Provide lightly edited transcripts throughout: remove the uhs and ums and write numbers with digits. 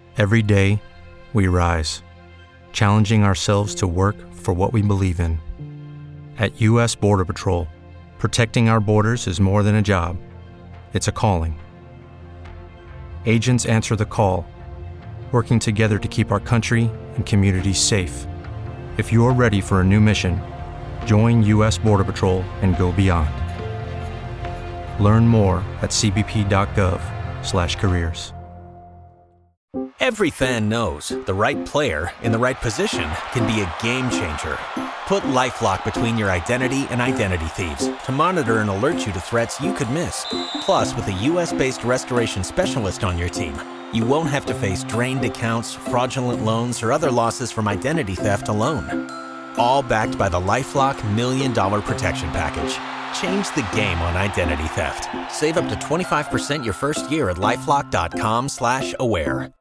Every day, we rise, challenging ourselves to work for what we believe in. At U.S. Border Patrol, protecting our borders is more than a job. It's a calling. Agents answer the call, working together to keep our country and communities safe. If you're ready for a new mission, join U.S. Border Patrol and go beyond. Learn more at cbp.gov/careers. Every fan knows the right player in the right position can be a game changer. Put LifeLock between your identity and identity thieves to monitor and alert you to threats you could miss. Plus, with a U.S.-based restoration specialist on your team, you won't have to face drained accounts, fraudulent loans, or other losses from identity theft alone. All backed by the LifeLock $1 Million Protection Package. Change the game on identity theft. Save up to 25% your first year at LifeLock.com/aware.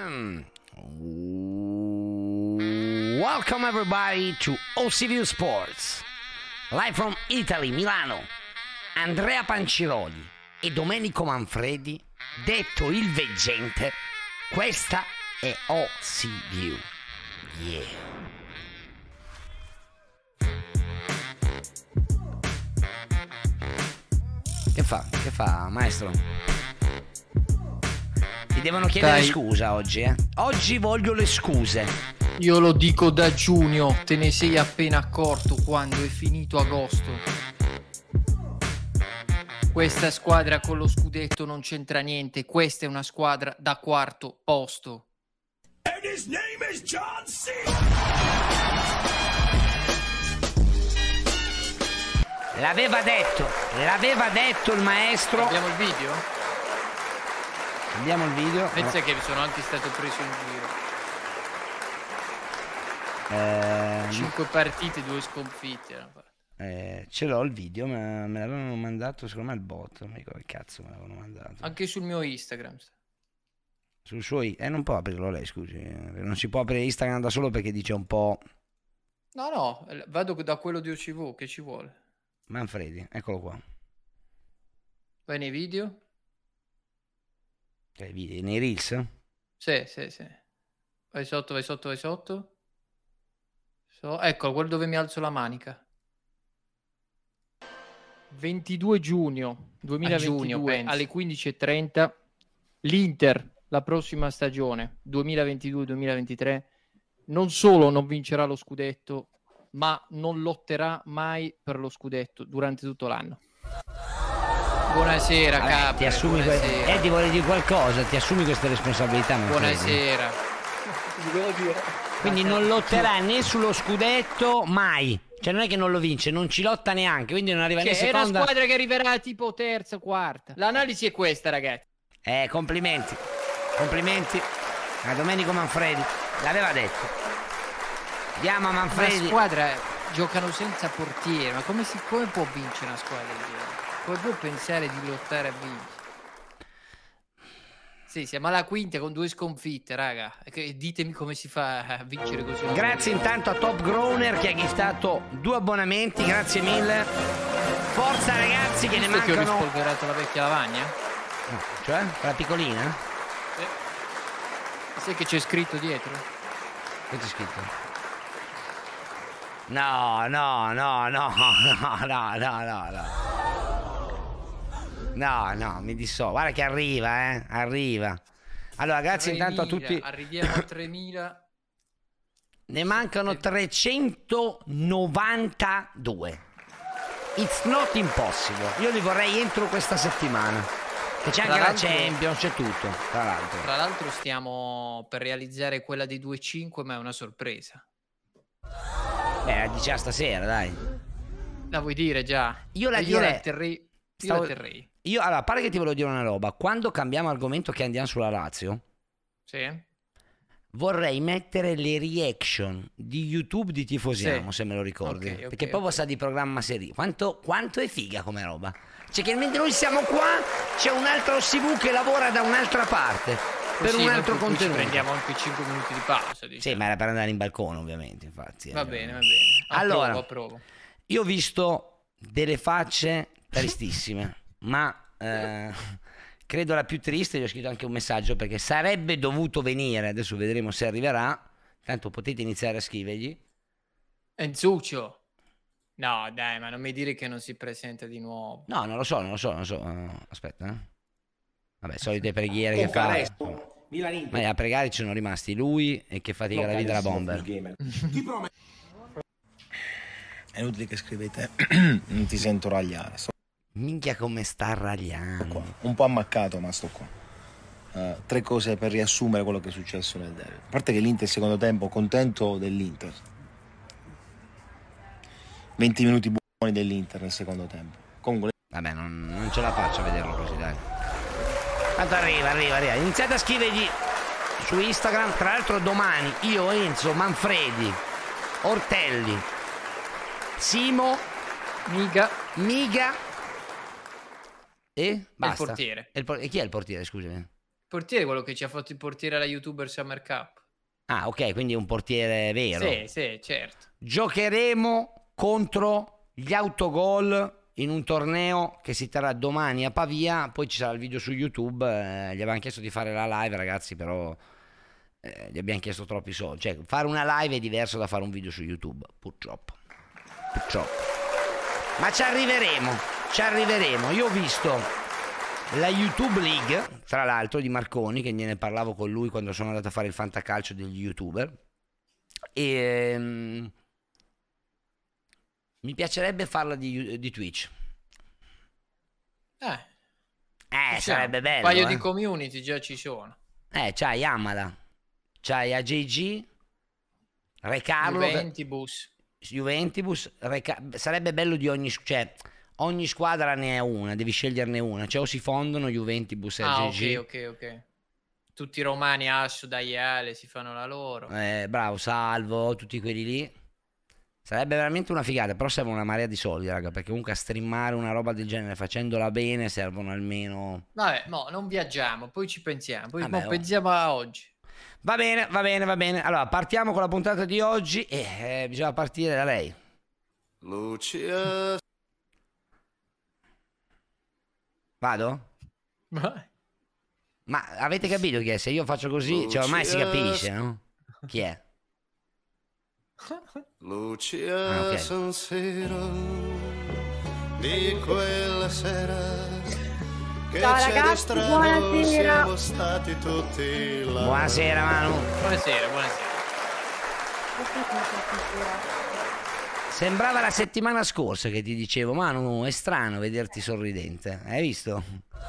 Welcome everybody to OCView Sports. Live from Italy, Milano. Andrea Panciroli e Domenico Manfredi, detto il veggente. Questa è OCView. Yeah. Che fa, maestro? Ti devono chiedere scusa oggi, eh? Oggi voglio le scuse. Io lo dico da giugno, te ne sei appena accorto quando è finito agosto. Questa squadra con lo scudetto non c'entra niente, questa è una squadra da quarto posto. And his name is John C. L'aveva detto il maestro. Abbiamo il video? Abbiamo il video. Pensa che sono anche stato preso in giro. 5 partite, 2 sconfitte. Ce l'ho il video, ma me l'avevano mandato secondo me al bot. Non mi ricordo che cazzo me l'avevano mandato. Anche sul mio Instagram. Sul suo non può aprirlo lei, scusi. Non si può aprire Instagram da solo perché dice un po'. No, vado da quello di OCV, che ci vuole. Manfredi, eccolo qua. Vai nei video? Nei Reels? Sì. Vai sotto. Ecco, quello dove mi alzo la manica. 22 giugno 2022 alle 15:30 l'Inter, la prossima stagione 2022-2023, non solo non vincerà lo scudetto, ma non lotterà mai per lo scudetto durante tutto l'anno. Buonasera, capo. Ti assumi ti vuole dire qualcosa? Ti assumi queste responsabilità? Buonasera. Quindi non lotterà né sullo scudetto mai. Cioè non è che non lo vince, non ci lotta neanche, quindi non arriva né seconda. È una squadra che arriverà tipo terza, quarta. L'analisi è questa, ragazzi. Complimenti a Domenico Manfredi. L'aveva detto. Diamo a Manfredi. La squadra giocano senza portiere, ma come può vincere una squadra del genere? Come può pensare di lottare a vincere? Sì, siamo alla quinta con 2 sconfitte, raga. Ditemi come si fa a vincere così. Grazie intanto a Top Groner che ha giftato 2 abbonamenti, grazie mille. Forza ragazzi che ne mancano. Che ho rispolverato la vecchia lavagna? No, cioè? Quella piccolina? Sai che c'è scritto dietro? Che c'è scritto? No, mi disso. Guarda che arriva. Allora, grazie 3.000, intanto a tutti. Arriviamo a 3.000. Ne mancano 392. It's not impossible. Io li vorrei entro questa settimana. Che c'è anche la Champions, c'è tutto. Tra l'altro stiamo per realizzare quella dei 2.5, ma è una sorpresa. La diciamo stasera, dai. La vuoi dire già? Io la terrei. Io, allora, pare che ti volevo dire una roba. Quando cambiamo argomento che andiamo sulla Lazio, sì, vorrei mettere le reaction di YouTube di Tifosiamo, se me lo ricordi. Perché proprio sa di programma serie. Quanto è figa come roba. Cioè che mentre noi siamo qua, c'è un altro OCV che lavora da un'altra parte. Per un altro contenuto. Prendiamo anche 5 minuti di pausa, diciamo. Sì, ma era per andare in balcone, ovviamente, infatti. Va bene. Allora, approvo. Io ho visto delle facce tristissime, ma credo la più triste, gli ho scritto anche un messaggio perché sarebbe dovuto venire, adesso vedremo se arriverà, tanto potete iniziare a scrivergli. Enzuccio. No, dai, ma non mi dire che non si presenta di nuovo. No, non lo so. Aspetta, Vabbè, solite preghiere che fa. Ma a pregare ci sono rimasti lui e che fatica la vita la Bomber. È inutile che scrivete, non ti sento ragliare. Minchia come sta ragliando. Un po' ammaccato, ma sto qua. 3 cose per riassumere quello che è successo nel derby. A parte che l'Inter secondo tempo, contento dell'Inter. 20 minuti buoni dell'Inter nel secondo tempo. Comunque... Vabbè, non ce la faccio a vederlo così, dai. Tanto arriva. Iniziate a scrivergli su Instagram. Tra l'altro domani io, Enzo, Manfredi, Ortelli, Simo, Miga e basta. Il portiere. E chi è il portiere, scusami? Il portiere è quello che ci ha fatto il portiere alla YouTuber Summer Cup. Ah, ok, quindi è un portiere vero. Sì, certo. Giocheremo contro gli autogol in un torneo che si terrà domani a Pavia, poi ci sarà il video su YouTube, gli avevamo chiesto di fare la live, ragazzi, però gli abbiamo chiesto troppi soldi, cioè fare una live è diverso da fare un video su YouTube, purtroppo. Ma ci arriveremo. Io ho visto la YouTube League, tra l'altro, di Marconi, che ne parlavo con lui quando sono andato a fare il fantacalcio degli YouTuber, e mi piacerebbe farla di Twitch. Sarebbe bello. Un paio di community già ci sono. C'hai Amala, c'hai AJG, Re Carlo, Juventibus, sarebbe bello di ogni squadra ne è una, devi sceglierne una, cioè o si fondono Juventibus e AJG. Ok. Tutti i romani, Asso, Daiale, si fanno la loro. Bravo, Salvo, tutti quelli lì. Sarebbe veramente una figata, però serve una marea di soldi, raga, perché comunque a streamare una roba del genere facendola bene servono almeno... Vabbè, non viaggiamo, poi ci pensiamo, pensiamo a oggi. Va bene. Allora, partiamo con la puntata di oggi e bisogna partire da lei. Lucia. Vado? Ma avete capito chi è? Se io faccio così, cioè ormai si capisce, no? Chi è? Lucia, okay. San Siro di quella sera che ciao c'è ragazzi, strano, buonasera. siamo stati tutti là. Buonasera Manu. Buonasera. Sembrava la settimana scorsa che ti dicevo, Manu, è strano vederti sorridente, hai visto?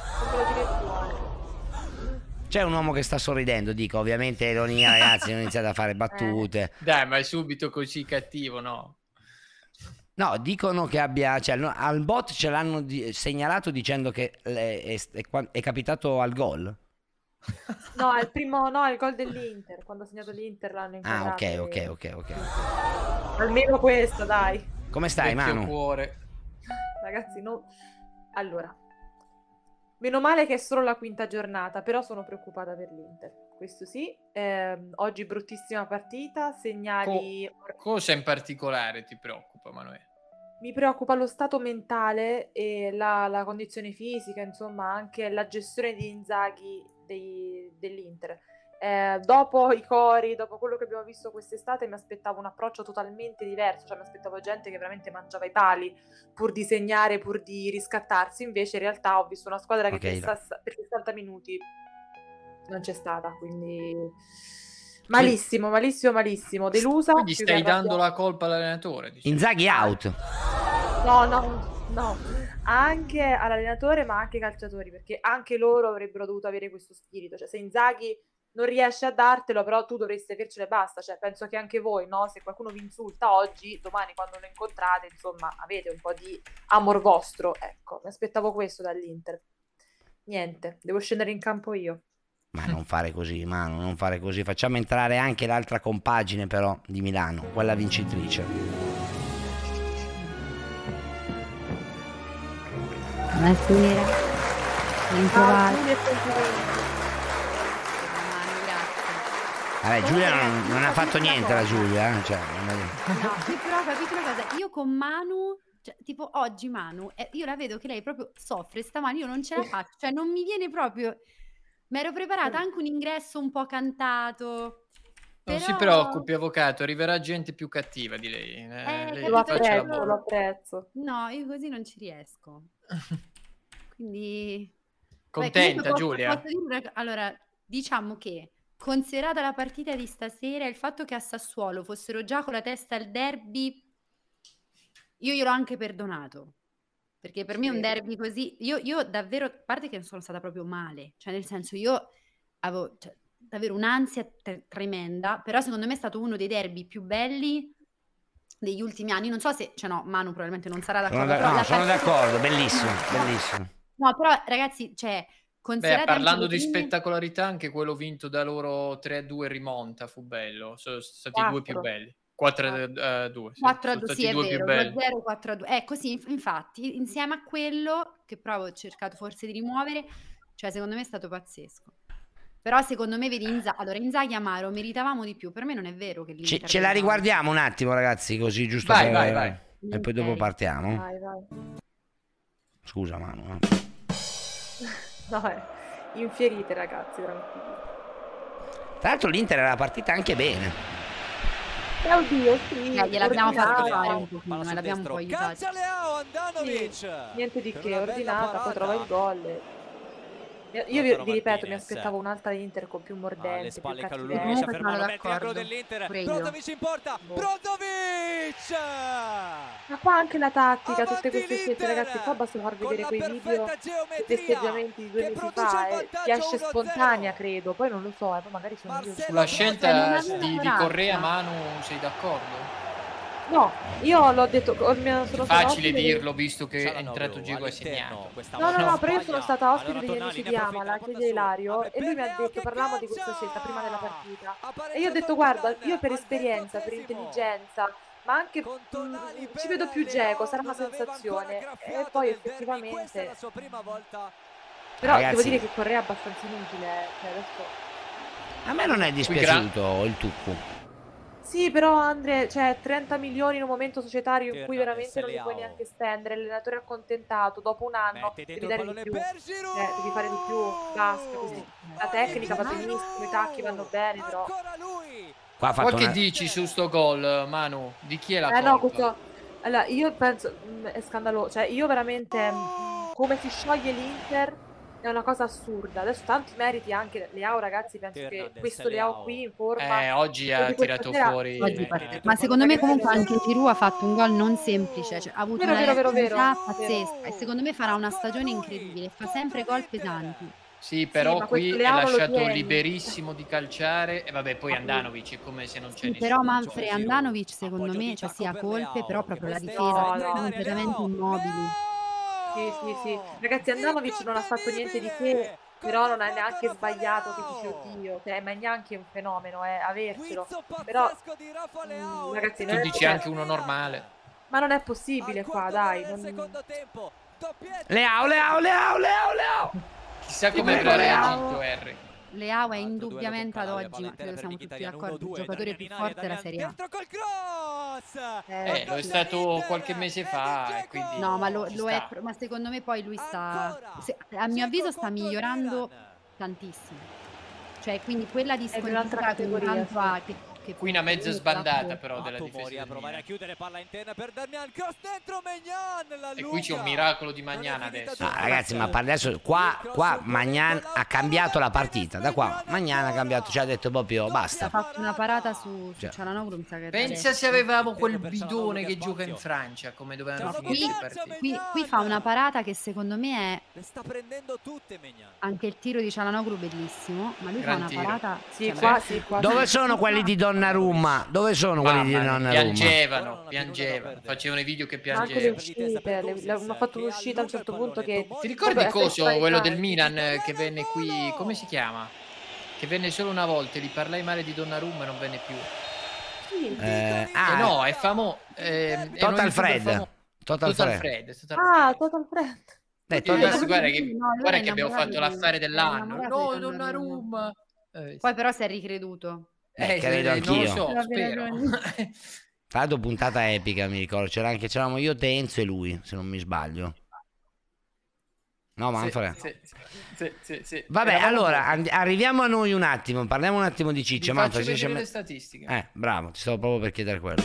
C'è un uomo che sta sorridendo, dico, ovviamente ironia, ragazzi, non iniziate a fare battute. Dai, ma è subito così cattivo, no? No, dicono che abbia, cioè al bot ce l'hanno segnalato dicendo che è capitato al gol. No, è il gol dell'Inter, quando ha segnato l'Inter l'hanno inquadrato. Ah, ok. Almeno questo, dai. Come stai, Manu? Cuore. Ragazzi, allora, meno male che è solo la quinta giornata, però sono preoccupata per l'Inter. Questo sì. Oggi bruttissima partita, segnali... Cosa in particolare ti preoccupa, Manuele? Mi preoccupa lo stato mentale e la condizione fisica, insomma, anche la gestione di Inzaghi dell'Inter. Dopo i cori, dopo quello che abbiamo visto quest'estate, mi aspettavo un approccio totalmente diverso, cioè mi aspettavo gente che veramente mangiava i pali pur di segnare, pur di riscattarsi. Invece in realtà ho visto una squadra che per 60 minuti non c'è stata, quindi malissimo, delusa. Quindi stai dando la colpa all'allenatore, diciamo. Inzaghi out. No, anche all'allenatore ma anche ai calciatori, perché anche loro avrebbero dovuto avere questo spirito, cioè se Inzaghi non riesce a dartelo, però tu dovresti avercelo e basta, cioè penso che anche voi, no? Se qualcuno vi insulta oggi, domani quando lo incontrate, insomma, avete un po' di amor vostro, ecco, mi aspettavo questo dall'Inter. Niente, devo scendere in campo io. Ma non fare così, Manu, non fare così. Facciamo entrare anche l'altra compagine però di Milano, quella vincitrice. Buonasera. Vabbè, Giulia non ha fatto niente, la Giulia, cioè, no, però capito una cosa, io con Manu Cioè, tipo oggi Manu, io la vedo che lei proprio soffre stamani, io non ce la faccio, cioè non mi viene proprio... Mi ero preparata anche un ingresso un po' cantato. Non si preoccupi, avvocato, arriverà gente più cattiva di lei. Lei lo faccia la apprezzo, lo apprezzo. No, io così non ci riesco. Quindi... Contenta, Giulia? Posso dire allora, diciamo che, considerata la partita di stasera, il fatto che a Sassuolo fossero già con la testa al derby, io gliel'ho anche perdonato. Perché per me un derby così, io davvero, a parte che non sono stata proprio male, cioè nel senso io avevo davvero un'ansia tremenda, però secondo me è stato uno dei derby più belli degli ultimi anni. Non so se, cioè no, Manu probabilmente non sarà d'accordo. Sono d'accordo, bellissimo, bellissimo. No, però ragazzi, cioè, parlando di spettacolarità, anche quello vinto da loro 3-2 rimonta fu bello, sono stati i due più belli. 4-2, sì. 4-2, sì, è vero, 2-0, 4-2. Ecco, sì, infatti, insieme a quello che proprio ho cercato forse di rimuovere, cioè secondo me è stato pazzesco. Però secondo me, vedi, Inzaghi e Amaro meritavamo di più. Per me non è vero che l'Inter... Ce la riguardiamo un attimo, ragazzi, così giusto vai. E poi dopo partiamo. Vai. Scusa, Manu. No, infierite, ragazzi, tranquilli. Tra l'altro l'Inter era partita anche bene. Oddio, sì. Gliel'abbiamo fatto fare un pochino, ma l'abbiamo un po' aiutato. Sì, niente di che, ordinata, poi trova il gol. Io vi ripeto, mi aspettavo un'altra Inter con più mordente, più cattiveria. Brozovic in porta, Brozovic! Ma qua anche la tattica, tutte queste scelte, ragazzi, qua basta far vedere quei video dei festeggiamenti di 2 mesi fa e ti esce spontanea, credo, poi non lo so, poi magari sono io. Sulla scelta di Correa, Manu, sei d'accordo? No, io l'ho detto, sono facile dirlo visto che è entrato Diego e segnato. No, però io sono stata ospite degli amici di Amala, che è Ilario, e lui mi ha detto, parlavamo di questa scelta prima della partita, e io ho detto, guarda, io per esperienza, per intelligenza, ma anche ci vedo più Dzeko, sarà una sensazione, e poi effettivamente... Però ragazzi, devo dire che Correa è abbastanza inutile, cioè adesso... A me non è dispiaciuto il Tuccu. Sì, però Andre, cioè 30 milioni in un momento societario in cui veramente non li puoi neanche spendere, l'allenatore è accontentato, dopo un anno devi dare di più, devi fare di più, basta così. La tecnica va benissimo, i tacchi vanno bene, però... Che dici su sto gol, Manu? Di chi è la colpa? No, questo... Allora, io penso, è scandaloso, cioè io veramente, come si scioglie l'Inter... È una cosa assurda. Adesso tanti meriti anche Leao, ragazzi. Penso che questo Leao qui in forma oggi ha tirato fuori ma secondo me comunque anche Giroud ha fatto un gol non semplice, cioè, ha avuto una reattività pazzesca e secondo me farà una stagione incredibile, fa sempre gol pesanti. Sì, però qui è lasciato liberissimo di calciare e vabbè, poi Andanovic è come se non c'è nessuno. Però Manfred Andanovic secondo me ha colpe, però proprio la difesa è completamente immobili. Sì. Ragazzi, Andanovic non ha fatto niente di che, però non ha neanche sbagliato che dice oddio, cioè, ma è neanche un fenomeno, avercelo. Però, ragazzi, tu dici anche uno normale. Ma non è possibile qua, dai. Leao! Chissà come avrà reagito Harry. Leao è indubbiamente ad oggi, ma credo siamo tutti d'accordo, il giocatore più forte della Serie A. Lo è stato qualche mese fa, quindi no, ma lo è, ma secondo me poi lui sta, a mio avviso sta migliorando tantissimo, cioè quindi quella disponibilità che ogni tanto ha, qui una mezza sbandata però della difesa provare a chiudere palla interna per Darmian, cross dentro Maignan, e qui c'è un miracolo di Maignan adesso. Ragazzi, ma adesso qua Maignan ha cambiato la partita, da qua Maignan ha cambiato, ci ha detto proprio basta. Ha fatto una parata su Cialanoglu, pensa se avevamo quel bidone che gioca in Francia, come dovevano finire qui fa una parata che secondo me è, le sta prendendo tutte Maignan. Anche il tiro di Cialanoglu bellissimo, ma lui fa una parata qua. Dove sono quelli di Donnarumma? Dove sono quelli di Donnarumma? Piangevano, facevano i video che piangevano. Hanno fatto un'uscita a un certo punto che... Ti ricordi quello del Milan che venne qui, come si chiama? Che venne solo una volta, gli parlai male di Donnarumma e non venne più. No, è famoso. Total Fred. Total Fred. Guarda che abbiamo fatto l'affare dell'anno. No, Donnarumma. Poi però si è ricreduto. Credo anch'io. Non lo so, spero. Tra l'altro puntata epica, mi ricordo, c'eravamo io, Tenzo e lui, se non mi sbaglio. No, Manfred? Sì. Vabbè, allora, arriviamo a noi un attimo, parliamo un attimo di Ciccio. Faccio vedere le statistiche. Bravo, ti stavo proprio per chiedere quello.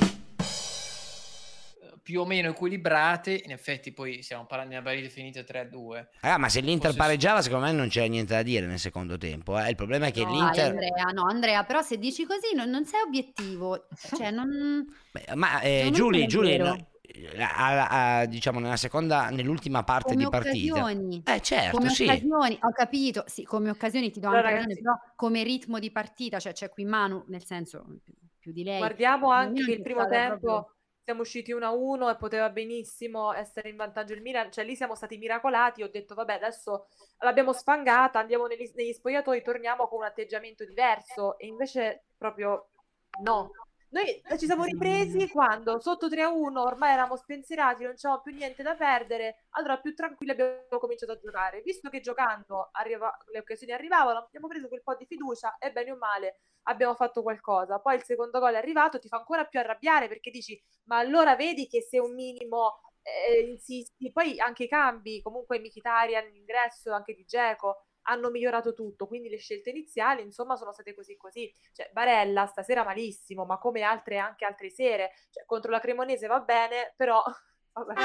Più o meno equilibrate, in effetti poi stiamo parlando di una partita finita 3-2. Ma se l'Inter pareggiava, secondo me non c'era niente da dire nel secondo tempo. Il problema è che l'Inter... Andrea, però se dici così non sei obiettivo. Cioè, non... Giulia, diciamo nell'ultima parte come di partita. Occasioni. Certo, come sì. occasioni, ho capito, sì, come occasioni ti do anche ragione, però come ritmo di partita, cioè c'è qui Manu, nel senso più di lei. Guardiamo anche che il primo tempo... Proprio... Siamo usciti 1-1 e poteva benissimo essere in vantaggio il Milan, cioè lì siamo stati miracolati, ho detto vabbè adesso l'abbiamo sfangata, andiamo negli spogliatoi, torniamo con un atteggiamento diverso e invece proprio no. Noi ci siamo ripresi quando sotto 3-1 ormai eravamo spensierati, non c'avevamo più niente da perdere, allora più tranquilli abbiamo cominciato a giocare, visto che giocando le occasioni arrivavano, abbiamo preso quel po' di fiducia e bene o male abbiamo fatto qualcosa. Poi il secondo gol è arrivato, ti fa ancora più arrabbiare perché dici ma allora vedi che se un minimo insisti, poi anche i cambi, comunque Mkhitaryan all'ingresso, anche di Dzeko hanno migliorato tutto, quindi le scelte iniziali insomma sono state così, cioè Barella stasera malissimo, ma come anche altre sere, cioè, contro la Cremonese va bene, però vabbè.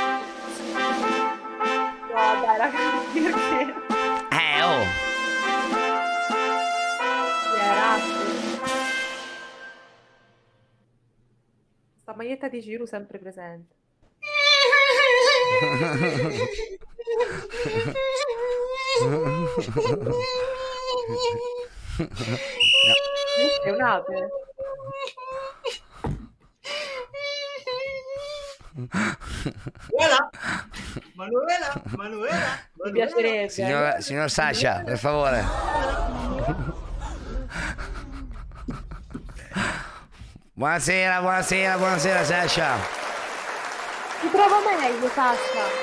No dai ragazzi, perché sta maglietta di Giroud sempre presente. È un'ape. Manuela. Mi piacerebbe. Signor Sasha, per favore. Buonasera Sasha. Ti trovo meglio, Sasha.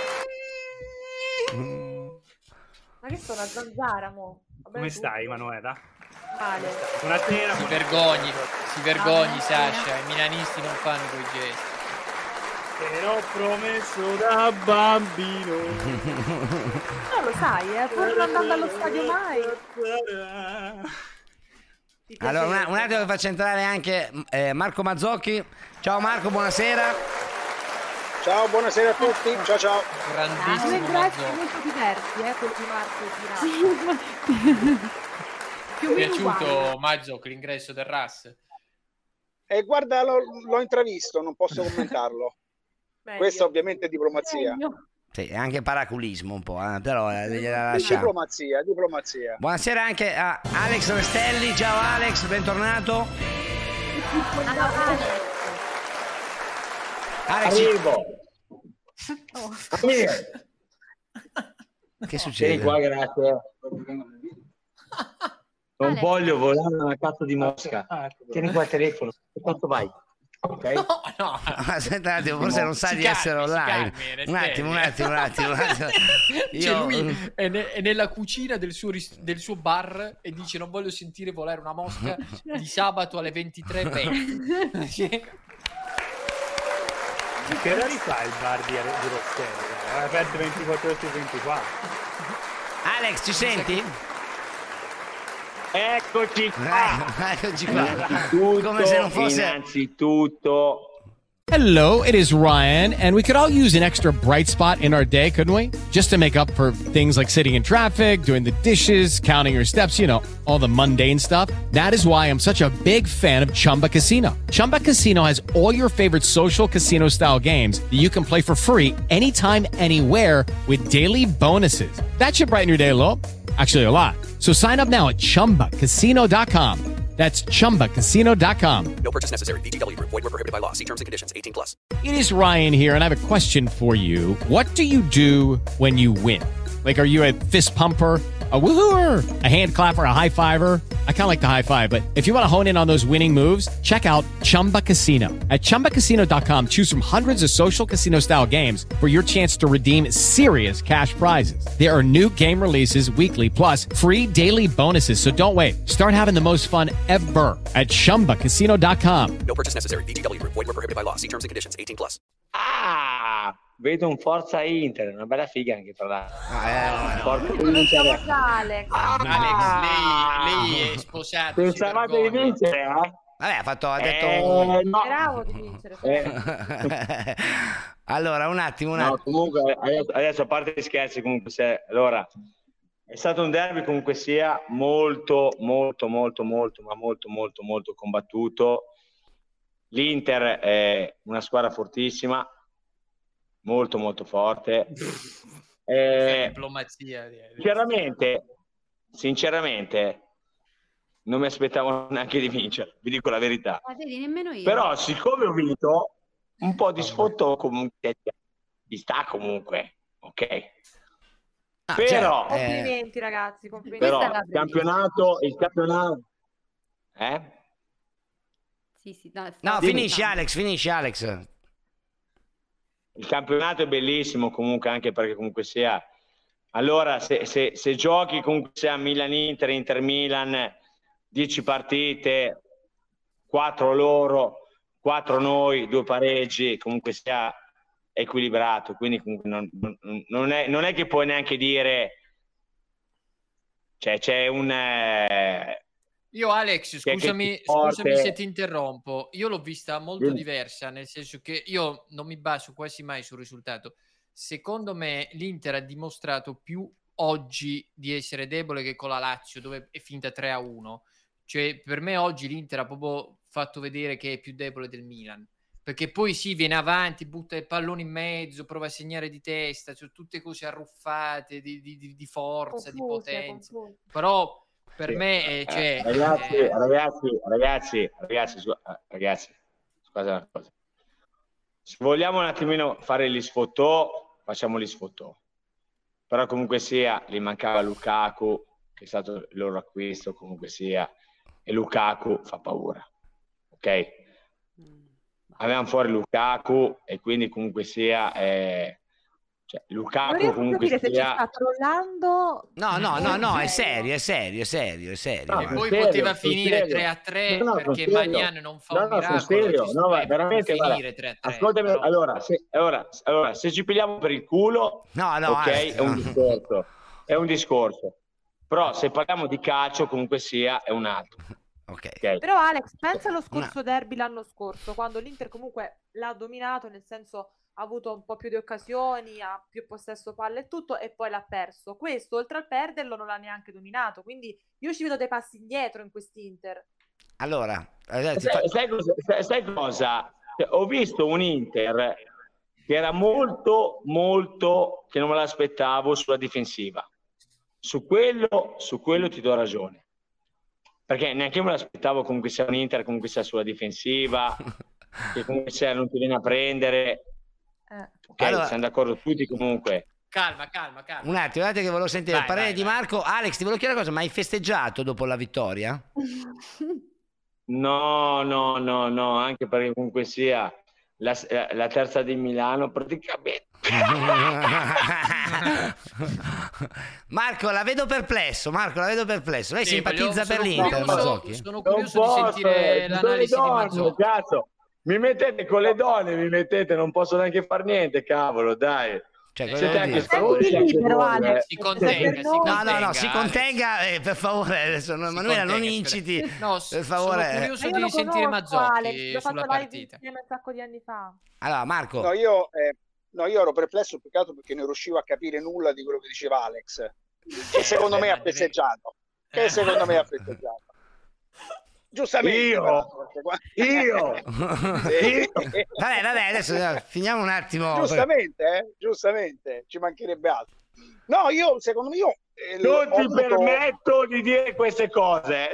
Ma che sono a zanzara, mo? Come stai, Manuela? Male. Buonasera. Si vergogni, Sasha. I milanisti non fanno quei gesti. Te l'ho promesso da bambino. Non lo sai, pur non andando allo stadio mai. Allora, un attimo che faccio entrare anche Marco Mazzocchi. Ciao Marco, buonasera. Ciao, buonasera a tutti. Ciao. Grandissimo. Due ingressi molto diversi, quello di Marco Ti è piaciuto, Mazzocchi, l'ingresso del RAS? Guarda, l'ho intravisto, non posso commentarlo. Questa ovviamente è diplomazia. Sì, è anche paraculismo un po', però gliela lasciamo. Diplomazia. Buonasera anche a Alex Restelli. Ciao Alex, bentornato. Arrivo. Che succede? Vieni qua, grazie. Non voglio volare una cazzo di mosca. Tieni qua il telefono. Quanto vai? Ok? No. Aspetta un attimo, forse non sa di essere online. Un attimo. Io... Cioè lui è nella cucina del suo bar e dice non voglio sentire volare una mosca di sabato alle 23:20. Che orari fa il bar di Rosselli? È aperto 24 ore su 24. Alex, ci senti? Eccoci qua. Come se non fosse... Innanzitutto... Hello, it is Ryan, and we could all use an extra bright spot in our day, couldn't we? Just to make up for things like sitting in traffic, doing the dishes, counting your steps, you know, all the mundane stuff. That is why I'm such a big fan of Chumba Casino. Chumba Casino has all your favorite social casino-style games that you can play for free anytime, anywhere with daily bonuses. That should brighten your day a little. Actually, a lot. So sign up now at ChumbaCasino.com. That's ChumbaCasino.com. No purchase necessary. VGW Group. Void where prohibited by law. See terms and conditions. 18+. It is Ryan here, and I have a question for you. What do you do when you win? Like, are you a fist pumper? A woohooer, a hand clapper, a high fiver. I kind of like the high five, but if you want to hone in on those winning moves, check out Chumba Casino. At ChumbaCasino.com, choose from hundreds of social casino style games for your chance to redeem serious cash prizes. There are new game releases weekly, plus free daily bonuses. So don't wait. Start having the most fun ever at ChumbaCasino.com. No purchase necessary. VGW Group. Void where prohibited by law. See terms and conditions. 18+. Ah, vedo un Forza Inter, una bella figa anche tra l'altro. Alex. Lei è sposato. Pensavate di vincere, eh? Vabbè, ha detto no. Speravo di vincere. Allora, un attimo. No, comunque, adesso a parte gli scherzi, comunque, allora, è stato un derby comunque sia molto combattuto. L'Inter è una squadra fortissima, molto forte. Diplomazia. Sinceramente, non mi aspettavo neanche di vincere, vi dico la verità. Ma vedi, nemmeno io. Però, siccome ho vinto, un po' di sfotto comunque ci sta comunque, ok? Però complimenti ragazzi, complimenti. Però il campionato Sì, no, finisci Alex. Il campionato è bellissimo comunque, anche perché comunque sia, allora se giochi comunque sia Milan-Inter, Inter-Milan, 10 partite, 4 loro, 4 noi, 2 pareggi, comunque sia equilibrato, quindi comunque non è che puoi neanche dire, cioè c'è un io Alex, scusami se ti interrompo, io l'ho vista molto diversa, nel senso che io non mi baso quasi mai sul risultato. Secondo me l'Inter ha dimostrato più oggi di essere debole che con la Lazio, dove è finta 3-1. Cioè, per me oggi l'Inter ha proprio fatto vedere che è più debole del Milan, perché poi viene avanti, butta il pallone in mezzo, prova a segnare di testa, cioè tutte cose arruffate di forza, di potenza. Però per me ragazzi, scusate una cosa. Se vogliamo un attimino fare gli sfottò, facciamo gli sfottò. Però comunque sia, gli mancava Lukaku, che è stato il loro acquisto, comunque sia, e Lukaku fa paura, ok? Avevamo fuori Lukaku e quindi comunque sia cioè, Lukaku comunque sia... se ci sta trollando. No, è serio. No, e poi serio, poteva finire 3-3 perché Magnan non fa un miracolo. No, veramente finire 3-3. Ascoltami, però... allora, se ci pigliamo per il culo, ok, è un discorso. Però se parliamo di calcio comunque sia è un altro. Okay. Però Alex, pensa allo scorso derby l'anno scorso, quando l'Inter comunque l'ha dominato, nel senso ha avuto un po' più di occasioni, ha più possesso palla e tutto, e poi l'ha perso. Questo, oltre al perderlo, non l'ha neanche dominato, quindi io ci vedo dei passi indietro in quest'Inter. Allora, sai cosa? Ho visto un Inter che era molto, che non me l'aspettavo sulla difensiva. Su quello ti do ragione. Perché neanche io me l'aspettavo comunque sia un Inter, comunque sia sulla difensiva, che comunque sia non ti viene a prendere. Ok, allora, siamo d'accordo tutti comunque. Calma. Un attimo, guardate che volevo sentire il parere di Marco. Alex, ti volevo chiedere una cosa, ma hai festeggiato dopo la vittoria? No, anche perché comunque sia la terza di Milano praticamente. Marco, la vedo perplesso. Lei simpatizza per l'Inter, Mazzocchi? Sono curioso di sentire l'analisi di Mazzocchi. Cazzo, mi mettete con le donne, non posso neanche fare niente, cavolo, dai. Cioè, si contenga. Si contenga, per favore. Adesso, Manuela, non inciti. No, per favore. Sono curioso di sentire Mazzocchi sulla partita. Un sacco di anni fa. Allora, Marco. No, io ero perplesso più che altro perché non riuscivo a capire nulla di quello che diceva Alex. Che secondo me ha festeggiato. Giustamente. Io. Vabbè, adesso finiamo un attimo. Giustamente, ci mancherebbe altro. No, secondo me non ti permetto di dire queste cose.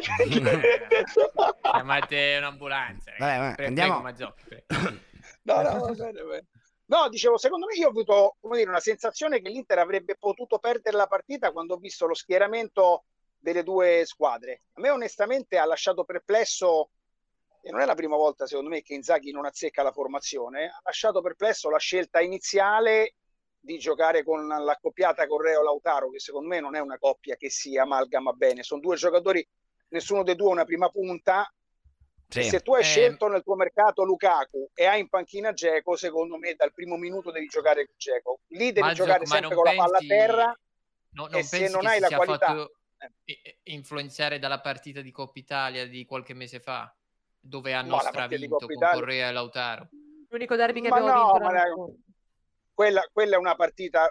Chiamate un'ambulanza. Vabbè, andiamo. No, va bene. No, dicevo, secondo me io ho avuto, come dire, una sensazione che l'Inter avrebbe potuto perdere la partita quando ho visto lo schieramento delle due squadre. A me onestamente ha lasciato perplesso, e non è la prima volta secondo me che Inzaghi non azzecca la formazione, ha lasciato perplesso la scelta iniziale di giocare con l'accoppiata Correa-Lautaro, che secondo me non è una coppia che si amalgama bene, sono due giocatori, nessuno dei due una prima punta. Sì. Se tu hai scelto nel tuo mercato Lukaku e hai in panchina Dzeko, secondo me dal primo minuto devi giocare con Dzeko. Lì devi giocare sempre con la palla a terra, e se non hai la qualità... influenzare dalla partita di Coppa Italia di qualche mese fa, dove hanno stravinto con Correa e Lautaro. L'unico derby che abbiamo vinto. Quella è una partita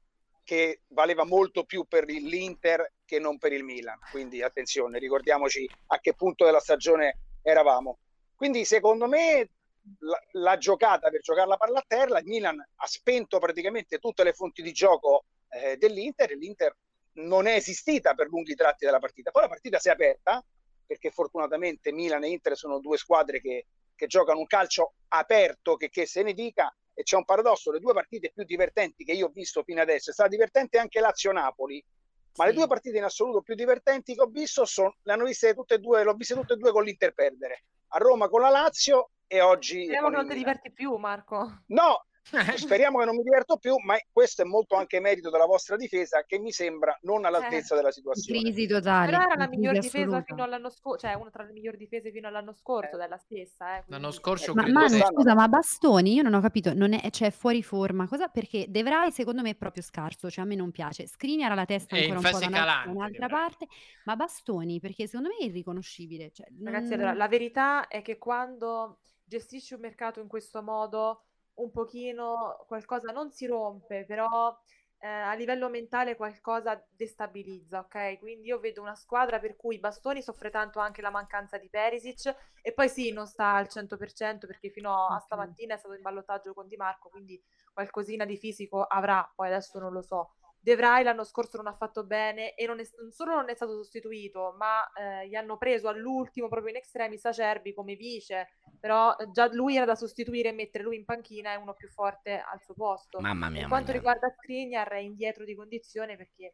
che valeva molto più per l'Inter che non per il Milan, quindi attenzione, ricordiamoci a che punto della stagione eravamo. Quindi secondo me la giocata per giocare la palla a terra, il Milan ha spento praticamente tutte le fonti di gioco dell'Inter, e l'Inter non è esistita per lunghi tratti della partita. Poi la partita si è aperta, perché fortunatamente Milan e Inter sono due squadre che giocano un calcio aperto, che se ne dica, e c'è un paradosso: le due partite più divertenti che io ho visto fino adesso, è stata divertente anche Lazio-Napoli, ma le due partite in assoluto più divertenti che ho visto l'ho viste tutte e due con l'Inter perdere, a Roma con la Lazio e oggi speriamo che non ti diverti più, Marco. No, speriamo che non mi diverto più, ma questo è molto anche merito della vostra difesa, che mi sembra non all'altezza della situazione. Crisi totale. Però era la miglior difesa fino all'anno scorso, cioè una tra le migliori difese fino all'anno scorso della stessa. L'anno scorso scusa, ma Bastoni, io non ho capito, non è, cioè fuori forma, cosa? Perché De Vrij secondo me è proprio scarso, cioè a me non piace. Skriniar ha la testa ancora un po' da un'altra parte, ma Bastoni, perché secondo me è irriconoscibile. Cioè, ragazzi, allora, la verità è che quando gestisci un mercato in questo modo, un pochino qualcosa non si rompe, però a livello mentale qualcosa destabilizza, ok? Quindi io vedo una squadra per cui Bastoni soffre tanto anche la mancanza di Perisic, e poi sì, non sta al 100% perché fino a stamattina è stato in ballottaggio con Di Marco, quindi qualcosina di fisico avrà, poi adesso non lo so. De Vrij l'anno scorso non ha fatto bene e non solo non è stato sostituito, ma gli hanno preso all'ultimo proprio in extremis Acerbi come vice, però già lui era da sostituire, e mettere lui in panchina è uno più forte al suo posto. Mamma mia. Per quanto riguarda Skriniar è indietro di condizione perché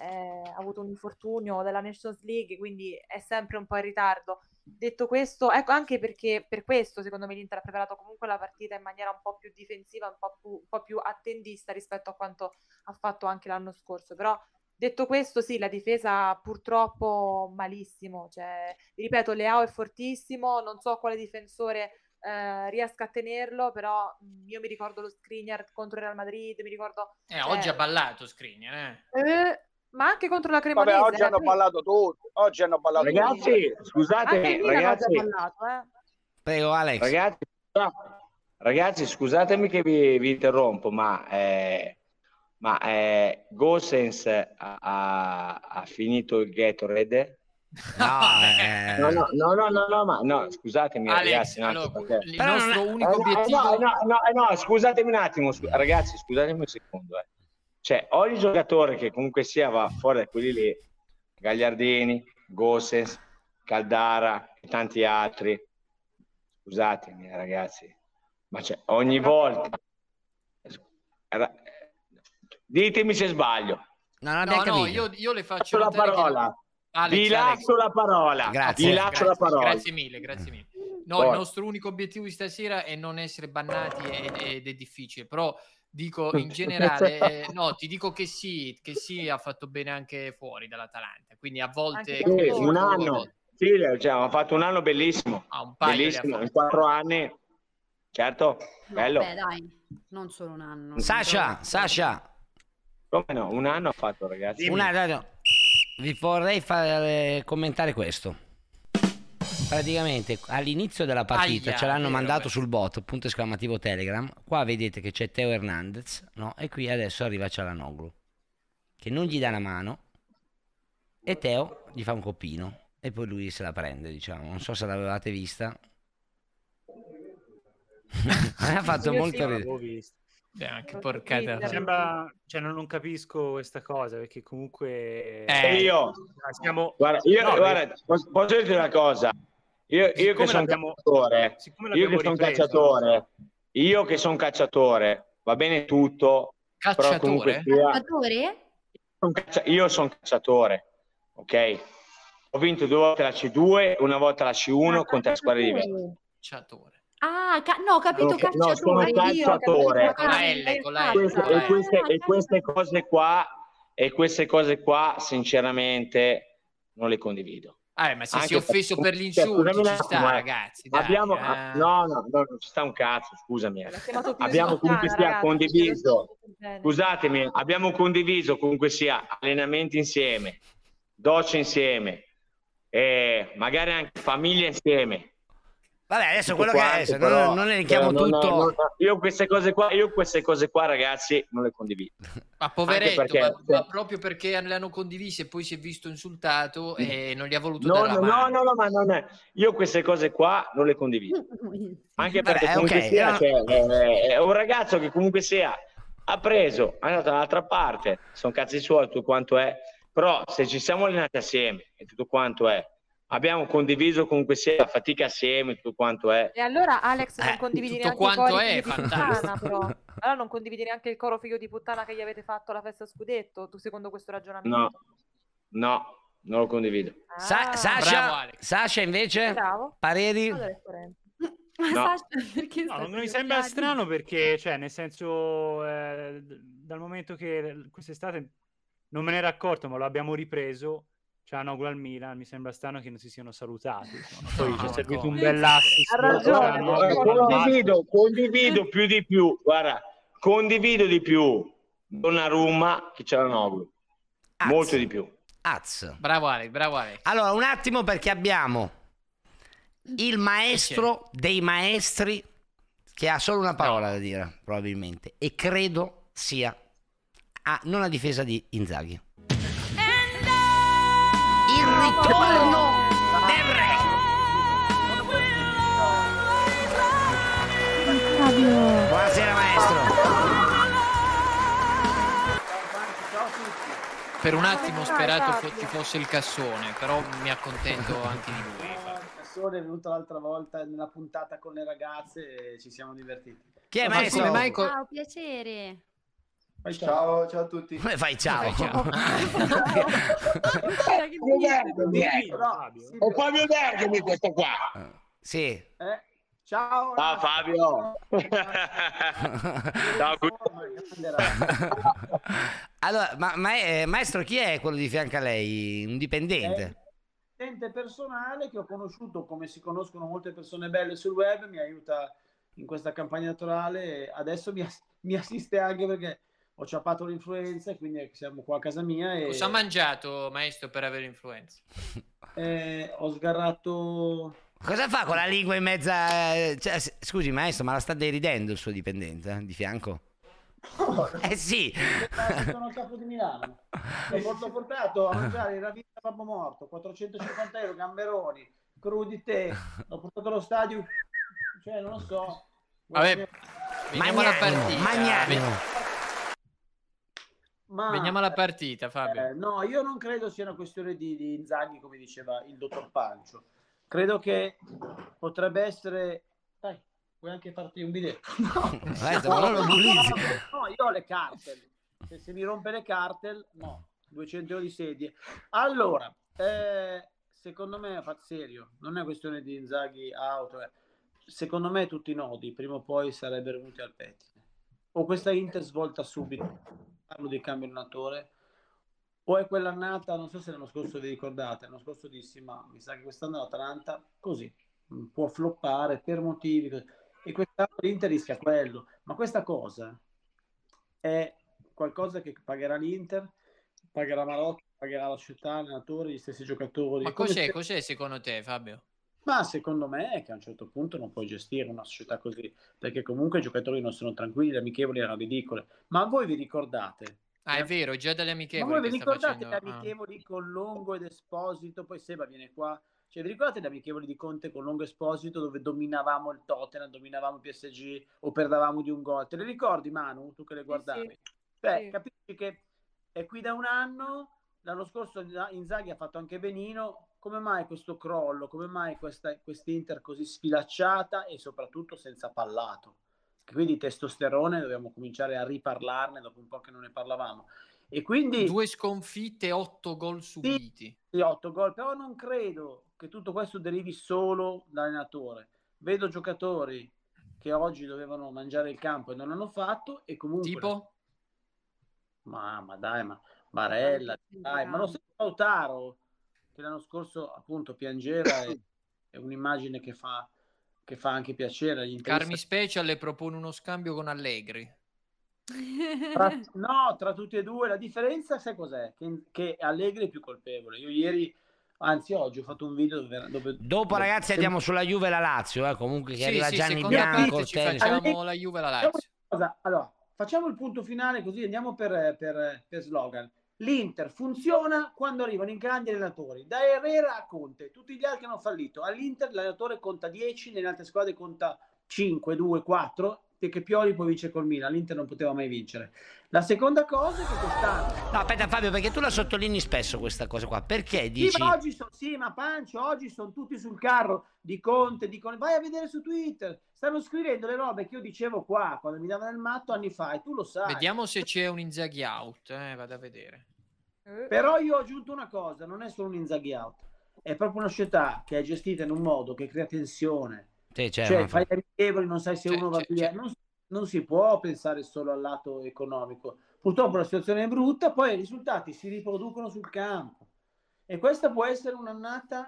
ha avuto un infortunio della Nations League, quindi è sempre un po' in ritardo. Detto questo, ecco, anche perché per questo secondo me l'Inter ha preparato comunque la partita in maniera un po' più difensiva, un po' più attendista rispetto a quanto ha fatto anche l'anno scorso. Però detto questo, sì, la difesa purtroppo malissimo, cioè, vi ripeto, Leao è fortissimo, non so quale difensore riesca a tenerlo, però io mi ricordo lo Skriniar contro il Real Madrid, mi ricordo oggi ha ballato Skriniar ma anche contro la Cremonese. Vabbè, oggi hanno ballato tutti. Oggi hanno ballato ragazzi, tutti. Scusate, ragazzi. Prego, Alex. Ragazzi, scusatemi che vi interrompo, ma Gosens ha finito il Gatorade? No, scusatemi, Alex, ragazzi. Allora, il nostro unico obiettivo... No, scusatemi un attimo, ragazzi, scusatemi un secondo. Cioè, ogni giocatore che comunque sia va fuori da quelli lì, Gagliardini, Gosens, Caldara e tanti altri, scusatemi ragazzi, ma cioè, ogni volta, ditemi se sbaglio. No, io le faccio la parola. Vi lascio la parola. Grazie mille. No, il nostro unico obiettivo di stasera è non essere bannati ed è difficile, però dico in generale, ti dico che sì, ha fatto bene anche fuori dall'Atalanta, quindi a volte un anno, hanno fatto un anno bellissimo, bellissimo, in 4 anni, certo, bello. Beh, dai, non solo un anno. Sasha. Come no, un anno ha fatto, ragazzi. Vi vorrei fare commentare questo. Praticamente all'inizio della partita ce l'hanno mandato sul bot, punto esclamativo Telegram. Qua vedete che c'è Teo Hernandez, no? E qui adesso arriva Cialanoglu che non gli dà la mano e Teo gli fa un coppino e poi lui se la prende, diciamo. Non so se l'avevate vista. Ha fatto molto ridere. Anche porcata. Sembra, cioè, non capisco questa cosa perché comunque guarda, posso dirti una cosa. Io che sono calciatore, io che sono calciatore, va bene tutto, però comunque sia... Io sono calciatore, ok? Ho vinto 2 volte la C2, una volta la C1 con 3 squadre diverse. Calciatore. No, ho capito, calciatore. No, sono calciatore. Con la L. E queste cose qua, sinceramente, non le condivido. Ma se si è offeso per gli insulti, ci sta, ragazzi. Dai, No, non ci sta un cazzo, scusami. Abbiamo comunque sia condiviso. Scusatemi, abbiamo condiviso comunque sia allenamenti insieme, docce insieme, magari anche famiglia insieme. Vabbè, adesso quello che è adesso, non elenchiamo tutto. Io queste cose qua, ragazzi, non le condivido. Ma poveretto, ma proprio perché le hanno condivise e poi si è visto insultato e non gli ha voluto dare la mano. No, ma non è. Io queste cose qua non le condivido. Anche perché comunque sia, è un ragazzo che comunque sia ha preso, è andato dall'altra parte, sono cazzi suoi, tutto quanto è. Però se ci siamo allenati assieme e tutto quanto è, abbiamo condiviso comunque sia la fatica assieme, tutto quanto è. E allora Alex non condividi neanche il coro figlio di puttana, però. Allora non condividi neanche il coro figlio di puttana che gli avete fatto alla festa scudetto, tu secondo questo ragionamento? No, non lo condivido. Sasha invece? Bravo. Pareri? No. Non mi sembra strano perché, cioè, nel senso, dal momento che quest'estate non me ne ero accorto, ma lo abbiamo ripreso. C'è inaugura al Milan, mi sembra strano che non si siano salutati. Poi ci è servito un bel assist. Ha ragione. Condivido più di più. Guarda, condivido di più Donnarumma che Çalhanoğlu. Molto di più. Bravo Ale. Allora, un attimo perché abbiamo il maestro dei maestri che ha solo una parola da dire, probabilmente, e credo sia non a difesa di Inzaghi. Il ritorno del re. Buonasera maestro. Per un attimo ho sperato ci fosse il Cassone, però mi accontento anche di lui. Il Cassone è venuto l'altra volta nella puntata con le ragazze e ci siamo divertiti. Chi è maestro? Ciao, piacere. Ciao a tutti. Come fai ciao? È Fabio Bergami questo qua. Sì. Ciao. Ciao Fabio. Ciao. Allora, maestro, chi è quello di fianco a lei? Un dipendente? Assistente personale che ho conosciuto come si conoscono molte persone belle sul web, mi aiuta in questa campagna elettorale. Adesso mi assiste anche perché ho ciappato l'influenza e quindi siamo qua a casa mia. Cosa ha mangiato, maestro, per avere influenza? Ho sgarrato... Cosa fa con la lingua in mezzo a... Cioè, scusi, maestro, ma la sta deridendo il suo dipendente di fianco? Sì. Sono a capo di Milano. L'ho portato a mangiare il ravino da babbo morto, 450 euro, gamberoni, crudité. L'ho portato allo stadio, cioè non lo so. Vabbè, veniamo alla partita. Veniamo alla partita, Fabio. No, io non credo sia una questione di Inzaghi, come diceva il dottor Pancio. Credo che potrebbe essere... Dai, vuoi anche farti un biglietto? No, io ho le carte. Se mi rompe le carte, no. 200 euro di sedie. Allora, secondo me, serio, non è questione di Inzaghi auto. Secondo me tutti i nodi prima o poi sarebbero venuti al pettine. O questa Inter svolta subito, parlo di cambio allenatore, o è quell'annata, non so se l'anno scorso vi ricordate, l'anno scorso dissi, ma mi sa che quest'anno l'Atalanta così può floppare per motivi, e quest'anno l'Inter rischia quello, ma questa cosa è qualcosa che pagherà l'Inter, pagherà Marotta, pagherà la società, l'allenatore, gli stessi giocatori. Ma cos'è secondo te, Fabio? Ma secondo me è che a un certo punto non puoi gestire una società così, perché comunque i giocatori non sono tranquilli, le amichevoli erano ridicole. Ma voi vi ricordate? È vero, già dalle amichevoli. Ma voi vi ricordate le amichevoli con Longo ed Esposito? Poi Seba viene qua. Cioè, vi ricordate le amichevoli di Conte con Longo e Esposito dove dominavamo il Tottenham, dominavamo il PSG o perdavamo di un gol? Te le ricordi, Manu? Tu che le guardavi? Sì. Beh, capisci che è qui da un anno, l'anno scorso Inzaghi ha fatto anche benino. Come mai questo crollo? Come mai questa Inter così sfilacciata e soprattutto senza pallato? quindi testosterone dobbiamo cominciare a riparlarne dopo un po' che non ne parlavamo. E quindi 2 sconfitte, 8 gol subiti. Sì, 8 gol, però non credo che tutto questo derivi solo dall'allenatore. Vedo giocatori che oggi dovevano mangiare il campo e non l'hanno fatto, e comunque tipo? Ma dai, ma Barella, dai, ma lo stesso Lautaro, che l'anno scorso appunto piangeva, è un'immagine che fa anche piacere agli interessatori. Carmi Special le propone uno scambio con Allegri. Tra tutti e due la differenza sai cos'è? Che Allegri è più colpevole. Io ieri, anzi oggi, ho fatto un video dove Dopo ragazzi andiamo sulla Juve e la Lazio, comunque che arriva Gianni Bianco, ci facciamo la Juve e la Lazio. Allora, facciamo il punto finale così andiamo per slogan. L'Inter funziona quando arrivano in grandi allenatori, da Herrera a Conte. Tutti gli altri hanno fallito. All'Inter l'allenatore conta 10, nelle altre squadre conta 5, 2, 4, che Pioli poi vince col Milan. L'Inter non poteva mai vincere. La seconda cosa è che quest'anno... No, aspetta Fabio, perché tu la sottolinei spesso questa cosa qua. Perché dici... Sì, ma Pancio, oggi sono tutti sul carro di Conte, vai a vedere su Twitter. Stanno scrivendo le robe che io dicevo qua, quando mi davano il matto anni fa, e tu lo sai. Vediamo se c'è un Inzaghi out, vado a vedere. Però io ho aggiunto una cosa, non è solo un Inzaghi out. È proprio una società che è gestita in un modo che crea tensione. Cioè fai gli amichevoli, non sai se uno va via. Non si può pensare solo al lato economico. Purtroppo la situazione è brutta, poi i risultati si riproducono sul campo. E questa può essere un'annata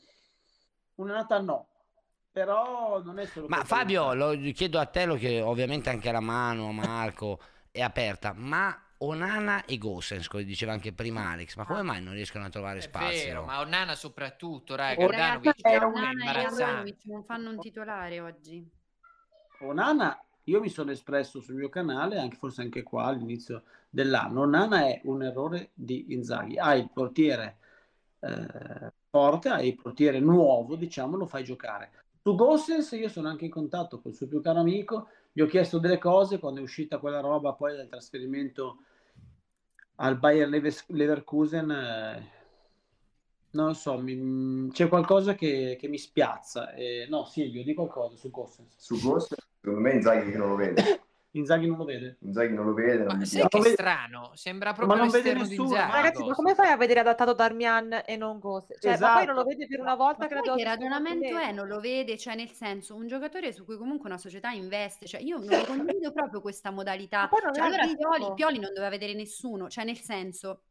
no. Però non è solo... Ma Fabio, lo chiedo a te, lo chiedo ovviamente anche alla Manu, a Marco, è aperta, ma Onana e Gosens, come diceva anche prima Alex, ma come mai non riescono a trovare spazio? Vero, ma Onana soprattutto, raga. Onana e non fanno un titolare oggi. Onana, io mi sono espresso sul mio canale, forse anche qua all'inizio dell'anno. Onana è un errore di Inzaghi. Hai il portiere forte, hai il portiere nuovo, diciamo, lo fai giocare. Su Gosens io sono anche in contatto col suo più caro amico, gli ho chiesto delle cose quando è uscita quella roba poi del trasferimento al Bayer Leverkusen, non lo so, c'è qualcosa che mi spiazza. No, Silvio, di qualcosa su Gosens. Su Gosens, secondo me Inzaghi non lo vede. Inzaghi non lo vede. Inzaghi non lo vede. Ma sai che è strano? Sembra proprio non vede l'esterno di nessuno. Inzaghi. Ragazzi, ma come fai a vedere adattato Darmian e non Gosens? Cioè, Esatto. ma poi non lo vede per una volta che che ragionamento è? Non lo vede, cioè nel senso, un giocatore su cui comunque una società investe, cioè io non lo condivido proprio questa modalità. Cioè, allora Pioli non doveva vedere nessuno, cioè nel senso...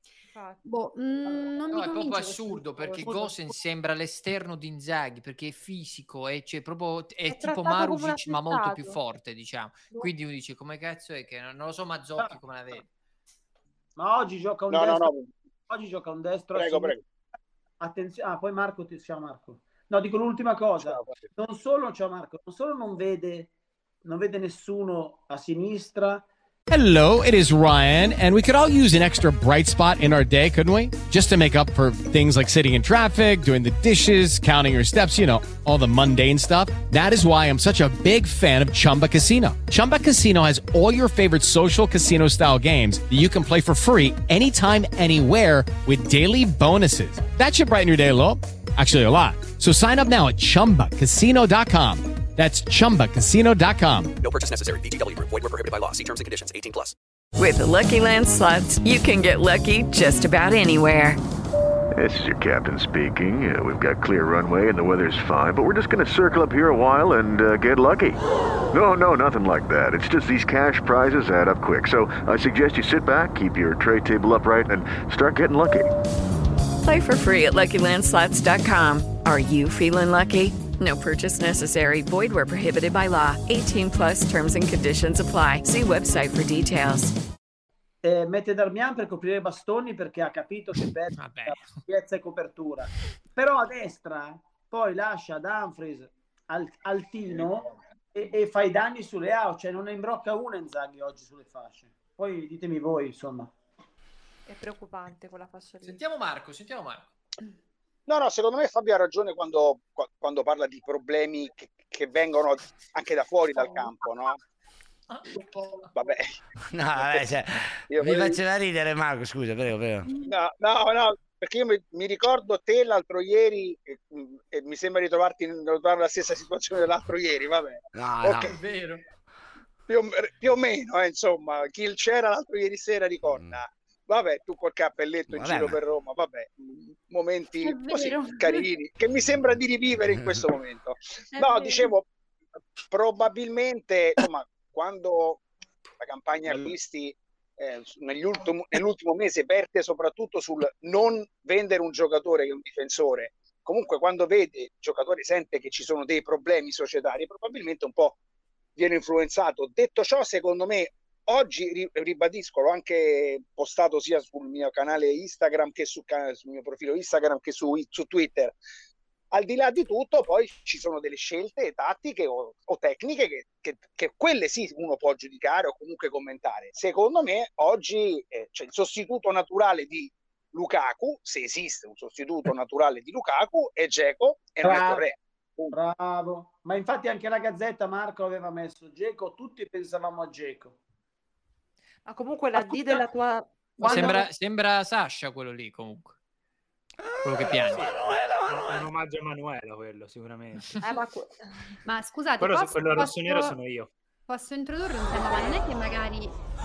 non mi è proprio assurdo perché Gosens sembra l'esterno di Inzaghi perché è fisico è tipo Marušić ma molto più forte, diciamo. Quindi uno dice come cazzo è che non lo so Mazzocchi come la vede. Ma oggi gioca un destro. Oggi gioca un destro. Prego. Attenzione, poi Marco, ciao Marco. No, dico l'ultima cosa. Non solo non vede nessuno a sinistra. Hello, it is Ryan, and we could all use an extra bright spot in our day, couldn't we? Just to make up for things like sitting in traffic, doing the dishes, counting your steps, all the mundane stuff. That is why I'm such a big fan of Chumba Casino. Chumba Casino has all your favorite social casino-style games that you can play for free anytime, anywhere with daily bonuses. That should brighten your day a little. Actually, a lot. So sign up now at ChumbaCasino.com. That's ChumbaCasino.com. No purchase necessary. VGW Group. Void where prohibited by law. See terms and conditions. 18+. With the Lucky Land Slots, you can get lucky just about anywhere. This is your captain speaking. We've got clear runway and the weather's fine, but we're just going to circle up here a while and get lucky. No, nothing like that. It's just these cash prizes add up quick. So I suggest you sit back, keep your tray table upright, and start getting lucky. Play for free at LuckyLandSlots.com. Are you feeling lucky? No purchase necessary. Void where prohibited by law. 18+ terms and conditions apply. See website for details. Mette Darmian per coprire i bastoni perché ha capito che perde piezza e copertura. Però a destra poi lascia Dumfries altino e fa i danni sulle out. Cioè non ne imbrocca una Inzaghi oggi sulle fasce. Poi ditemi voi, insomma. È preoccupante quella fascia lì. Sentiamo Marco. No, secondo me Fabio ha ragione quando parla di problemi che vengono anche da fuori dal campo, no? Vabbè. No, vabbè, mi faceva ridere Marco, scusa, prego. No, perché io mi ricordo te l'altro ieri e mi sembra ritrovarti nella stessa situazione dell'altro ieri, vabbè. No, è vero. più o meno, insomma, chi c'era l'altro ieri sera ricorda. Vabbè, tu col cappelletto in giro per Roma, vabbè, momenti così carini, che mi sembra di rivivere in questo momento. No, dicevo, probabilmente, insomma, quando la campagna acquisti nell'ultimo mese verte soprattutto sul non vendere un giocatore che è un difensore, comunque quando vede il giocatore sente che ci sono dei problemi societari, probabilmente un po' viene influenzato. Detto ciò, secondo me, oggi ribadisco, l'ho anche postato sia sul mio canale Instagram che sul mio profilo Instagram che su Twitter. Al di là di tutto, poi ci sono delle scelte tattiche o tecniche che quelle sì uno può giudicare o comunque commentare. Secondo me oggi c'è il sostituto naturale di Lukaku, se esiste un sostituto naturale di Lukaku, è Dzeko e non è Correa. Bravo. Ma infatti anche la Gazzetta, Marco, aveva messo Dzeko, tutti pensavamo a Dzeko. Ma comunque la D della tua... Sembra Sasha quello lì, comunque. Quello che piange. È un omaggio a Emanuela quello, sicuramente. Ma scusate, quello rossonero sono io. Posso introdurre un tema? Ma non è che magari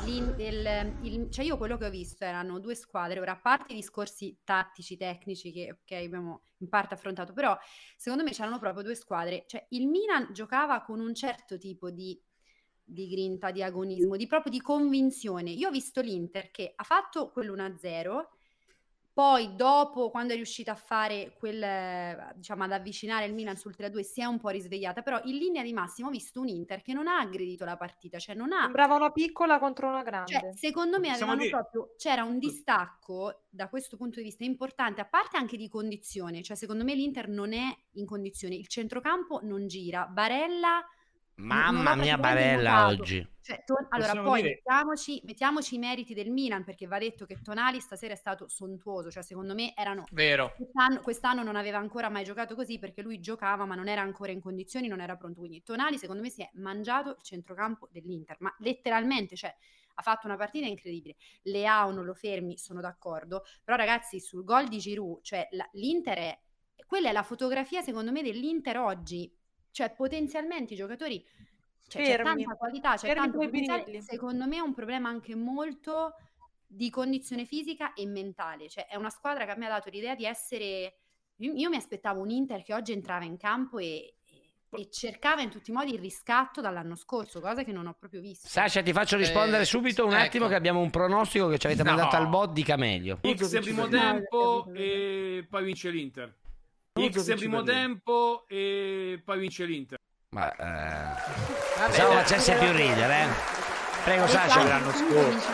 cioè io quello che ho visto erano due squadre, ora a parte i discorsi tattici, tecnici che abbiamo in parte affrontato, però secondo me c'erano proprio due squadre, cioè il Milan giocava con un certo tipo di grinta, di agonismo, proprio di convinzione. Io ho visto l'Inter che ha fatto quell'1-0, poi dopo, quando è riuscita a fare diciamo ad avvicinare il Milan sul 3-2, si è un po' risvegliata, però in linea di massimo ho visto un Inter che non ha aggredito la partita, cioè non ha... Sembrava una piccola contro una grande. Cioè, secondo me c'era un distacco da questo punto di vista importante, a parte anche di condizione, cioè secondo me l'Inter non è in condizione, il centrocampo non gira, Barella... Mamma mia, Barella oggi. Cioè, allora poi mettiamoci i meriti del Milan, perché va detto che Tonali stasera è stato sontuoso, cioè secondo me erano vero. Quest'anno non aveva ancora mai giocato così, perché lui giocava ma non era ancora in condizioni, non era pronto, quindi Tonali secondo me si è mangiato il centrocampo dell'Inter, ma letteralmente, cioè ha fatto una partita incredibile. Leao non lo fermi, sono d'accordo, però ragazzi sul gol di Giroud, cioè l'Inter quella è la fotografia secondo me dell'Inter oggi. Cioè potenzialmente i giocatori, c'è tanta qualità, c'è tanto potenziale. Secondo me è un problema anche molto di condizione fisica e mentale, cioè è una squadra che a me ha dato l'idea di essere, io mi aspettavo un Inter che oggi entrava in campo e cercava in tutti i modi il riscatto dall'anno scorso, cosa che non ho proprio visto. Sasha, ti faccio rispondere subito un attimo, che abbiamo un pronostico che ci avete mandato al bot, dica meglio. X primo tempo e poi vince l'Inter. X primo tempo e poi vince l'Inter. Ma pensavo facesse più ridere, Prego Sasha. L'anno scorso.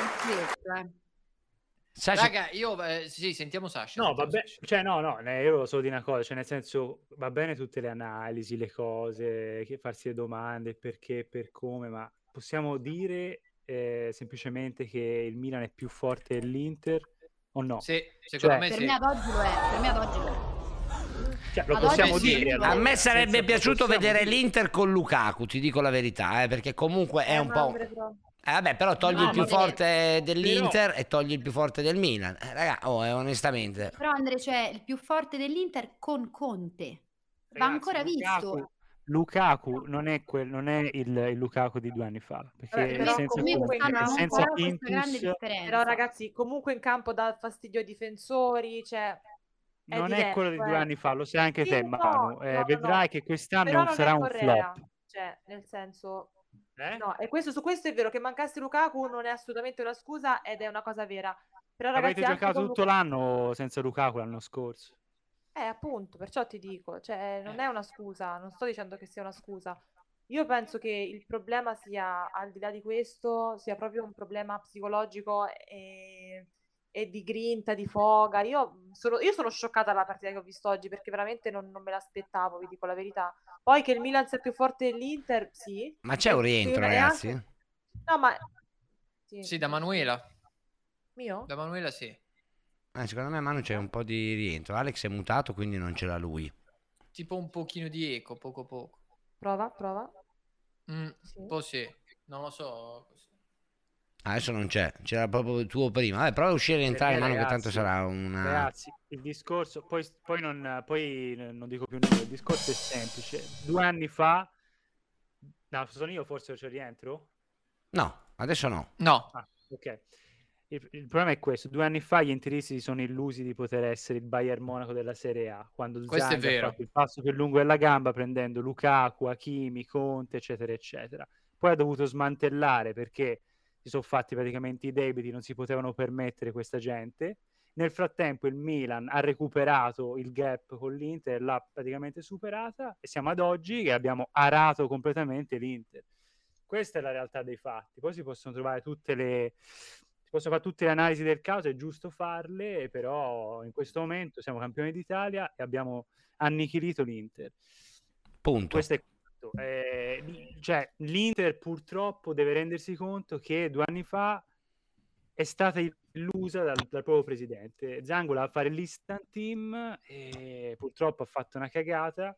Raga, io sì, sentiamo Sasha. No, vabbè, cioè no, io volevo solo dire una cosa, cioè nel senso, va bene tutte le analisi, le cose, farsi le domande, perché, per come, ma possiamo dire semplicemente che il Milan è più forte dell'Inter o no? Sì, secondo me per sì. me ad oggi lo è, Cioè, lo possiamo dire. A me sarebbe piaciuto vedere l'Inter con Lukaku, ti dico la verità, perché comunque è un po'... vabbè, però togli il più forte dell'Inter e togli il più forte del Milan. Raga, onestamente. Però Andre, cioè il più forte dell'Inter con Conte. Va ancora visto. Lukaku non è il Lukaku di 2 anni fa, perché senza Quintus, però ragazzi, comunque in campo dà fastidio ai difensori, cioè non diverso, è quello di 2 anni fa, lo sai anche te, Manu. Vedrai che quest'anno non sarà un flop. Cioè, nel senso, no, e su questo è vero che mancasse Lukaku non è assolutamente una scusa ed è una cosa vera. Però ragazzi, avete giocato tutto l'anno senza Lukaku l'anno scorso. Appunto, perciò ti dico, cioè non è una scusa, non sto dicendo che sia una scusa. Io penso che il problema sia, al di là di questo, sia proprio un problema psicologico e di grinta, di foga. Io sono scioccata dalla partita che ho visto oggi, perché veramente non me l'aspettavo, vi dico la verità. Poi che il Milan sia più forte dell'Inter, sì. Ma c'è un rientro, ragazzi? No, ma... Sì, da Manuela. Mio? Da Manuela sì. Secondo me Manu c'è un po' di rientro. Alex è mutato, quindi non ce l'ha lui. Tipo un pochino di eco, poco. Prova. Sì. Un po' sì, non lo so. Adesso non c'era proprio il tuo prima. Vabbè, prova a uscire e entrare, Manu, che tanto sarà una... Ragazzi, il discorso, poi non dico più nulla, il discorso è semplice. 2 anni fa, no, sono io forse c'è rientro? No, adesso no. No. Ok. Il problema è questo: 2 anni fa gli interisti si sono illusi di poter essere il Bayern Monaco della Serie A, quando Questo è Zhang ha vero. fatto il passo più lungo della gamba prendendo Lukaku, Hakimi, Conte, eccetera eccetera. Poi ha dovuto smantellare perché si sono fatti praticamente i debiti, non si potevano permettere questa gente. Nel frattempo il Milan ha recuperato il gap con l'Inter, l'ha praticamente superata e siamo ad oggi che abbiamo arato completamente l'Inter. Questa è la realtà dei fatti. Poi si possono trovare si possono fare tutte le analisi del caso, è giusto farle, però in questo momento siamo campioni d'Italia e abbiamo annichilito l'Inter. Punto. Questo è quanto. Cioè, l'Inter purtroppo deve rendersi conto che 2 anni fa è stata illusa dal proprio presidente. Zhang voleva fare l'instant team e purtroppo ha fatto una cagata.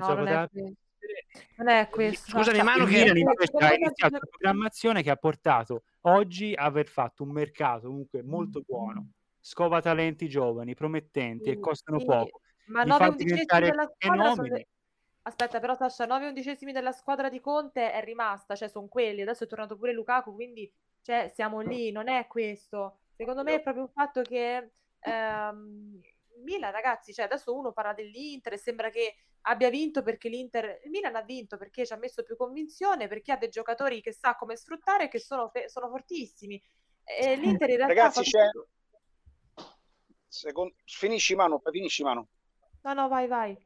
Non è questo. Scusami, Manu, che ha iniziato una programmazione che ha portato oggi a aver fatto un mercato comunque molto buono, scova talenti giovani, promettenti e costano poco. Ma 9/11 della squadra Aspetta, però Sasha, 9/11 della squadra di Conte è rimasta, cioè sono quelli, adesso è tornato pure Lukaku, quindi cioè, siamo lì, non è questo. Secondo me è proprio il fatto che Milan, ragazzi, cioè adesso uno parla dell'Inter e sembra che abbia vinto perché il Milan ha vinto perché ci ha messo più convinzione, perché ha dei giocatori che sa come sfruttare e che sono fortissimi. E l'Inter in realtà ragazzi c'è finisci Manu. No, vai.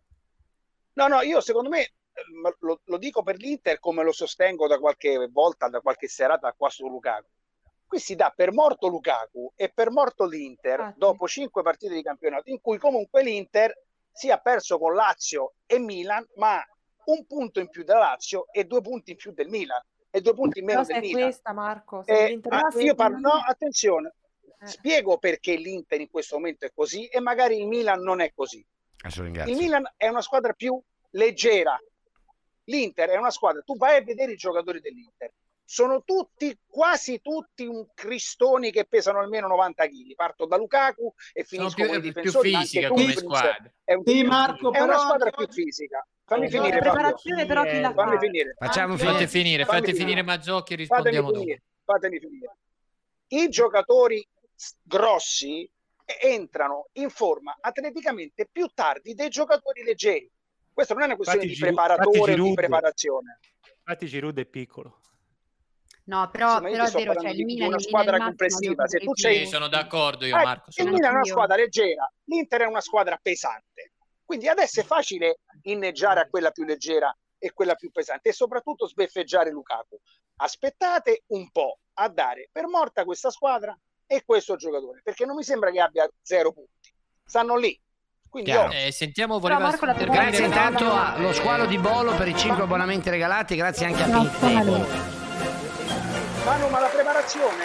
No, io secondo me lo dico per l'Inter come lo sostengo da qualche volta, da qualche serata qua su Lukaku. Qui si dà per morto Lukaku e per morto l'Inter dopo 5 partite di campionato in cui comunque l'Inter si è perso con Lazio e Milan, ma 1 punto in più da Lazio e 2 punti in più del Milan e 2 punti in meno del Milan. Questa, Marco, io parlo, no, attenzione, spiego perché l'Inter in questo momento è così e magari il Milan non è così. Il Milan è una squadra più leggera, l'Inter è una squadra, tu vai a vedere i giocatori dell'Inter, sono quasi tutti un cristoni che pesano almeno 90 kg. Parto da Lukaku e finisco con i difensori. Più fisica come squadra. È una squadra più fisica. Fammi finire, preparazione però chi la fammi finire. Fate finire Mazzocchi e rispondiamo dopo. Fatemi finire. I giocatori grossi entrano in forma atleticamente più tardi dei giocatori leggeri. Questa non è una questione di preparatore o di preparazione. Infatti Giroud è piccolo. No, però è vero, cioè il Milan è una squadra complessiva. Se tu sono d'accordo io, Marco. Il Milan è una squadra leggera, l'Inter è una squadra pesante. Quindi adesso è facile inneggiare a quella più leggera e quella più pesante e soprattutto sbeffeggiare Lukaku. Aspettate un po' a dare per morta questa squadra e questo giocatore, perché non mi sembra che abbia 0 punti. Stanno lì. Quindi sentiamo, grazie intanto allo squalo di Bolo per i 5 abbonamenti regalati, grazie anche a Pink. Ma la preparazione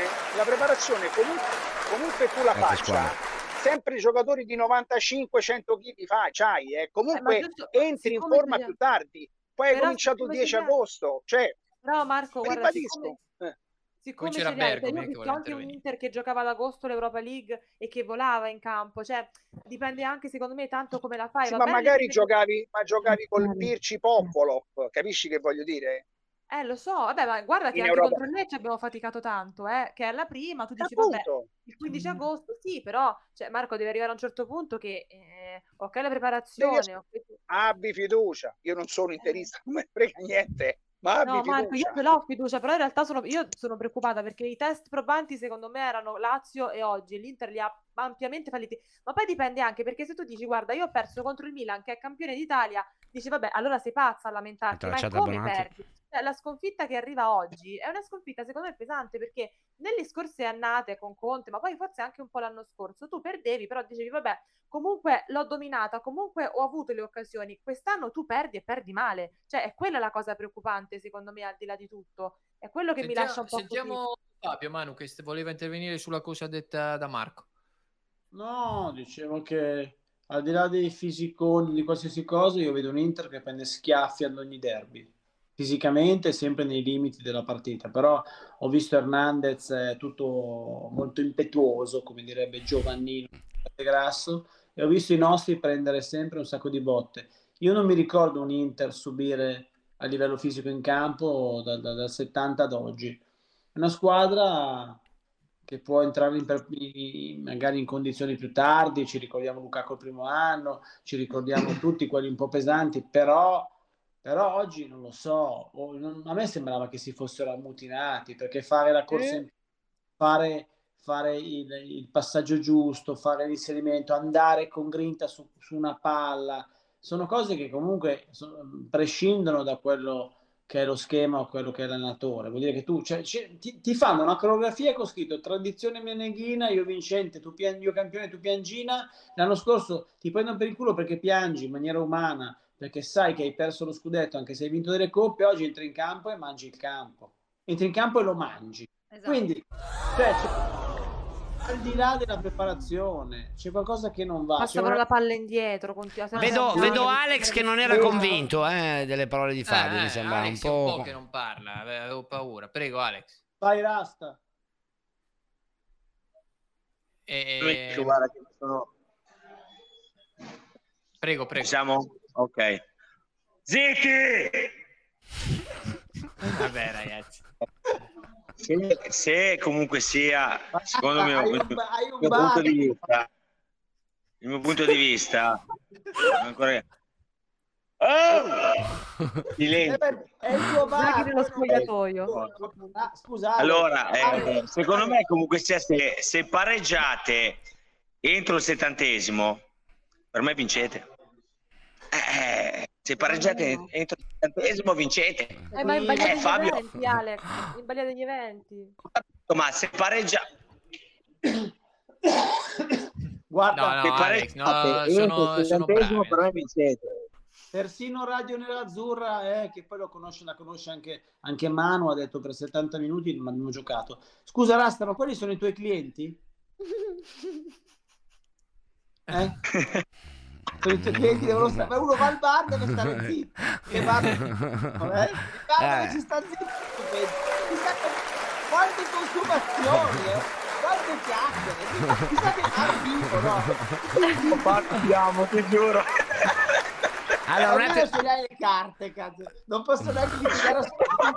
comunque tu la faccia sempre i giocatori di 95-100 kg c'hai, comunque entri in forma più tardi, poi hai cominciato il 10 agosto, cioè no Marco, guarda, siccome c'era Bergo, io ho visto anche un Inter che giocava ad agosto l'Europa League e che volava in campo, cioè dipende anche secondo me tanto come la fai. Sì, ma magari giocavi col Pirci Popolov, capisci che voglio dire? Lo so, vabbè, ma guarda che anche contro il Lecce abbiamo faticato tanto, che è la prima, tu dici vabbè, il 15 agosto sì, però cioè, Marco deve arrivare a un certo punto che ok la preparazione, abbi fiducia, io non sono interista, non me ne frega niente. Ma no, Marco, io ce l'ho fiducia, però in realtà io sono preoccupata perché i test probanti secondo me erano Lazio e oggi l'Inter li ha ampiamente falliti, ma poi dipende anche perché se tu dici guarda io ho perso contro il Milan che è campione d'Italia, dici vabbè allora sei pazza a lamentarti, ma come perdi? La sconfitta che arriva oggi è una sconfitta secondo me pesante perché nelle scorse annate con Conte, ma poi forse anche un po' l'anno scorso, tu perdevi però dicevi vabbè comunque l'ho dominata, comunque ho avuto le occasioni, quest'anno tu perdi e perdi male, cioè è quella la cosa preoccupante secondo me al di là di tutto, è quello che mi lascia un po' sentiamo Fabio, Manu, che voleva intervenire sulla cosa detta da Marco. No, dicevo che al di là dei fisiconi, di qualsiasi cosa, io vedo un Inter che prende schiaffi ad ogni derby. Fisicamente sempre nei limiti della partita, però ho visto Hernandez tutto molto impetuoso, come direbbe Giovannino Grasso, e ho visto i nostri prendere sempre un sacco di botte. Io non mi ricordo un Inter subire a livello fisico in campo dal 70 ad oggi. una squadra che può entrare magari in condizioni più tardi, ci ricordiamo Lukaku il primo anno, ci ricordiamo tutti quelli un po' pesanti, però oggi non lo so, a me sembrava che si fossero ammutinati, perché fare la corsa, fare il passaggio giusto, fare l'inserimento, andare con grinta su una palla, sono cose che comunque prescindono da quello che è lo schema o quello che è l'allenatore. Vuol dire che tu ti fanno una coreografia con scritto tradizione meneghina, io vincente, io campione, tu piangina. L'anno scorso ti prendono per il culo perché piangi in maniera umana, perché sai che hai perso lo scudetto anche se hai vinto delle coppe. Oggi entri in campo e mangi il campo, entri in campo e lo mangi. Esatto. Quindi al di là della preparazione c'è qualcosa che non va. Passa la palla indietro, vedo Alex che non era convinto delle parole di Fabio, mi sembra Alex un po' che non parla, avevo paura. Prego Alex. Vai Rasta. Prego. Siamo? Ok. Zitti! Vabbè ragazzi. Se comunque sia, secondo me, il mio punto di vista ancora... Silenzio. È il tuo bar dello spogliatoio. Scusate. Allora, secondo me comunque sia, se pareggiate entro il 70°, per me vincete. Se pareggiate entro il 70° vincete. Ma in balia degli Fabio. eventi, Alex, in balia degli eventi. Ma se pareggia... Guarda, no, Alex, sono bravi. Per me vincete. Persino Radio Nerazzurra, che poi la conosce anche Manu, ha detto per 70 minuti ma abbiamo giocato. Scusa Rasta, ma quelli sono i tuoi clienti? Sono i tuoi clienti, devono stare. Ma uno va al bar, deve stare zitto. Che bar dove ci sta zitto. Quante consumazioni, quante chiacchiere. Chissà che arrivo, no? Partiamo, ti giuro. Allora, ce l'hai le carte, cazzo. Non posso neanche litigare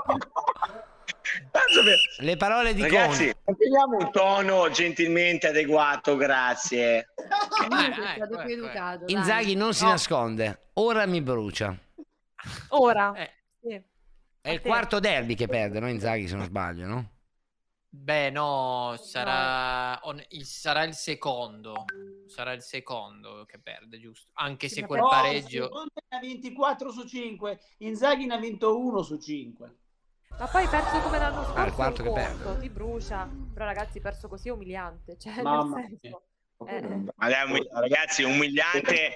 le parole di ragazzi, manteniamo un tono gentilmente adeguato, grazie. Più educato, Inzaghi non si nasconde, ora mi brucia. Ora sì. È il quarto derby che perde, no? Inzaghi, se non sbaglio, no? Beh, no, sarà il secondo. Sarà il secondo che perde, giusto? Anche se quel pareggio. Conte ne ha 24 su 5, Inzaghi ne ha vinto 1 su 5. Ma poi perso come l'anno scorso, il quarto che perde. Ti brucia. Però ragazzi, perso così è umiliante. Cioè, Mamma nel senso... Ragazzi, umiliante.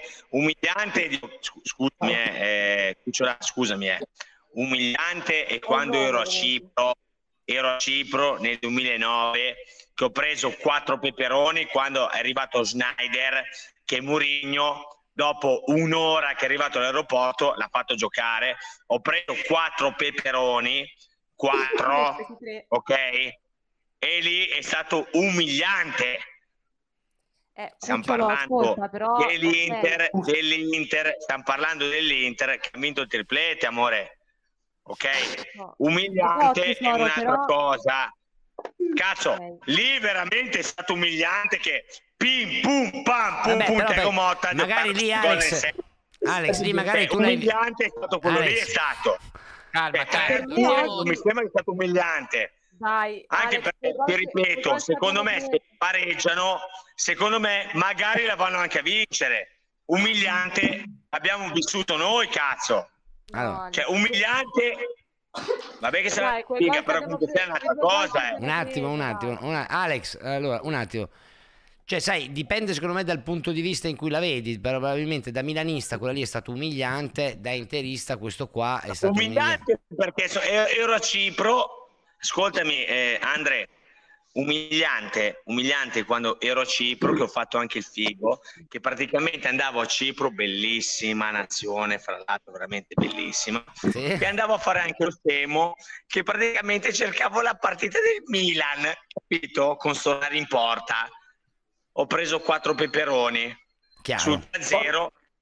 Scusami, umiliante è quando ero a Cipro nel 2009, che ho preso 4 peperoni quando è arrivato Schneider, che Mourinho dopo un'ora che è arrivato all'aeroporto l'ha fatto giocare. Ho preso 4 peperoni, 4, ok? E lì è stato umiliante. Stiamo parlando dell'Inter, stiamo parlando dell'Inter che ha vinto il triplete, amore. Ok? Umiliante è un'altra cosa. Cazzo, lì veramente è stato umiliante che pim pum pam pum pum Thiago Motta. Magari lì Alex, lì magari tu l'hai umiliante è stato quello lì, è stato. Calma. Mi sembra che è stato umiliante. Dai, anche Alex, perché, ti ripeto, secondo me se pareggiano, secondo me magari la vanno anche a vincere. Umiliante abbiamo vissuto noi, cazzo. Allora. Cioè, umiliante. Vabbè che sarà figa, però comunque è un'altra cosa. Un attimo. Alex, allora, un attimo. Cioè, sai, dipende secondo me dal punto di vista in cui la vedi. Probabilmente da milanista quella lì è stato umiliante, da interista questo qua è stato umiliante. Perché ero a Cipro. Ascoltami, Andre, umiliante quando ero a Cipro, che ho fatto anche il figo, che praticamente andavo a Cipro, bellissima nazione, fra l'altro veramente bellissima, e andavo a fare anche lo scemo, che praticamente cercavo la partita del Milan, capito? Con Solari in porta. Ho preso 4 peperoni sul 0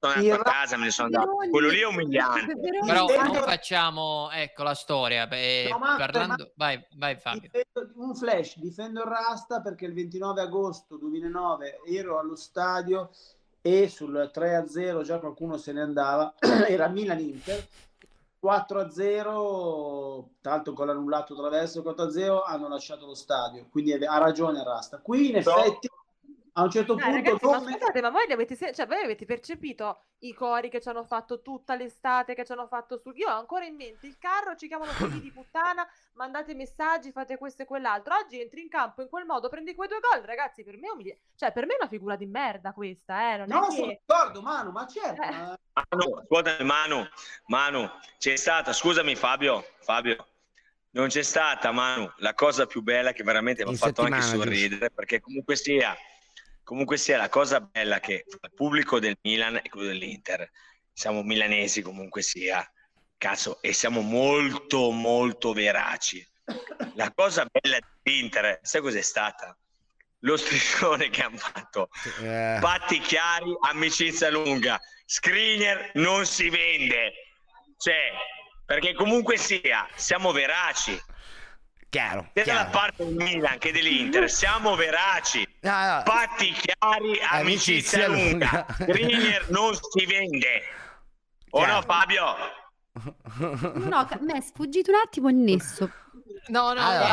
sono andato a casa, me ne sono andato. Quello lì è umiliante. Però non facciamo, ecco, la storia. Parlando... Vai Fabio. Un flash, difendo il Rasta perché il 29 agosto 2009 ero allo stadio e sul 3-0 già qualcuno se ne andava, era Milan-Inter, 4-0, tra l'altro con l'annullato traverso, 4-0 hanno lasciato lo stadio, quindi ha ragione Rasta. Qui in effetti a un certo punto ragazzi, ma scusate, ma voi voi avete percepito i cori che ci hanno fatto tutta l'estate, che ci hanno fatto io ho ancora in mente il carro, ci chiamano figli di puttana, mandate messaggi, fate questo e quell'altro. Oggi entri in campo in quel modo, prendi quei 2 gol, ragazzi, per me è una figura di merda questa, non no, è sono d'accordo, Manu, ma certo. Manu, c'è stata, scusami Fabio, non c'è stata, Manu, la cosa più bella che veramente mi ha fatto anche sorridere, perché comunque sia la cosa bella che il pubblico del Milan e quello dell'Inter, siamo milanesi comunque sia, cazzo, e siamo molto molto veraci. La cosa bella dell'Inter, sai cos'è stata? Lo striscione che hanno fatto, patti chiari, amicizia lunga, Skriniar non si vende, cioè, perché comunque sia, siamo veraci. Chiaro. Dalla parte del Milan che dell'Inter siamo veraci, patti chiari, amicizia lunga. Skriniar non si vende, o no Fabio? No, mi è sfuggito un attimo il nesso. No,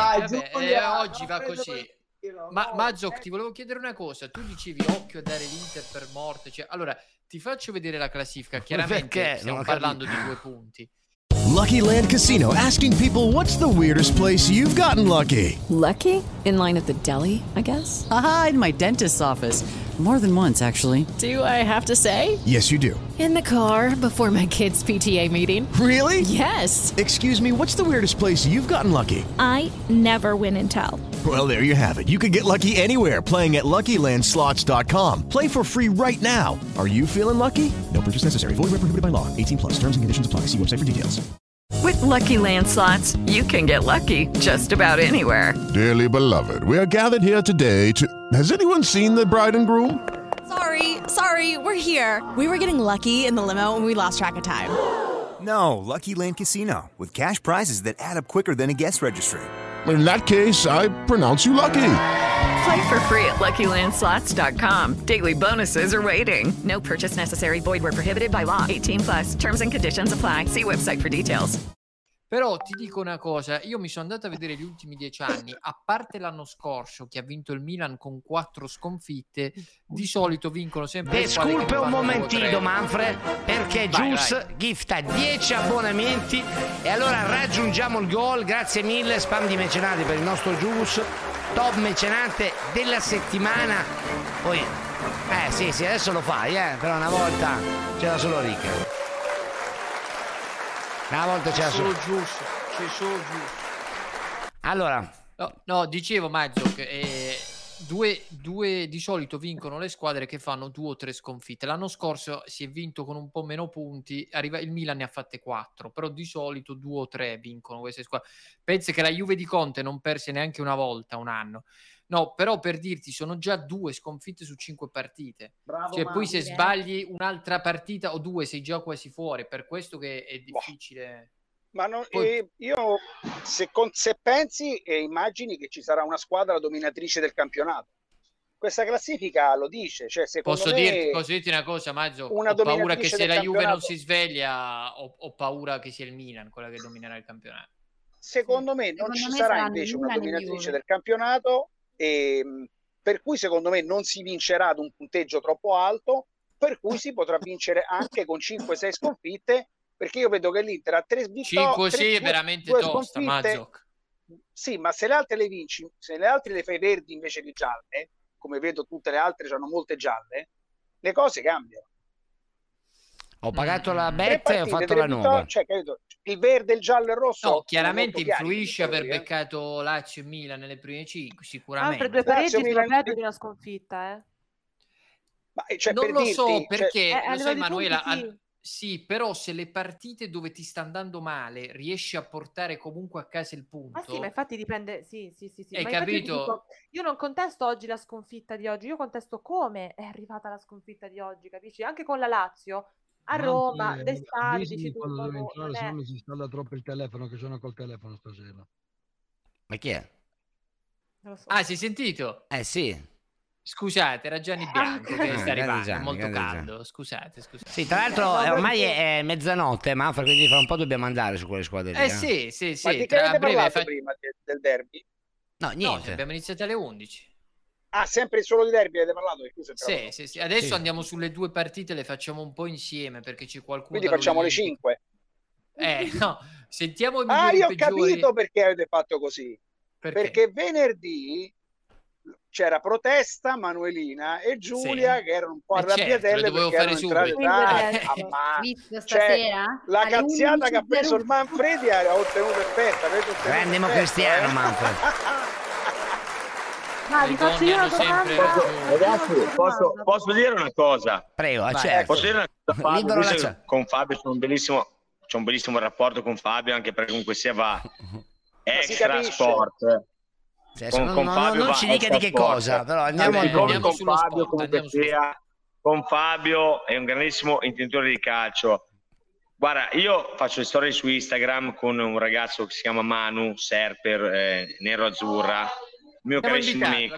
oggi va così. Ma Mazzoc, ti volevo chiedere una cosa. Tu dicevi occhio a dare l'Inter per morte, cioè, allora ti faccio vedere la classifica. Chiaramente stiamo parlando di 2 punti. Lucky Land Casino, asking people, what's the weirdest place you've gotten lucky? Lucky? In line at the deli, I guess? Aha, in my dentist's office. More than once, actually. Do I have to say? Yes, you do. In the car before my kids' PTA meeting. Really? Yes. Excuse me, what's the weirdest place you've gotten lucky? I never win and tell. Well, there you have it. You can get lucky anywhere, playing at LuckyLandSlots.com. Play for free right now. Are you feeling lucky? No purchase necessary. Void where prohibited by law. 18+. Terms and conditions apply. See website for details. With Lucky Land Slots, you can get lucky just about anywhere. Dearly beloved, we are gathered here today to... Has anyone seen the bride and groom? Sorry, we're here. We were getting lucky in the limo and we lost track of time. No, Lucky Land Casino, with cash prizes that add up quicker than a guest registry. In that case, I pronounce you lucky. Play for free at LuckyLandSlots.com. Daily bonuses are waiting. No purchase necessary. Void where prohibited by law. 18+. Terms and conditions apply. See website for details. Però ti dico una cosa, io mi sono andato a vedere gli ultimi 10 anni, a parte l'anno scorso che ha vinto il Milan con 4 sconfitte, di solito vincono sempre. Sculpe un momentino Manfred, perché Juice gifta 10 abbonamenti e allora raggiungiamo il gol. Grazie mille, spam di mecenati per il nostro Juice, top mecenate della settimana. Poi sì, adesso lo fai, però una volta c'era solo Ricca. Una volta c'era solo giusto. Allora, no, dicevo Mazzo che due di solito vincono le squadre che fanno 2 o 3 sconfitte. L'anno scorso si è vinto con un po' meno punti, il Milan ne ha fatte 4, però di solito 2 o 3 vincono queste squadre. Pensi che la Juve di Conte non perse neanche una volta un anno. No, però per dirti, sono già 2 sconfitte su 5 partite. Bravo, cioè, poi se sbagli un'altra partita o 2 sei già quasi fuori, per questo che è difficile. Ma io se pensi e immagini che ci sarà una squadra dominatrice del campionato, questa classifica lo dice, cioè secondo me... Posso dirti una cosa, Mazzo? Ho paura che se la Juve non si sveglia, ho paura che sia il Milan quella che dominerà il campionato. Secondo me non ci sarà invece una dominatrice del campionato, e per cui secondo me non si vincerà ad un punteggio troppo alto, per cui si potrà vincere anche con 5-6 sconfitte, perché io vedo che l'Inter ha 3 vittorie, 5 è veramente tosta, Mazzoc. Sì, ma se le altre le vinci, se le altre le fai verdi invece di gialle, come vedo tutte le altre hanno molte gialle, le cose cambiano. Ho pagato la bet e ho fatto la nuova. Cioè, capito? Il verde, il giallo e il rosso. No, chiaramente influisce aver beccato Lazio e Milan nelle prime 5, sicuramente. Per 2 pareggi sono peggio di una sconfitta, Ma, cioè, non per lo dirti, so perché, cioè, lo sai Manuela, Sì, però se le partite dove ti sta andando male riesci a portare comunque a casa il punto. Ma sì, ma infatti dipende, sì. Hai Ma capito? Io non contesto oggi la sconfitta di oggi, io contesto come è arrivata la sconfitta di oggi, capisci? Anche con la Lazio, a Roma, d'estate, dici tu, quando devo entrare, non se no è... mi si installa troppo il telefono, che sono col telefono stasera. Ma chi è? Non lo so. Ah, sei sentito? Sì. Scusate, era Gianni Bianco che sta arrivando, è molto caldo. Scusate. Sì, tra l'altro ormai è mezzanotte, Manfred, quindi fra un po' dobbiamo andare su quelle squadre lì. Sì. Ma di che avete parlato prima del derby? No, niente. No, abbiamo iniziato alle 11. Ah, sempre solo di derby avete parlato? Sì. Adesso andiamo sulle 2 partite, le facciamo un po' insieme perché c'è qualcuno. Quindi facciamo le 5. No, sentiamo i migliori io ho peggiori. capito perché avete fatto così. Perché venerdì c'era protesta, Manuelina e Giulia che erano un po' arrabbiatelle perché erano entrate la cazziata che ha preso il Manfredi ha ottenuto effetto. Grande democristiano Manfred. Ma vi faccio io una domanda. Ragazzi, posso dire una cosa? Prego, certo. Posso dire una cosa? Con Fabio c'è un bellissimo rapporto con Fabio, anche perché comunque sia va extra sport. Non ci dica di che cosa, però andiamo con Fabio, comunque sia, con Fabio è un grandissimo intenditore di calcio. Guarda, io faccio le storie su Instagram con un ragazzo che si chiama Manu Serper, nero-azzurra, mio carissimo amico.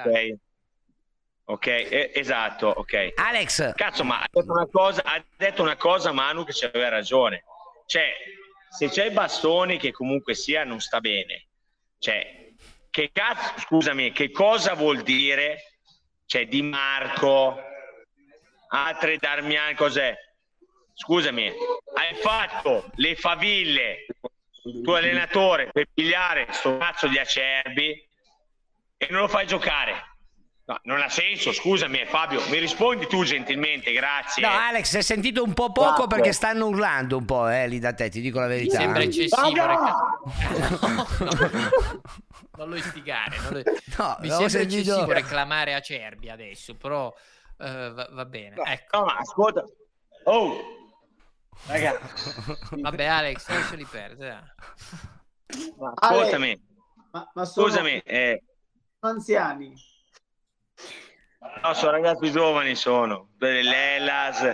Ok, esatto, ok. Alex, cazzo, ma ha detto una cosa Manu che aveva ragione. Cioè, se c'è i bastoni che comunque sia non sta bene. Cioè, che cazzo, scusami, che cosa vuol dire? Cioè, Di Marco, altre Darmian, cos'è? Scusami, hai fatto le faville, tuo allenatore, per pigliare sto cazzo di Acerbi e non lo fai giocare. No, non ha senso, scusami Fabio, mi rispondi tu gentilmente, grazie. No, Alex, hai sentito un po' poco perché stanno urlando un po' lì da te, ti dico la verità. Sembra eccessivo. Non lo istigare. Mi sembra eccessivo reclamare Acerbi adesso, però va bene. No, ecco. No, ma ascolta. Oh! Raga. Vabbè Alex, lasciali perdere. Ascoltami. Ma sono scusami. Anziani. No, sono ragazzi giovani, sono dell'Hellas.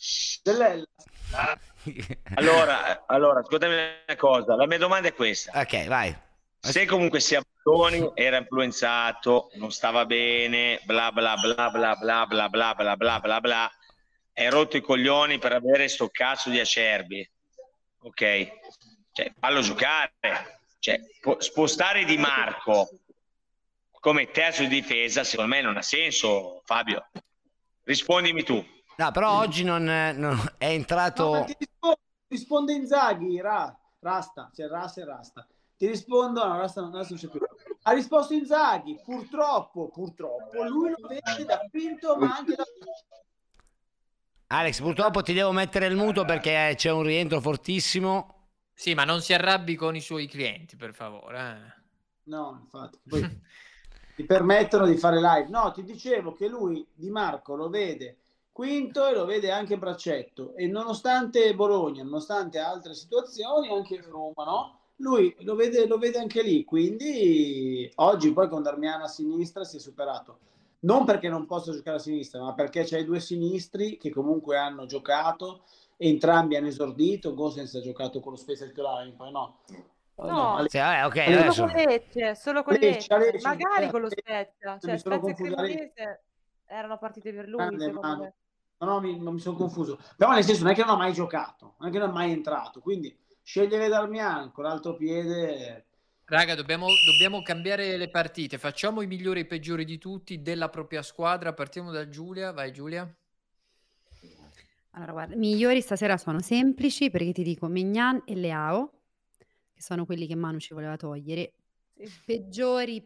Allora, ascoltami una cosa. La mia domanda è questa. Ok, vai. Se comunque sia Bastoni era influenzato, non stava bene, bla bla bla bla bla bla bla bla bla bla bla, hai rotto i coglioni per avere sto cazzo di Acerbi, ok? Cioè, fallo giocare. Cioè, spostare Di Marco come terzo di difesa secondo me non ha senso, Fabio. Rispondimi tu. No, però oggi non è entrato. No, ti risponde Inzaghi, Rasta. Ti rispondo, no, Rasta non c'è più. Ha risposto Inzaghi, purtroppo lui lo vede da Pinto, ma anche da... Alex, purtroppo ti devo mettere il muto perché c'è un rientro fortissimo. Sì, ma non si arrabbi con i suoi clienti, per favore. No, infatti. Poi ti permettono di fare live. No, ti dicevo che lui, Di Marco, lo vede quinto e lo vede anche Braccetto. E nonostante Bologna, nonostante altre situazioni, anche Roma, no? Lui lo vede anche lì. Quindi oggi poi con Darmian a sinistra si è superato. Non perché non possa giocare a sinistra, ma perché c'hai due sinistri che comunque hanno giocato, entrambi hanno esordito. Gosens ha giocato con lo Spezia poi no. No, sì, okay, solo con Lecce, magari con lo Spezia, cioè Spezia e Cremonese erano partite per lui, secondo me. No, mi sono confuso. Però nel senso non è che non ha mai giocato, non è che non è mai entrato, quindi scegliere Darmian con l'altro piede. Raga, dobbiamo cambiare le partite. Facciamo i migliori e i peggiori di tutti della propria squadra. Partiamo da Giulia. Vai Giulia. Allora, guarda, i migliori stasera sono semplici perché ti dico Maignan e Leao, che sono quelli che Manu ci voleva togliere. Peggiori.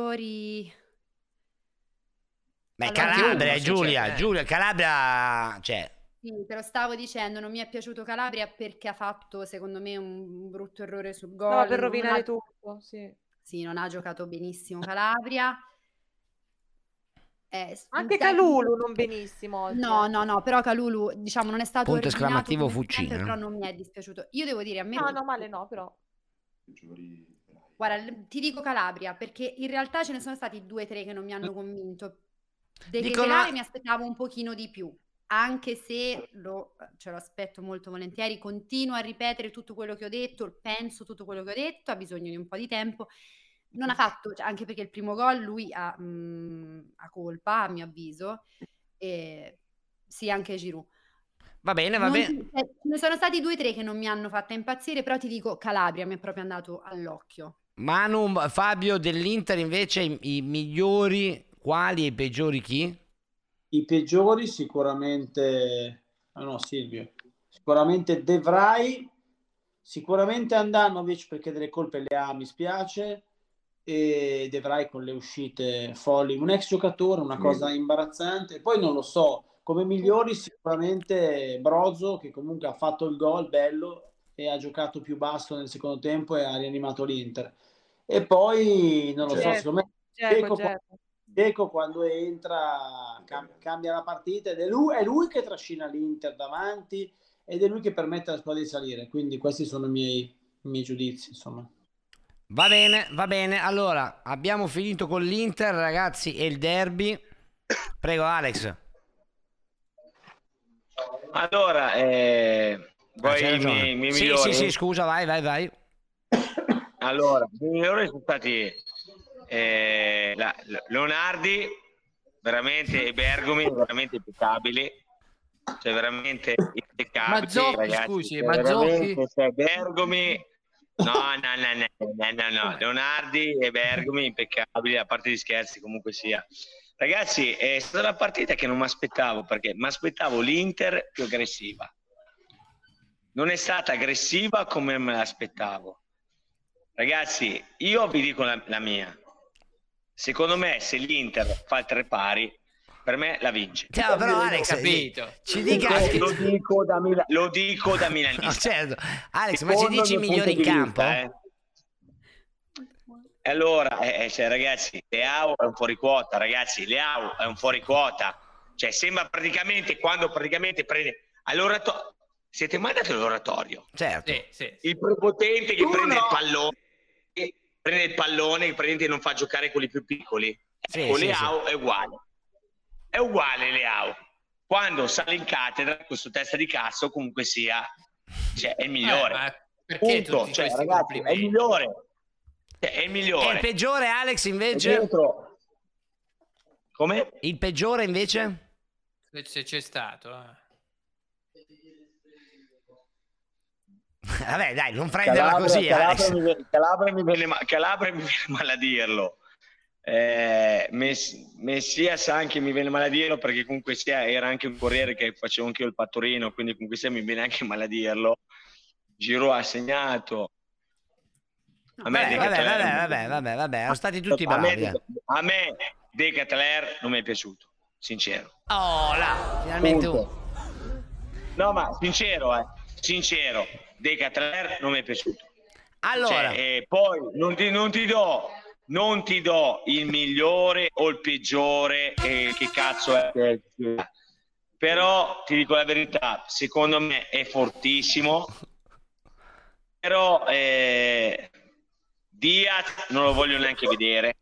Beh, Allora, Calabria, uno, Giulia, Calabria, cioè... Sì, te lo stavo dicendo, non mi è piaciuto Calabria perché ha fatto, secondo me, un brutto errore sul gol. No, per rovinare tutto, sì. Sì, non ha giocato benissimo Calabria. Anche Kalulu non benissimo oggi. No, però Kalulu, diciamo, non è stato Punto ordinato esclamativo come Fucina. sempre, però non mi è dispiaciuto. Io devo dire, a me... No, male no, però. Guarda, ti dico Calabria, perché in realtà ce ne sono stati 2 o 3 che non mi hanno convinto. De Ketelare mi aspettavo un pochino di più, anche se ce lo aspetto molto volentieri, continuo a ripetere tutto quello che ho detto, penso tutto quello che ho detto, ha bisogno di un po' di tempo. Non ha fatto, anche perché il primo gol lui ha colpa, a mio avviso, e sì, anche Giroud. Va bene. Ce ne sono stati 2 o 3 che non mi hanno fatta impazzire, però ti dico Calabria mi è proprio andato all'occhio. Manu, Fabio dell'Inter invece i migliori quali e i peggiori chi? I peggiori sicuramente Silvio, sicuramente De Vrij, sicuramente Handanovic perché delle colpe le ha, mi spiace, e De Vrij con le uscite folli, un ex giocatore, una cosa imbarazzante. Poi non lo so, come migliori sicuramente Brozo, che comunque ha fatto il gol bello e ha giocato più basso nel secondo tempo e ha rianimato l'Inter. E poi non lo so, secondo me Dzeko quando entra cambia la partita ed è lui che trascina l'Inter davanti ed è lui che permette alla squadra di salire. Quindi questi sono i miei giudizi, insomma. Va bene. Allora, abbiamo finito con l'Inter, ragazzi, e il derby. Prego, Alex. Allora, voi i miei migliori... Sì, scusa, vai. Allora, i migliori sono stati Leonardi, veramente, e Bergomi, veramente impeccabili. Cioè, veramente impeccabili. Mazzocchi, ragazzi. scusi, Mazzocchi. Bergomi... No, Leonardi e Bergomi impeccabili, a parte gli scherzi, comunque sia. Ragazzi, è stata una partita che non mi aspettavo, perché mi aspettavo l'Inter più aggressiva. Non è stata aggressiva come me l'aspettavo. Ragazzi, io vi dico la mia. Secondo me, se l'Inter fa il 3 pari, per me la vince. Ciao, però Alex, capito. Ci dica... Lo dico da milanista. No, certo. Alex, ma ci dici i migliori in campo? Allora, ragazzi, Leao è un fuoriquota, Cioè, sembra praticamente quando prende all'oratorio. Siete mai andati all'oratorio? Certo. Sì. Il prepotente che prende il pallone, che praticamente non fa giocare quelli più piccoli. Leao è uguale. È uguale Leao. Quando sale in cattedra, questo testa di cazzo, comunque sia, cioè, è il migliore. Punto. Cioè, ragazzi, è il migliore. È il migliore. E il peggiore, Alex, invece? Come? Il peggiore, invece? Se c'è stato. Vabbè, dai, non prenderla così, Alex. Calabria mi viene male a dirlo. Messias anche mi viene male a dirlo, perché comunque sia era anche un corriere che facevo anche io il pattorino, quindi comunque sia mi viene anche male a dirlo. Giroud ha segnato. Vabbè, sono stati tutti bravi. A me De Ketelare non mi è piaciuto, sincero. Oh, là, finalmente uno. No, ma sincero, De Ketelare non mi è piaciuto. Allora, poi non ti do il migliore o il peggiore, che cazzo è. Però ti dico la verità, secondo me è fortissimo. Però Diaz non lo voglio neanche vedere.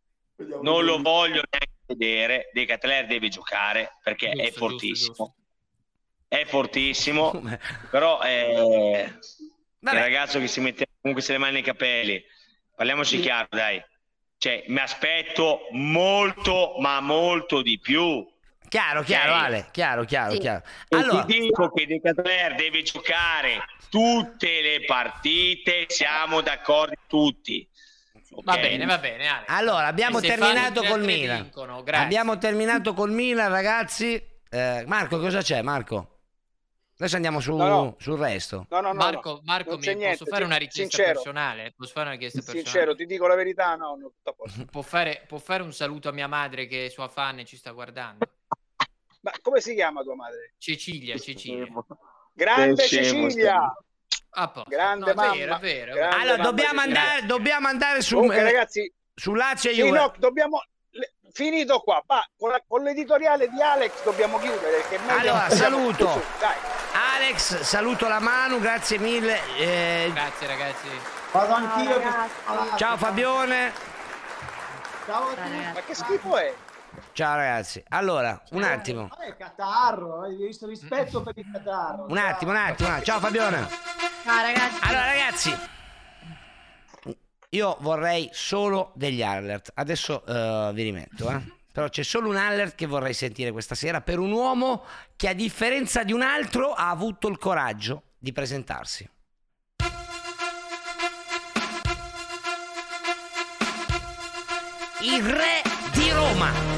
De Ketelare deve giocare perché è fortissimo. Giusto. È fortissimo. Però il ragazzo che si mette comunque se le mani nei capelli, parliamoci chiaro, dai. Cioè, mi aspetto molto, ma molto di più. Chiaro, Ale, chiaro. Allora, ti dico che De Ketelare deve giocare tutte le partite, siamo d'accordo tutti. Okay. Va bene, Ale. Allora, abbiamo terminato col Milan. Abbiamo terminato col Milan, ragazzi. Marco, cosa c'è, Marco? Adesso andiamo sul resto. No, Marco, posso fare una richiesta personale? Sincero, ti dico la verità, può fare un saluto a mia madre che è sua fan e ci sta guardando. Ma come si chiama tua madre? Cecilia. Grande Cecilia! Grande mamma. È vero. Allora, dobbiamo andare su ragazzi, Lazio e Juve. No, dobbiamo finito qua. Con l'editoriale di Alex dobbiamo chiudere. Perché allora, saluto. Dai. Alex, saluto la Manu, grazie mille. Grazie ragazzi. Vado anch'io. Ciao Fabione. Ciao a tutti. Ma che schifo è? Ciao ragazzi. Allora, un attimo. Catarro, hai visto rispetto per il catarro. Un attimo. Ciao Fabione. Ciao ragazzi. Allora ragazzi, io vorrei solo degli alert. Adesso vi rimetto, Però c'è solo un alert che vorrei sentire questa sera per un uomo che a differenza di un altro ha avuto il coraggio di presentarsi. Il re di Roma.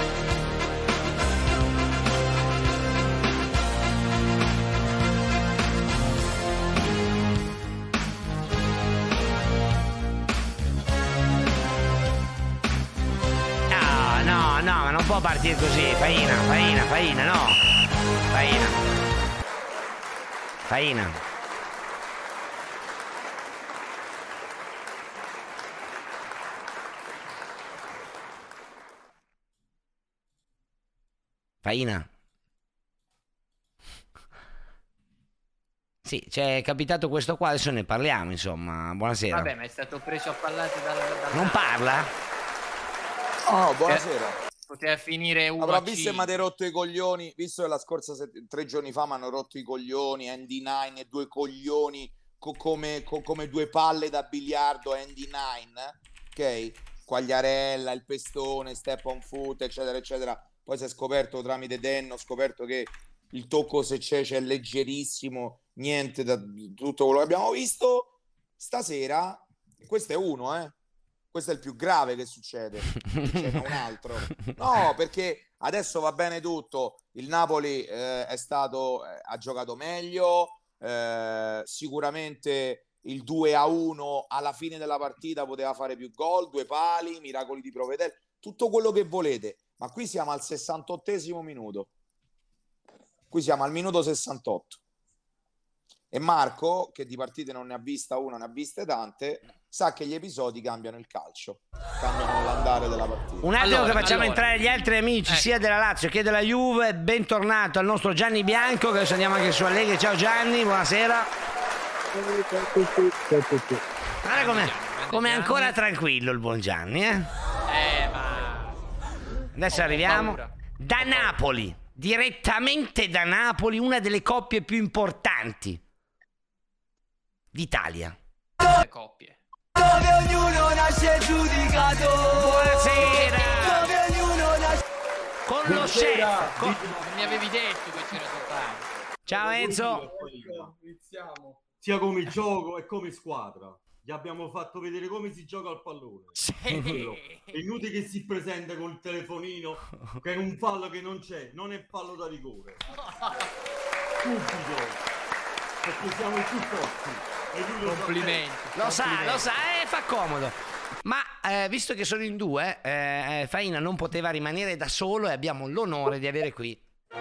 No, ma non può partire così. Faina, no. Faina. Sì, c'è capitato questo qua, adesso ne parliamo, insomma. Buonasera. Vabbè, ma è stato preso a pallate dal... Non parla? Oh, buonasera. Poteva finire uno. Avrà visto e mi ha rotto i coglioni, visto che la scorsa 3 giorni fa mi hanno rotto i coglioni Andy Nine e 2 coglioni come 2 palle da biliardo Andy Nine, ok? Quagliarella, il pestone, step on foot, eccetera eccetera. Poi si è scoperto tramite Dan, ho scoperto che il tocco se c'è leggerissimo, niente da tutto quello che abbiamo visto stasera. Questo è uno, questo è il più grave che succede, ce n'è un altro. No, perché adesso va bene tutto, il Napoli ha giocato meglio, sicuramente il 2-1 alla fine della partita poteva fare più gol, 2 pali, miracoli di Provedel, tutto quello che volete, ma qui siamo al 68esimo minuto, qui siamo al minuto 68 e Marco, che di partite non ne ha vista una, ne ha viste tante, sa che gli episodi cambiano il calcio, cambiano l'andare della partita. Un attimo che facciamo entrare gli altri amici sia della Lazio che della Juve. Bentornato al nostro Gianni Bianco, che adesso andiamo anche su Allegri. Ciao Gianni, buonasera. Guarda com'è ancora tranquillo il buon Gianni, ma... Adesso arriviamo da Napoli, direttamente da Napoli, una delle coppie più importanti d'Italia. Le coppie. Dove ognuno nasce giudicato. Buonasera. Dove ognuno nasce... Con lo chef. Non mi avevi detto che c'era da fare. Ciao Enzo. Iniziamo. Sia come gioco e come squadra. Gli abbiamo fatto vedere come si gioca al pallone. Sì. È inutile che si presenta col telefonino che è un fallo che non c'è, non è fallo da rigore. Subito. Perché siamo i più forti. Complimenti. Lo sa, fa comodo. Ma visto che sono in 2, Faina non poteva rimanere da solo e abbiamo l'onore di avere qui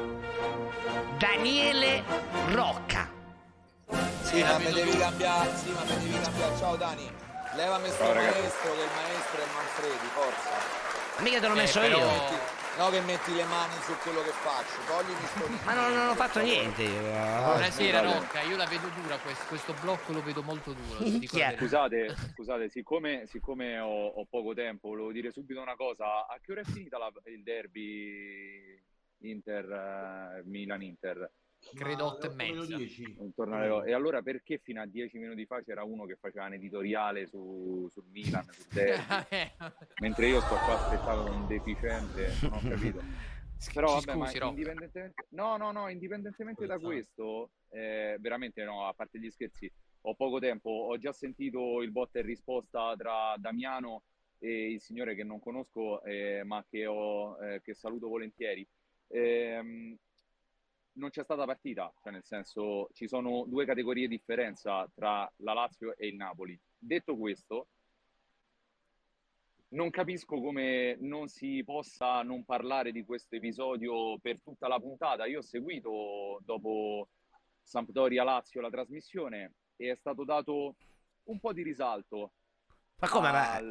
Daniele Rocca. Sì, ma me devi cambiare. Ciao Dani. Levami sto maestro, che il maestro è Manfredi, forza. Mica te l'ho messo io. No, che metti le mani su quello che faccio, toglimi sto... Ma non ho fatto niente io. Buonasera Rocca, io la vedo dura, questo blocco lo vedo molto duro. Scusate, siccome ho poco tempo, volevo dire subito una cosa. A che ora è finita il derby Milan-Inter? Credo 8:30. Intorno alle... E allora perché fino a 10 minuti fa c'era uno che faceva un editoriale sul Milan, sul derby, mentre io sto qua aspettando un deficiente, non ho capito. Però vabbè, scusi, ma indipendentemente da questo, veramente no, a parte gli scherzi, ho poco tempo, ho già sentito il botta e risposta tra Damiano e il signore che non conosco, ma che saluto volentieri. Non c'è stata partita, cioè nel senso ci sono 2 categorie di differenza tra la Lazio e il Napoli. Detto questo, non capisco come non si possa non parlare di questo episodio per tutta la puntata. Io ho seguito dopo Sampdoria-Lazio la trasmissione e è stato dato un po' di risalto Ma come?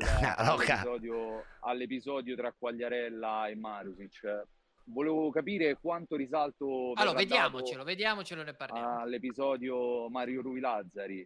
all'episodio tra Quagliarella e Marusic. Volevo capire quanto risalto allora vediamocelo e ne parliamo all'episodio Mario Rui Lazzari.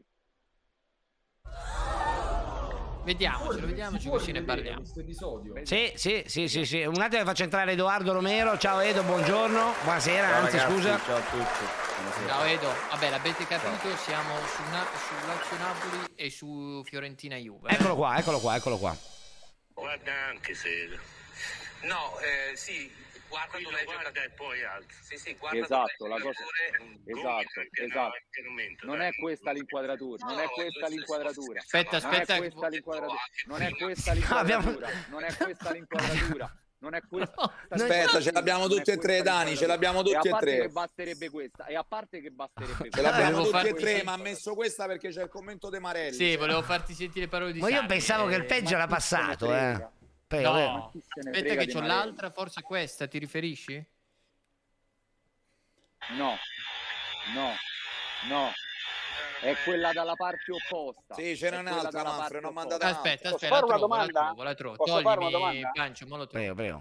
Vediamoci così ne parliamo. Sì. Un attimo che faccio entrare Edoardo Romero. Ciao Edo, buongiorno. Buonasera, ciao, anzi, ragazzi, scusa. Ciao a tutti. Buonasera. Ciao Edo. Vabbè, l'avete capito, siamo su Lazio Napoli e su Fiorentina Juve. Eccolo qua. Guarda anche se... No, sì, guarda e poi alza. Sì, guarda. Esatto, la cosa... Esatto. Non è questa l'inquadratura, non è questa l'inquadratura. Aspetta. Non è questa l'inquadratura. Aspetta, ce l'abbiamo tutti e tre, Dani, ce l'abbiamo tutti e tre. Che basterebbe questa. E a parte che basterebbe ce l'abbiamo tutti e tre, ma ha messo questa perché c'è il commento dei Marelli. Sì, volevo farti sentire le parole di Ma io pensavo che il peggio era passato, No, aspetta che c'ho l'altra, forse questa, ti riferisci? No. È quella dalla parte opposta. Sì, ce n'è un'altra, Manfred, non mandata. Aspetta, Posso fare una domanda? Posso fare una domanda? Pancio, mo lo trovo. Prego.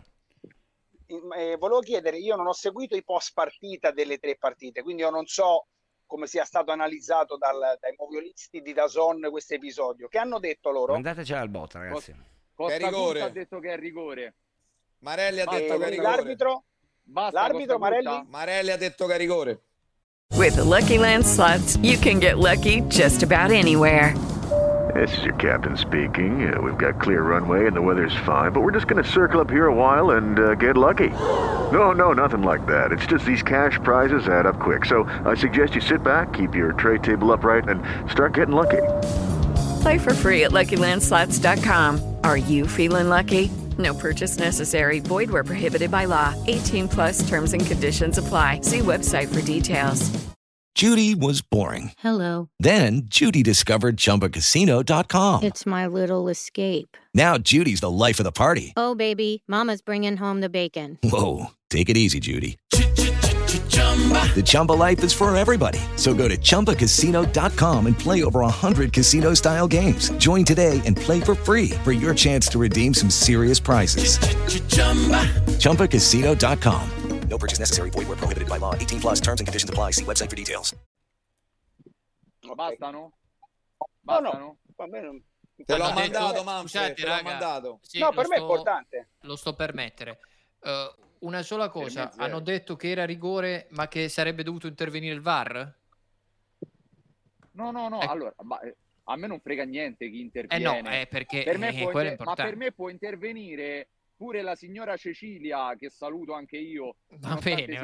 Volevo chiedere, io non ho seguito i post partita delle 3 partite, quindi io non so come sia stato analizzato dai moviolisti di DAZN questo episodio. Che hanno detto loro? Mandatecela al bot, ragazzi. Costa Curta ha detto che è rigore. Marelli ha detto che è rigore. L'arbitro? L'arbitro Marelli? Marelli ha detto che è rigore. With the Lucky Land Slots, you can get lucky just about anywhere. This is your captain speaking. We've got clear runway and the weather's fine, but we're just going to circle up here a while and get lucky. No, nothing like that. It's just these cash prizes add up quick. So I suggest you sit back, keep your tray table upright, and start getting lucky. Play for free at LuckyLandSlots.com. Are you feeling lucky? No purchase necessary. Void where prohibited by law. 18 plus terms and conditions apply. See website for details. Judy was boring. Hello. Then Judy discovered ChumbaCasino.com. It's my little escape. Now Judy's the life of the party. Oh, baby, mama's bringing home the bacon. Whoa, take it easy, Judy. The Chumba life is for everybody. So go to ChumbaCasino.com and play over 100 casino-style games. Join today and play for free for your chance to redeem some serious prizes. ChumbaCasino.com. No purchase necessary. Void where prohibited by law. 18 plus terms and conditions apply. See website for details. Bastano? No. Va bene. Te l'ho mandato, Manfred, te l'ho mandato. Sì, no, per me è importante. Lo sto per mettere. Una sola cosa, hanno detto che era rigore, ma che sarebbe dovuto intervenire il VAR? No, allora, a me non frega niente chi interviene. No, perché per me quello è importante. Ma per me può intervenire pure la signora Cecilia, che saluto anche io, va bene.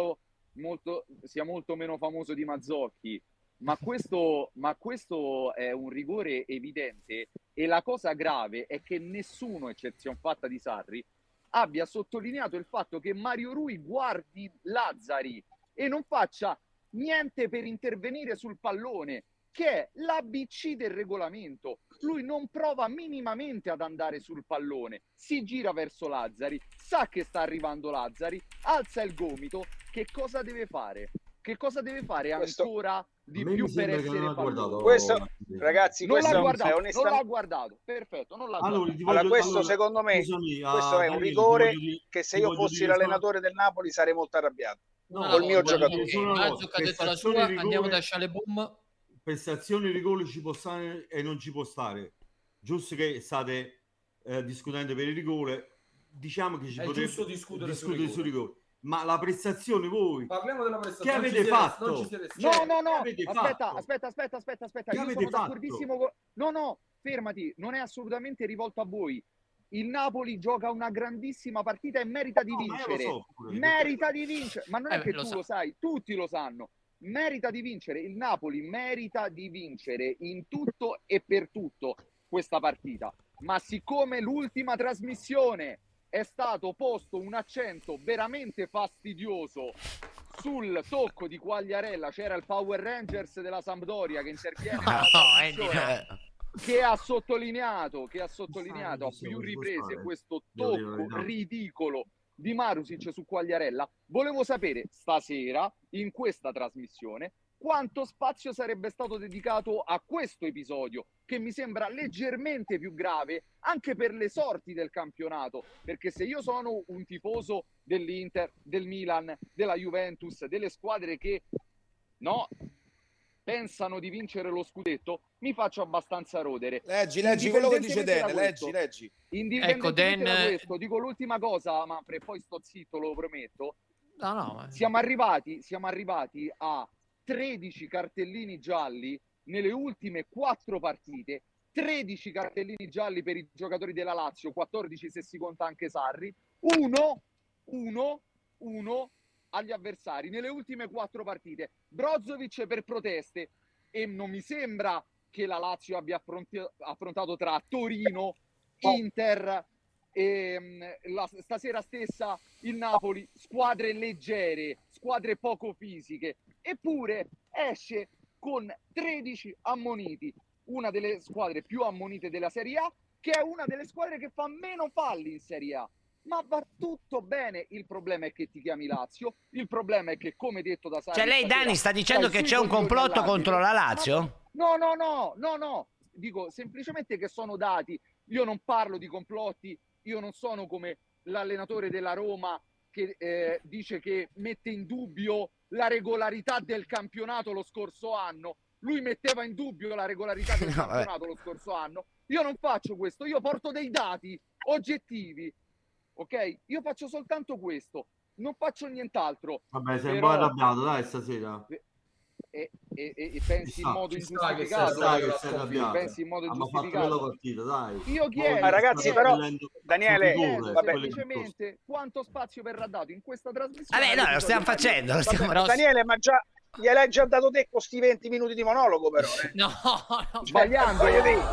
sia molto meno famoso di Mazzocchi. Ma questo è un rigore evidente, e la cosa grave è che nessuno, eccezion fatta di Sarri, abbia sottolineato il fatto che Mario Rui guardi Lazzari e non faccia niente per intervenire sul pallone, che è l'ABC del regolamento. Lui non prova minimamente ad andare sul pallone, si gira verso Lazzari, sa che sta arrivando Lazzari, alza il gomito. Che cosa deve fare? Che cosa deve fare ancora di più per essere pallone? Questo, ragazzi, non questo l'ha guardato, onestamente... non l'ha guardato, perfetto, non l'ha guardato. Allora, questo secondo me, questo è un rigore che se io fossi l'allenatore del Napoli sarei molto arrabbiato col mio giocatore. Maggio che ha detto la sua, andiamo da Scialeboom. Prestazioni rigore ci può stare e non ci può stare. Giusto che state discutendo per il rigore, diciamo che ci potrebbe discutere sul rigore. Ma la prestazione, voi parliamo della prestazione, che avete fatto? No, aspetta, io sono d'accordissimo no, fermati, non è assolutamente rivolto a voi. Il Napoli gioca una grandissima partita e merita di vincere. Merita di vincere, ma non è che tu lo sai, tutti lo sanno. Merita di vincere, il Napoli merita di vincere in tutto e per tutto questa partita. Ma siccome l'ultima trasmissione è stato posto un accento veramente fastidioso sul tocco di Quagliarella, c'era il Power Rangers della Sampdoria che interviene che ha sottolineato a più riprese questo tocco ridicolo di Marusic su Quagliarella. Volevo sapere stasera in questa trasmissione quanto spazio sarebbe stato dedicato a questo episodio, che mi sembra leggermente più grave anche per le sorti del campionato, perché se io sono un tifoso dell'Inter, del Milan, della Juventus, delle squadre che pensano di vincere lo scudetto, mi faccio abbastanza rodere. Leggi quello che dice Dan, leggi. Indipendentemente da questo, dico l'ultima cosa, ma poi sto zitto, lo prometto. Siamo arrivati a 13 cartellini gialli nelle ultime 4 partite, 13 cartellini gialli per i giocatori della Lazio, 14 se si conta anche Sarri, uno agli avversari nelle ultime 4 partite. Brozovic per proteste, e non mi sembra che la Lazio abbia affrontato tra Torino, Inter e stasera stessa il Napoli, squadre leggere, squadre poco fisiche, eppure esce con 13 ammoniti, una delle squadre più ammonite della Serie A, che è una delle squadre che fa meno falli in Serie A. Ma va tutto bene, il problema è che ti chiami Lazio, il problema è che, come detto da Sarri... Cioè lei, Dani, sta dicendo che c'è un complotto contro la Lazio? No, dico semplicemente che sono dati. Io non parlo di complotti, io non sono come l'allenatore della Roma che dice che mette in dubbio la regolarità del campionato lo scorso anno. Lui metteva in dubbio la regolarità del campionato lo scorso anno. Io non faccio questo, io porto dei dati oggettivi. Ok? Io faccio soltanto questo, non faccio nient'alro. Vabbè, sei un po' arrabbiato, dai, stasera. E pensi in modo ingiustificato. Pensi in modo ingiustificato. Partita, dai. Io chiedo, ragazzi, però, Daniele, semplicemente quanto spazio verrà dato in questa trasmissione. Vabbè, no, lo stiamo facendo. Daniele, ma già gliel'hai già dato te con sti 20 minuti di monologo, però. No, sbagliando.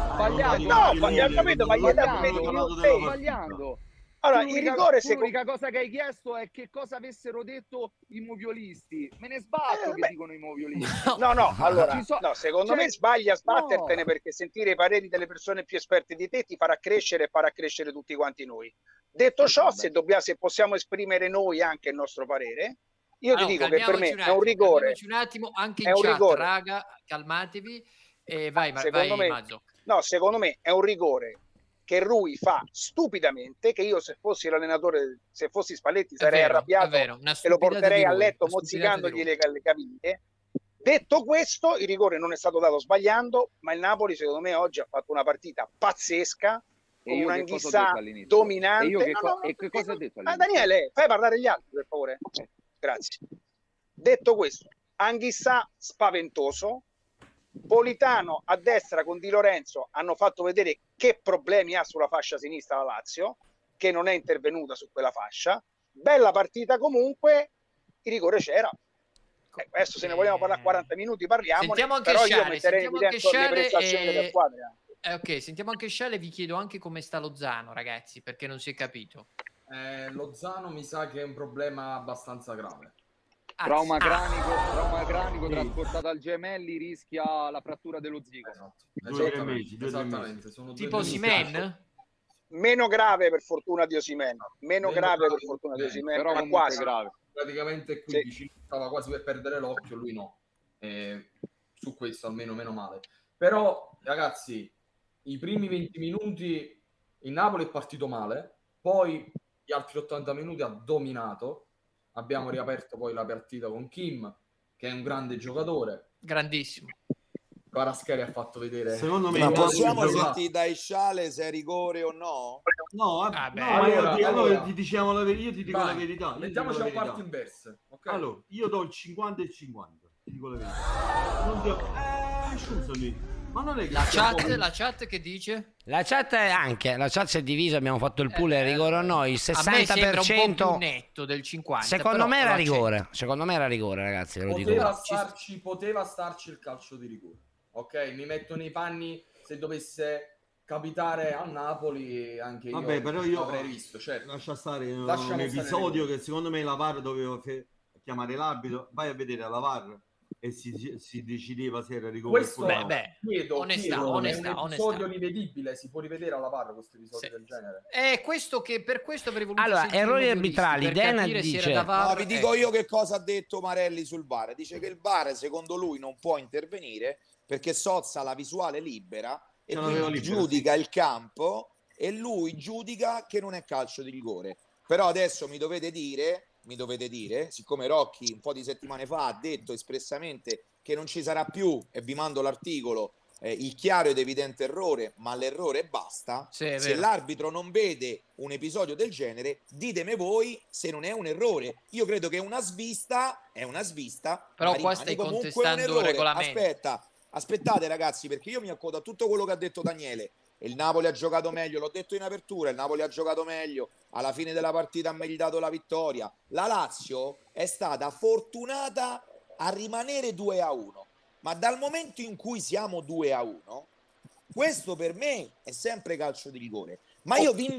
No, capito, ma sbagliando. Allora, il rigore, l'unica cosa che hai chiesto è che cosa avessero detto i moviolisti. Me ne sbatto che dicono i moviolisti. No, allora, secondo me sbaglia a sbattertene, perché sentire i pareri delle persone più esperte di te ti farà crescere e farà crescere tutti quanti noi. Detto ciò, se possiamo esprimere noi anche il nostro parere, io ti dico che per me è un rigore. Un attimo, anche in chat, raga, calmatevi e vai Mazzo. No, secondo me è un rigore che Rui fa stupidamente, che io se fossi l'allenatore, se fossi Spalletti sarei arrabbiato e lo porterei a letto mozzicandogli le caviglie. Detto questo, il rigore non è stato dato sbagliando, ma il Napoli secondo me oggi ha fatto una partita pazzesca, con un Anghissà dominante. E che cosa ha detto? Daniele, fai parlare gli altri, per favore. Grazie. Detto questo, Anghissà spaventoso, Politano a destra con Di Lorenzo hanno fatto vedere che problemi ha sulla fascia sinistra la Lazio, che non è intervenuta su quella fascia. Bella partita comunque, il rigore c'era. Adesso se ne vogliamo parlare 40 minuti parliamo, però io metterei in evidenza le prestazioni delle squadre. Ok, sentiamo anche Sciale, vi chiedo anche come sta Lozano, ragazzi, perché non si è capito. Lozano mi sa che è un problema abbastanza grave. Trauma cranico trasportato al gemelli, rischia la frattura dello zigomo. Esattamente. Sono tipo Osimhen? Meno grave per fortuna di Osimhen. Meno grave per fortuna di Osimhen, però ma quasi grave. Praticamente qui vicino, stava quasi per perdere l'occhio, lui no. Su questo almeno meno male. Però ragazzi, i primi 20 minuti il Napoli è partito male, poi gli altri 80 minuti ha dominato. Abbiamo riaperto poi la partita con Kim, che è un grande giocatore. Grandissimo. Kvaratskhelia ha fatto vedere... Secondo me, ma possiamo sentire dai Sciale se è rigore o no? Allora ti diciamo la verità. Io ti dico la verità. Mettiamoci a parte inverse. Okay? Allora, io do il 50 e il 50. Ti dico la verità. Non ti... scusami. Ma non è che la chat che dice? La chat si è divisa, abbiamo fatto il pool, rigore o no, il 60%. A me sembra un po' più netto del 50%. Secondo me era rigore. Secondo me era rigore, ragazzi, ve lo dico. Poteva starci il calcio di rigore. Ok, mi metto nei panni se dovesse capitare al Napoli, anche io. Vabbè, però io avrei visto, certo. Lascia stare un episodio che secondo me la VAR doveva chiamare l'arbitro. Vai a vedere la VAR. e si decideva se era rigore. Questo chiedo, onesta, è un episodio rivedibile, si può rivedere alla VAR questo episodio del genere. È questo che per questo avrei voluto allora, sentire errori i motoristi, arbitrali, per Dena capire se dice era da VAR. No, vi dico io che cosa ha detto Marelli sul VAR. Dice che il VAR secondo lui non può intervenire perché Sozza ha la visuale libera e quindi giudica il campo e lui giudica che non è calcio di rigore. Però adesso mi dovete dire, siccome Rocchi un po' di settimane fa ha detto espressamente che non ci sarà più, e vi mando l'articolo, il chiaro ed evidente errore, ma l'errore basta. Se l'arbitro non vede un episodio del genere, ditemi voi se non è un errore. Io credo che una svista è una svista, però ma qua rimane stai comunque contestando un errore. il regolamento. Aspettate ragazzi, perché io mi accodo a tutto quello che ha detto Daniele. Il Napoli ha giocato meglio, l'ho detto in apertura, il Napoli ha giocato meglio, alla fine della partita ha meritato la vittoria. La Lazio è stata fortunata a rimanere 2-1, ma dal momento in cui siamo 2-1, questo per me è sempre calcio di rigore. Ma io vi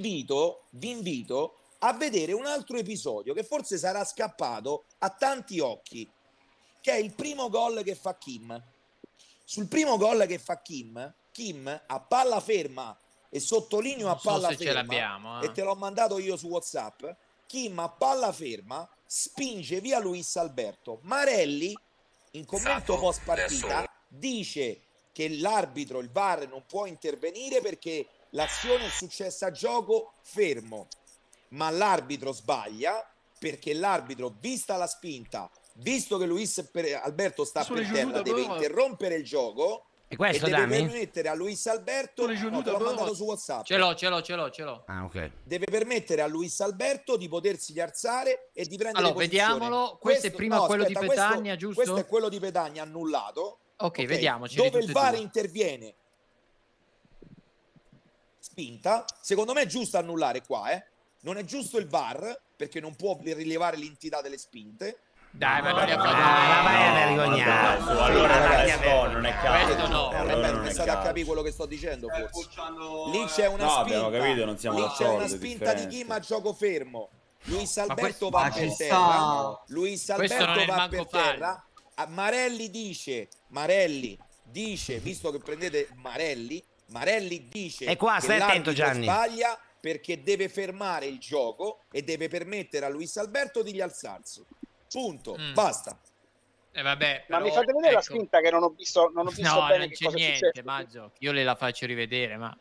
invito a vedere un altro episodio che forse sarà scappato a tanti occhi, che è il primo gol che fa Kim. Sul primo gol che fa Kim a palla ferma, e sottolineo a palla ferma, e te l'ho mandato io su WhatsApp, Kim a palla ferma spinge via Luis Alberto. Marelli in commento post partita dice che l'arbitro, il VAR non può intervenire perché l'azione è successa a gioco fermo, ma l'arbitro sbaglia perché l'arbitro, vista la spinta, visto che Luis Alberto sta per terra, deve interrompere il gioco e questo deve Dami? permettere a Luis Alberto, te l'ho mandato su WhatsApp. Ce l'ho. Ah, ok. Deve permettere a Luis Alberto di potersi rialzare e di prendere allora, posizione. Vediamolo. Questo è prima quello di Petagna, giusto? Questo è quello di Petagna annullato. Ok, vediamoci. Dove il VAR interviene. Spinta. Secondo me è giusto annullare qua, Non è giusto il VAR perché non può rilevare l'entità delle spinte. Dai, ma non li ha vai a vergognare. Allora non è questo no. Non state a capire quello che sto dicendo, forse. Lì c'è una spinta. Abbiamo capito, non siamo Lì c'è una spinta di Kim a gioco fermo. Luis Alberto va per terra. Luis Alberto va per terra. Marelli dice, visto che prendete Marelli dice e qua stai che attento, Gianni, sbaglia perché deve fermare il gioco e deve permettere a Luis Alberto di rialzarsi. Punto, basta. Vabbè, però, ma mi fate vedere la spinta che non ho visto bene non che c'è cosa niente, succede. Maggio. Io le la faccio rivedere, ma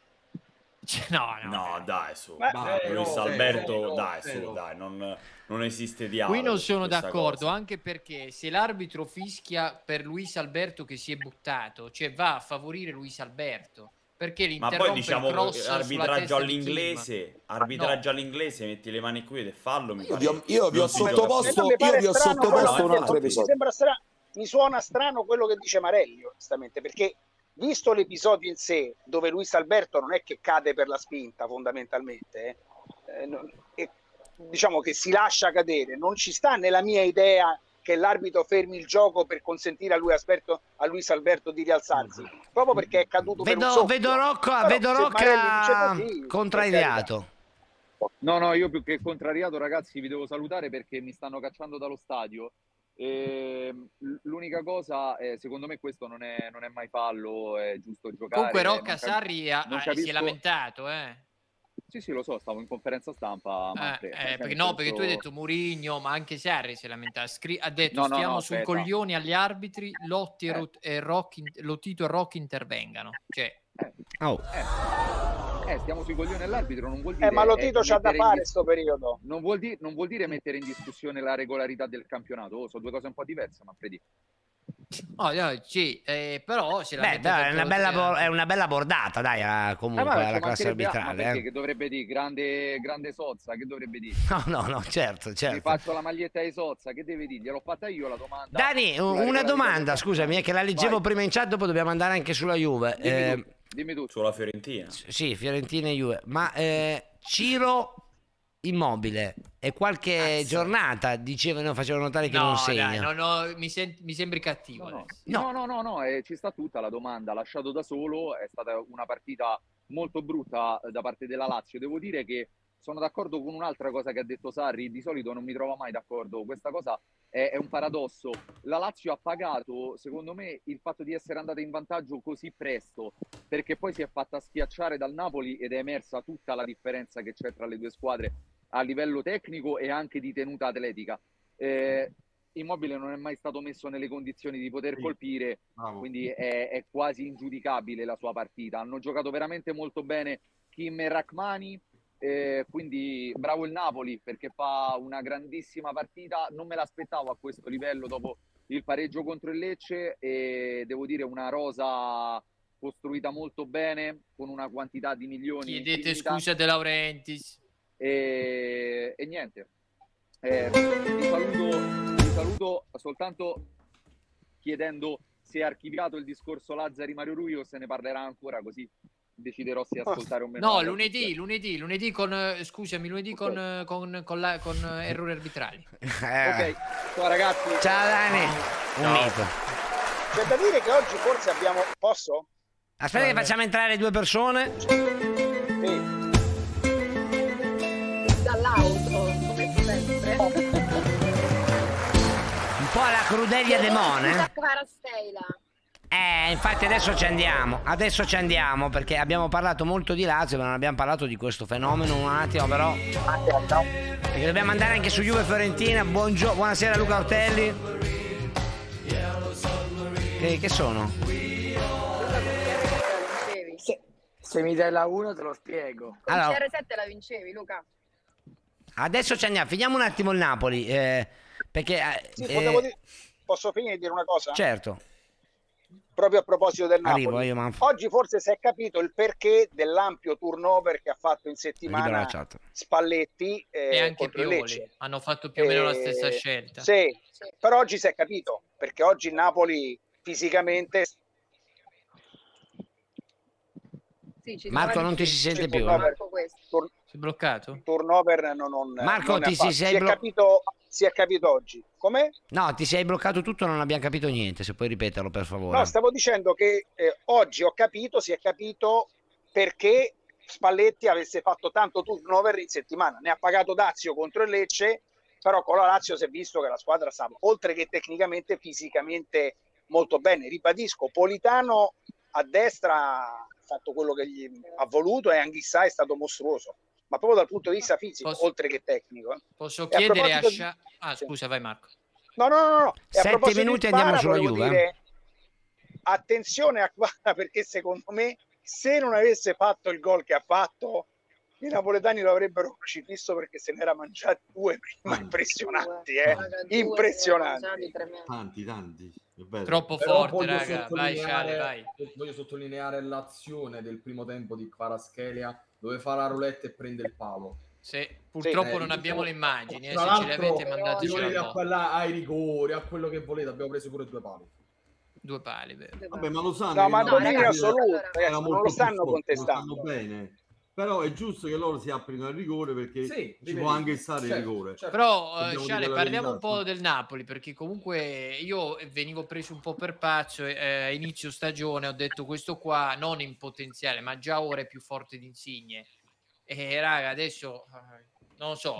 no, dai, su. Luis Alberto, dai, non esiste diavolo. Qui non sono d'accordo, anche perché se l'arbitro fischia per Luis Alberto che si è buttato, cioè va a favorire Luis Alberto, perché ma poi diciamo arbitraggio all'inglese, metti le mani qui e fallo. Io vi ho sottoposto un altro episodio. Mi suona strano quello che dice Marelli, onestamente, perché visto l'episodio in sé, dove Luis Alberto non è che cade per la spinta fondamentalmente, diciamo che si lascia cadere, non ci sta nella mia idea che l'arbitro fermi il gioco per consentire a Luis Alberto di rialzarsi, proprio perché è caduto per un soffio. Vedo Rocca contrariato. No, io più che contrariato, ragazzi, vi devo salutare perché mi stanno cacciando dallo stadio. L'unica cosa secondo me questo non è mai fallo, è giusto giocare. Comunque Rocca Sarri si è lamentato, Sì, lo so, stavo in conferenza stampa. Perché tu hai detto Mourinho, ma anche Sarri si è lamentato. Ha detto stiamo sui coglioni agli arbitri, Lotito e Rocchi intervengano. Cioè, stiamo sui coglioni all'arbitro, non vuol dire ma Lotito c'ha da fare sto periodo. Non vuol dire mettere in discussione la regolarità del campionato. Sono due cose un po' diverse, Manfredi. però se è una bella bordata, dai, comunque alla classe arbitrale. Perché che dovrebbe dire grande Sozza, che dovrebbe dire? No, certo. Mi faccio la maglietta di Sozza, che deve dire? Gliel'ho fatta io la domanda. Dani, una domanda, scusami, che la leggevo prima in chat, dopo dobbiamo andare anche sulla Juve. Dimmi tu. Sulla Fiorentina. Sì, Fiorentina e Juve. Ma Ciro Immobile e qualche giornata facevano notare che non segna. Mi sembri cattivo. No, ci sta tutta la domanda. Lasciato da solo, è stata una partita molto brutta da parte della Lazio. Devo dire che sono d'accordo con un'altra cosa che ha detto Sarri. Di solito non mi trovo mai d'accordo. Questa cosa è un paradosso. La Lazio ha pagato, secondo me, il fatto di essere andata in vantaggio così presto, perché poi si è fatta schiacciare dal Napoli ed è emersa tutta la differenza che c'è tra le due squadre a livello tecnico e anche di tenuta atletica. Immobile non è mai stato messo nelle condizioni di poter colpire, quindi è quasi ingiudicabile la sua partita. Hanno giocato veramente molto bene Kim e Rachmani, quindi bravo il Napoli perché fa una grandissima partita. Non me l'aspettavo a questo livello dopo il pareggio contro il Lecce, e devo dire una rosa costruita molto bene con una quantità di milioni. Chiedete scusa De Laurentiis e niente, vi saluto soltanto chiedendo se è archiviato il discorso Lazzari Mario Rui o se ne parlerà ancora, così deciderò se ascoltare o meno. No, lunedì con scusami, lunedì con errori arbitrali. Ok, ciao ragazzi. Ciao Dani. Un mito. C'è da dire che oggi forse abbiamo... Posso? Aspetta che facciamo entrare 2 persone. Sì. Dall'auto, come sempre. Un po' alla Crudelia Demone. Infatti adesso ci andiamo perché abbiamo parlato molto di Lazio, ma non abbiamo parlato di questo fenomeno un attimo, però perché dobbiamo andare anche su Juve Fiorentina. Buonasera Luca Ortelli. Che sono? Se mi dai la 1 te lo spiego. Con allora, CR7 la vincevi, Luca. Adesso ci andiamo, finiamo un attimo il Napoli, perché posso finire di dire una cosa? Certo. Proprio a proposito del Napoli, oggi forse si è capito il perché dell'ampio turnover che ha fatto in settimana Spalletti e anche Pioli hanno fatto più o meno la stessa scelta. Sì, però oggi si è capito perché oggi il Napoli fisicamente... Marco non ti si sente più. Si è bloccato? Turnover Marco, si è capito oggi. Come? No, ti sei bloccato tutto, non abbiamo capito niente, se puoi ripeterlo per favore. No, stavo dicendo che oggi si è capito perché Spalletti avesse fatto tanto turnover in settimana. Ne ha pagato dazio contro il Lecce, però con la Lazio si è visto che la squadra stava, oltre che tecnicamente, fisicamente molto bene. Ribadisco, Politano a destra ha fatto quello che gli ha voluto e Anghissà è stato mostruoso, ma proprio dal punto di vista fisico, oltre che tecnico. Posso chiedere a scusa, vai Marco. No. 7 minuti e andiamo sulla Juve. Attenzione a Kvara, perché secondo me se non avesse fatto il gol che ha fatto, i napoletani lo avrebbero crocifisso perché se ne era mangiati 2 prima. Impressionanti, impressionanti. Tanti. Troppo forte, raga. Vai. Voglio sottolineare l'azione del primo tempo di Kvaratskhelia, dove fa la roulette e prende il palo. Purtroppo non abbiamo le immagini, se ce le avete mandate ai rigori, a quello che volete, abbiamo preso pure 2 pali. 2 pali, vero. Vabbè, ma lo sanno. No, ma non in assoluto, non lo stanno contestando. Bene. Però è giusto che loro si applichino al rigore perché ci può anche stare il rigore. Però Sciale, parliamo un po' del Napoli, perché comunque io venivo preso un po' per pazzo a inizio stagione, ho detto questo qua non in potenziale ma già ora è più forte di Insigne, e raga adesso non so,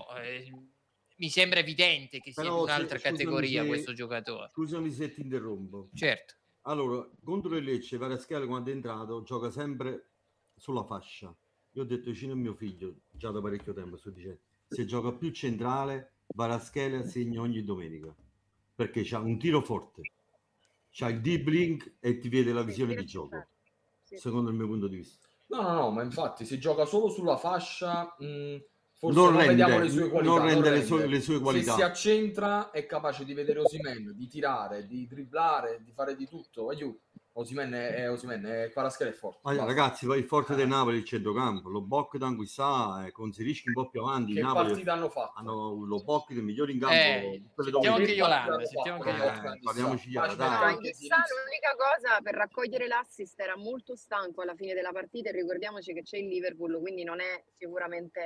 mi sembra evidente che sia in un'altra categoria questo giocatore. Scusami se ti interrompo. Certo. Allora, contro il Lecce Kvaratskhelia quando è entrato gioca sempre sulla fascia. Io ho detto vicino a mio figlio, già da parecchio tempo sto dicendo, se gioca più centrale, Kvaratskhelia segna ogni domenica, perché c'ha un tiro forte, c'ha il dribbling e ti vede la visione di gioco, secondo il mio punto di vista. No, ma infatti se gioca solo sulla fascia, forse non vediamo le sue qualità. Non rende le sue qualità. Se si accentra è capace di vedere Osimhen, di tirare, di dribblare, di fare di tutto. Osimhen è Kvaratskhelia è forte. Ragazzi, poi il forte del Napoli il centrocampo, lo Bocchi d'Anguissà, con Zerischi un po' più avanti. Che Napoli partita hanno fatto? Hanno lo Bocchi del migliore in campo. Sentiamo anche Yolanda. Parliamoci chiaro, Anghissà, l'unica cosa, per raccogliere l'assist era molto stanco alla fine della partita, e ricordiamoci che c'è il Liverpool, quindi non è sicuramente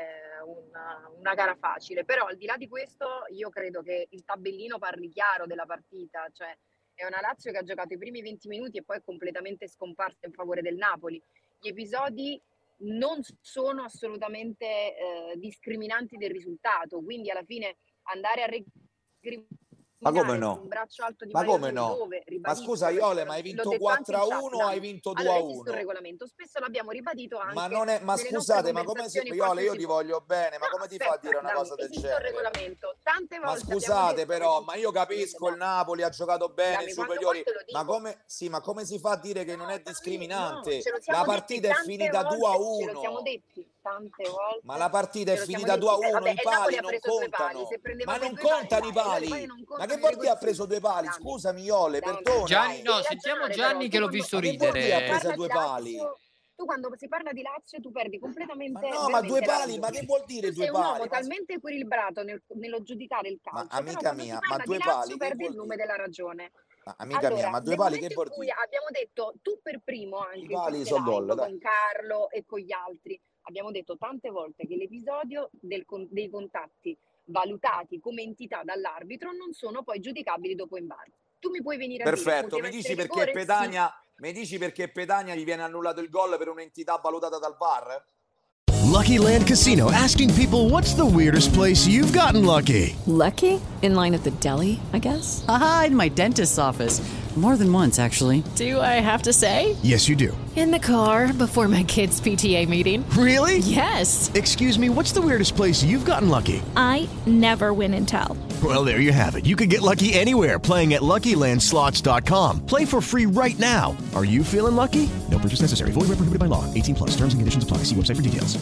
una gara facile. Però al di là di questo io credo che il tabellino parli chiaro della partita, cioè è una Lazio che ha giocato i primi 20 minuti e poi è completamente scomparsa in favore del Napoli. Gli episodi non sono assolutamente discriminanti del risultato, quindi alla fine andare a Ma come no? un braccio alto di Ma Mario come no? dove, Ma scusa Iole, ma hai vinto 4-1 o hai vinto 2-1? Allora, esiste un regolamento, spesso l'abbiamo ribadito anche. Ma non è, ma scusate, ma come si Iole, io ti voglio bene, ma come ti fa a dire una cosa del genere? Un regolamento. Tante volte ma scusate però, ma io capisco il Napoli ha giocato bene, i superiori, ma come si fa a dire che non è discriminante? La partita è finita 2-1. Ce lo siamo detti tante volte. Ma la partita è finita 2-1, i pali non contano. Ma non contano i pali. Ma che vuol dire ha preso 2 pali? Scusami Iole, perdona. Gianni, no, sentiamo Gianni che l'ho visto ridere. Ha preso 2 pali. Tu quando si parla di Lazio tu perdi completamente. Ma no, ma 2 pali, ma che vuol dire 2 pali? Sei un uomo talmente equilibrato nello giudicare il calcio. Ma amica mia, ma 2 pali perdi il nome della ragione. Ma amica mia, ma 2 pali che vuol dire? Abbiamo detto tu per primo anche i pali sono gol, con Carlo e con gli altri. Abbiamo detto tante volte che l'episodio dei contatti valutati come entità dall'arbitro non sono poi giudicabili dopo in VAR. Tu mi puoi venire a dire perfetto, mi dici perché Petagna, mi dici perché Petagna gli viene annullato il gol per un'entità valutata dal VAR? Lucky Land Casino, asking people, what's the weirdest place you've gotten lucky? Lucky? In line at the deli, I guess? Aha, in my dentist's office. More than once, actually. Do I have to say? Yes, you do. In the car before my kids' PTA meeting. Really? Yes. Excuse me, what's the weirdest place you've gotten lucky? I never win and tell. Well, there you have it. You can get lucky anywhere, playing at LuckyLandSlots.com. Play for free right now. Are you feeling lucky? No purchase necessary. Void where prohibited by law. 18+. Terms and conditions apply. See website for details.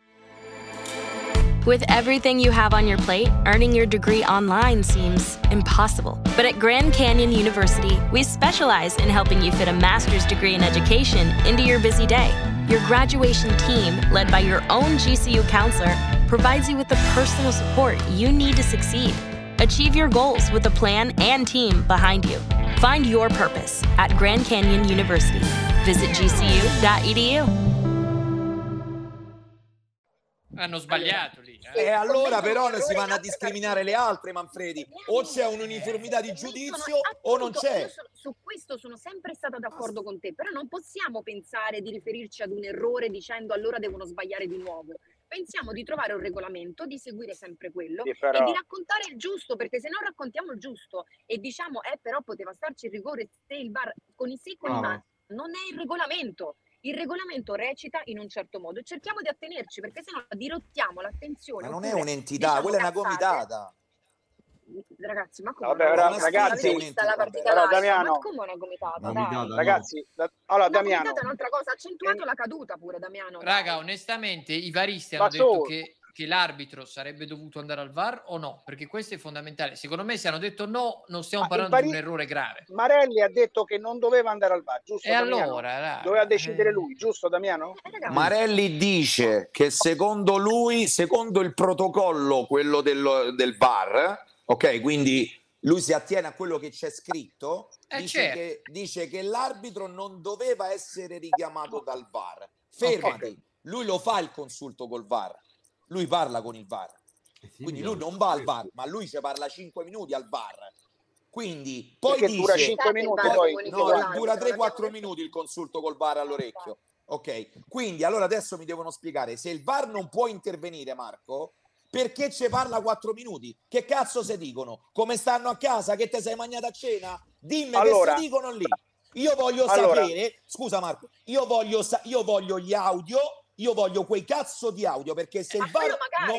With everything you have on your plate, earning your degree online seems impossible. But at Grand Canyon University, we specialize in helping you fit a master's degree in education into your busy day. Your graduation team, led by your own GCU counselor, provides you with the personal support you need to succeed. Achieve your goals with a plan and team behind you. Find your purpose at Grand Canyon University. Visit gcu.edu. Hanno sbagliato lì. E allora però si vanno a discriminare le altre, Manfredi. O c'è un'uniformità di giudizio o non c'è. Su questo sono sempre stata d'accordo con te, però non possiamo pensare di riferirci ad un errore dicendo allora devono sbagliare di nuovo. Pensiamo di trovare un regolamento, di seguire sempre quello e di raccontare il giusto, perché se non raccontiamo il giusto e diciamo però poteva starci il rigore se il VAR con i sì con i ma, non è il regolamento. Il regolamento recita in un certo modo e cerchiamo di attenerci, perché sennò dirottiamo l'attenzione. Ma non è un'entità, quella è una gomitata. Ragazzi, ma come? Ragazzi, la partita però, Damiano, ma come una gomitata? Dai. Ragazzi, allora la Damiano, gomitata è un'altra cosa, ha accentuato la caduta pure Damiano. Raga, onestamente i varisti hanno detto che l'arbitro sarebbe dovuto andare al VAR o no? Perché questo è fondamentale. Secondo me se hanno detto no, non stiamo parlando di un errore grave. Marelli ha detto che non doveva andare al VAR, giusto? E Damiano? allora? Doveva decidere lui, giusto Damiano? Marelli dice che secondo lui, secondo il protocollo, quello del VAR, ok, quindi lui si attiene a quello che c'è scritto, dice che l'arbitro non doveva essere richiamato dal VAR. Fermati, lui lo fa il consulto col VAR. Lui parla con il VAR, quindi lui non va al VAR, ma lui ci parla 5 minuti al VAR. Quindi poi dice, dura 5 minuti, dura 3-4 minuti il consulto col VAR all'orecchio. Ok, quindi allora adesso mi devono spiegare se il VAR non può intervenire, Marco, perché ci parla 4 minuti? Che cazzo se dicono? Come stanno a casa? Che te sei mangiato a cena? Dimmi che si dicono lì. Io voglio sapere, scusa Marco, io voglio gli audio. Io voglio quei cazzo di audio, perché se il VAR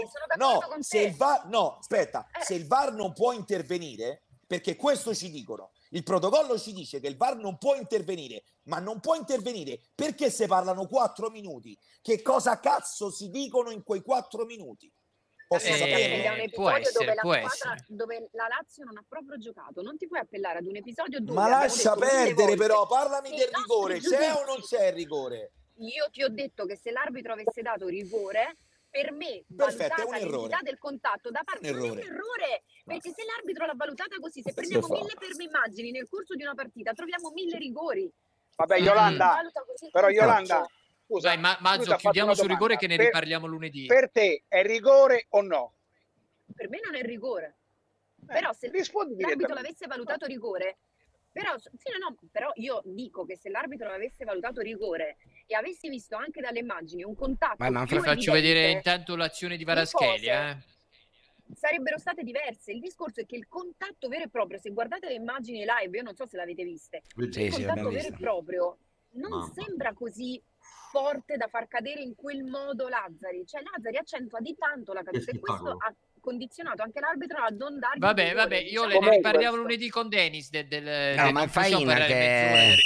se il VAR non può intervenire, perché questo ci dicono, il protocollo ci dice che il VAR non può intervenire, ma non può intervenire perché se parlano 4 minuti. Che cosa cazzo si dicono in quei 4 minuti? Posso sapere? Può essere. Dove la Lazio non ha proprio giocato, non ti puoi appellare ad un episodio dove ma lascia perdere, però parlami del rigore, c'è o non c'è il rigore? Io ti ho detto che se l'arbitro avesse dato rigore, per me, valutata l'entità del contatto da parte non è un errore, perché se l'arbitro l'ha valutata così, se prendiamo 1000 ferme immagini nel corso di una partita, troviamo 1000 rigori. Vabbè, Yolanda, però Yolanda, scusa, dai, Mazzo, chiudiamo sul rigore che ne riparliamo lunedì. Per te è rigore o no? Per me non è rigore. Però se l'arbitro l'avesse valutato rigore, però io dico che se l'arbitro avesse valutato rigore e avessi visto anche dalle immagini un contatto, ma faccio vedere intanto l'azione di Varaschelli, sarebbero state diverse. Il discorso è che il contatto vero e proprio, se guardate le immagini live, io non so se l'avete viste, il contatto vero e proprio non sembra così forte da far cadere in quel modo Lazzari. Cioè Lazzari accentua di tanto la caduta e questo ha condizionato anche l'arbitro a non dargli vabbè, io ne riparliamo lunedì con Dennis ma Faina che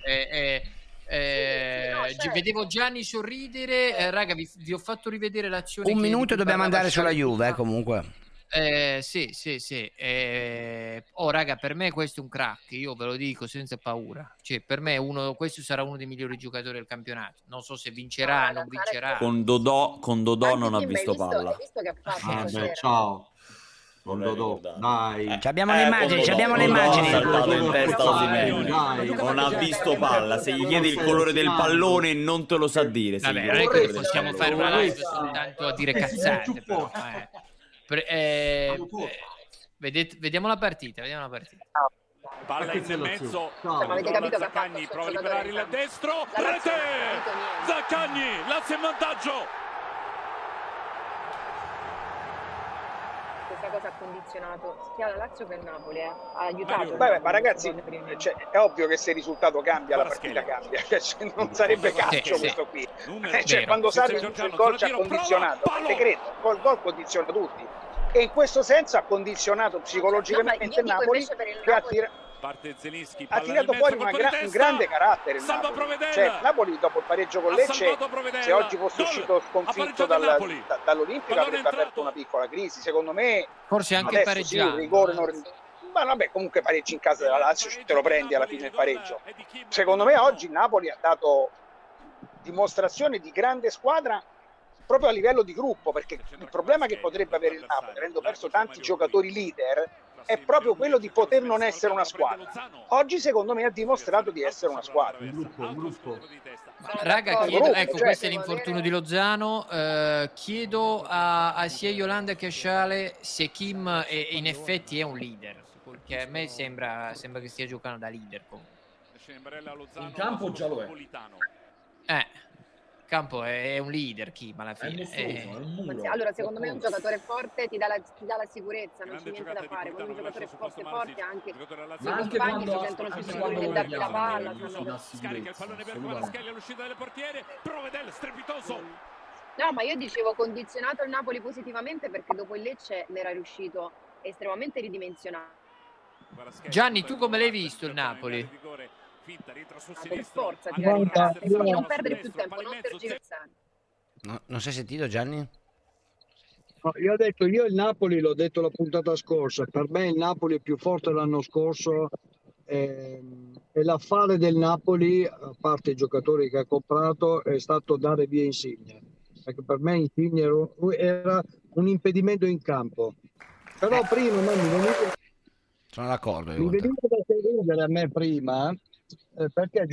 vedevo Gianni sorridere, raga, vi ho fatto rivedere l'azione. Un minuto dobbiamo andare sulla Juve, comunque. Sì. Raga, per me questo è un crack, io ve lo dico senza paura. Cioè, per me questo sarà uno dei migliori giocatori del campionato. Non so se vincerà, non vincerà. Con Dodò non ha visto palla. Hai visto che ha fatto ciao. Con Dodò, dai. Abbiamo le immagini, saltato in testa Osimhen. Non ha visto palla. Se gli chiedi il colore del pallone non te lo sa dire. Vabbè, non è che possiamo fare una live soltanto a dire cazzate, però. Vediamo la partita. Palla in mezzo. Avete capito che Zaccagni prova a liberare il destro. Rete! Zaccagni, Lazio in vantaggio. Questa cosa ha condizionato sia la Lazio che il Napoli, ha aiutato. Ma ragazzi, è ovvio che se il risultato cambia, la partita cambia. Non sarebbe calcio questo qui. Quando Sarri vince il gol ci ha condizionato. Credo, il gol condiziona tutti. E in questo senso ha condizionato psicologicamente il Napoli, che ha tirato fuori un grande carattere. Il Napoli dopo il pareggio con Lecce, se oggi fosse uscito sconfitto dall'Olimpico, avrebbe aperto una piccola crisi. Secondo me, forse anche pareggiato. Ma vabbè, comunque pareggi in casa della Lazio, te lo prendi alla fine il pareggio. Secondo me oggi il Napoli ha dato dimostrazione di grande squadra proprio a livello di gruppo, perché il problema che potrebbe avere il Napoli, avendo perso tanti giocatori leader, è proprio quello di poter non essere una squadra. Oggi secondo me ha dimostrato di essere una squadra. Raga, chiedo, ecco, questo è l'infortunio di Lozano. Chiedo a sia Yolanda che a Sciale se Kim in effetti è un leader, perché a me sembra che stia giocando da leader comunque. In campo già lo è. Campo è un leader, Kim alla fine. Allora, secondo me un giocatore forte ti dà la sicurezza, non c'è niente da fare. Quando un giocatore forte anche i compagni si sentono più sicuri nel darti la palla. Scarica il pallone per Kvaratskhelia all'uscita delle portiere, Provedel strepitoso. No, ma io dicevo condizionato il Napoli positivamente perché dopo il Lecce ne era riuscito estremamente ridimensionato. Gianni, tu come l'hai visto il Napoli? Per forza, non perdere più tempo, non tergiversare. Non si è sentito, Gianni? No, io ho detto, il Napoli l'ho detto la puntata scorsa, per me il Napoli è più forte l'anno scorso e l'affare del Napoli, a parte i giocatori che ha comprato, è stato dare via Insigne, perché per me Insigne era un impedimento in campo. Però prima mi veniva... Sono d'accordo. Mi veniva da ridere a me prima, perché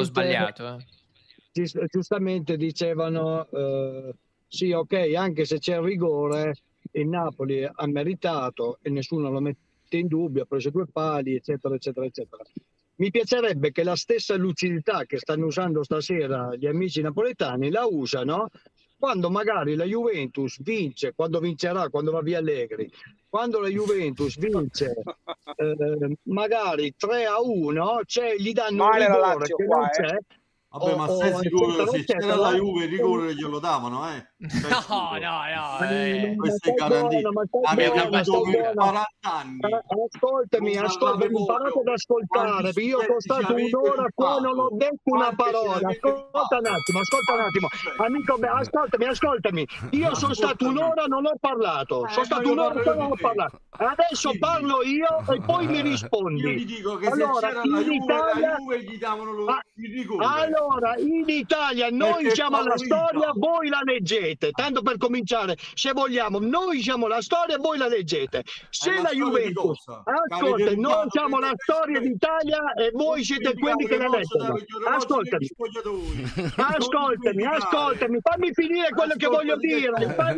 giustamente dicevano sì, ok, anche se c'è il rigore il Napoli ha meritato e nessuno lo mette in dubbio, ha preso 2 pali, eccetera eccetera eccetera. Mi piacerebbe che la stessa lucidità che stanno usando stasera gli amici napoletani la usano quando magari la Juventus vince, quando vincerà, quando va via Allegri, quando la Juventus vince magari 3-1, gli danno un rigore che non c'è. Vabbè, ma sei sicuro se c'era la Juve il rigore glielo davano, No. Questo è garantito. Abbiamo avuto 40 anni. Ascoltami, imparate ad ascoltare. Io sono stato un'ora qua, non ho detto una parola. Ascolta un attimo. Amico, ascoltami. Io sono stato un'ora, non ho parlato. Sono stato un'ora, non ho parlato. Adesso parlo io e poi mi rispondi. Io ti dico che se c'era la Juve gli davano il rigore. Allora, in Italia noi siamo la storia, voi la leggete. Tanto per cominciare, se vogliamo, noi siamo la storia, voi la leggete. Se la Juventus, ascolta, noi siamo la storia d'Italia e voi siete quelli che la leggono. Ascoltami, fammi finire quello che voglio dire.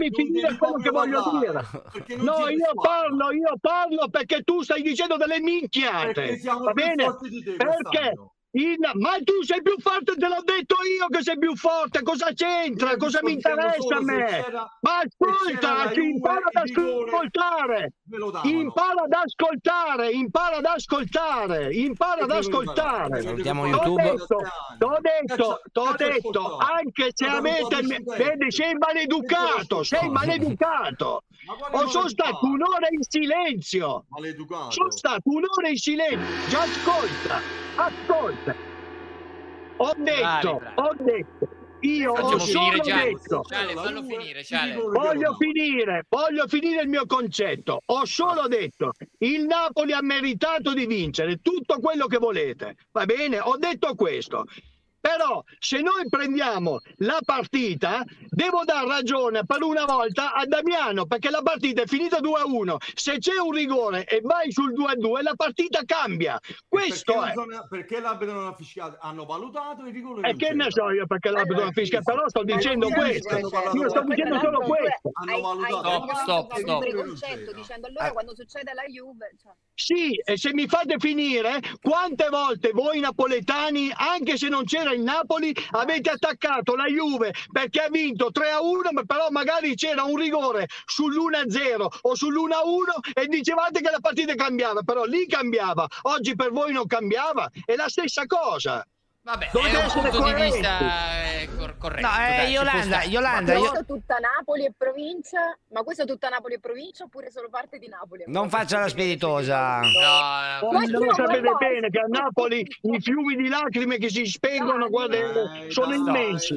No, io parlo perché tu stai dicendo delle minchiate. Va bene? Perché? Ma tu sei più forte, te l'ho detto io che sei più forte, cosa c'entra? Cosa mi interessa a me? Ma ascolta, impara ad ascoltare, impara ad ascoltare, impara ad ascoltare, impara ad ascoltare. Salutiamo YouTube. T'ho detto, anche se avete, vedi, sei maleducato, sono stato un'ora in silenzio, sono stato un'ora in silenzio, già ascolta. Ho detto, io ho solo detto, fallo finire, Ciale. Voglio finire il mio concetto. Ho solo detto, il Napoli ha meritato di vincere tutto quello che volete, va bene? Ho detto questo. Però se noi prendiamo la partita, devo dar ragione per una volta a Damiano, perché la partita è finita 2-1. Se c'è un rigore e vai sul 2-2, la partita cambia. Questo perché l'arbitro non ha fischiato? Hanno valutato il rigore. E che ne so io perché l'arbitro non ha fischiato, però sto dicendo questo. Io sto dicendo solo questo. Hanno valutato. Stop. Dicendo allora quando succede alla Juve. Sì, e se mi fate finire, quante volte voi napoletani, anche se non c'era il Napoli, avete attaccato la Juve perché ha vinto 3-1, ma però magari c'era un rigore sull'1-0 o sull'1-1 e dicevate che la partita cambiava, però lì cambiava, oggi per voi non cambiava, è la stessa cosa. Vabbè, è un punto di vista corretto. No, Yolanda, questo tutta Napoli e provincia, ma questo tutta Napoli e provincia oppure solo parte di Napoli? Non faccia la spiritosa. Lo sapete bene che a Napoli i fiumi di lacrime che si spengono, sono immensi.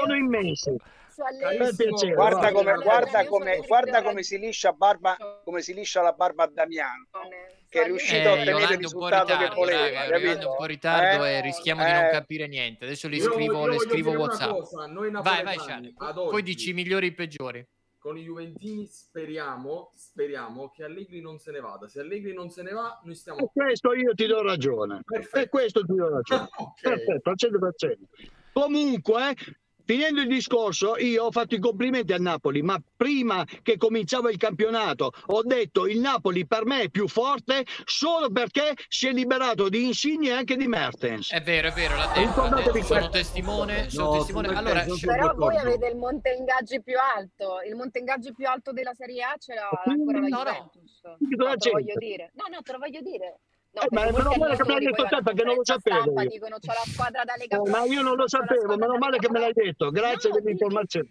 Guarda come si liscia la barba a Damiano, che è riuscito a ottenere il risultato che voleva. Un po' in ritardo e rischiamo di non capire niente. Adesso le scrivo WhatsApp. Vai, Ciale. Poi dici i migliori e i peggiori. Con i Juventini speriamo che Allegri non se ne vada. Se Allegri non se ne va, noi stiamo... E questo io ti do ragione. Perfetto. Perfetto, al 100%. Comunque... Finendo il discorso, io ho fatto i complimenti a Napoli, ma prima che cominciava il campionato ho detto il Napoli per me è più forte solo perché si è liberato di Insigne e anche di Mertens. È vero, l'ha detto. Sono testimone. Allora, però voi avete il monte ingaggi più alto. Il monte ingaggi più alto della Serie A ce l'ha ancora la Juventus. Te lo voglio dire. No, te lo voglio dire. No, ma meno male che me l'hai detto te perché non lo sapevo. Dicono c'ho la squadra da Lega. Ma io non lo sapevo, meno male che me l'hai detto. Grazie dell'informazione.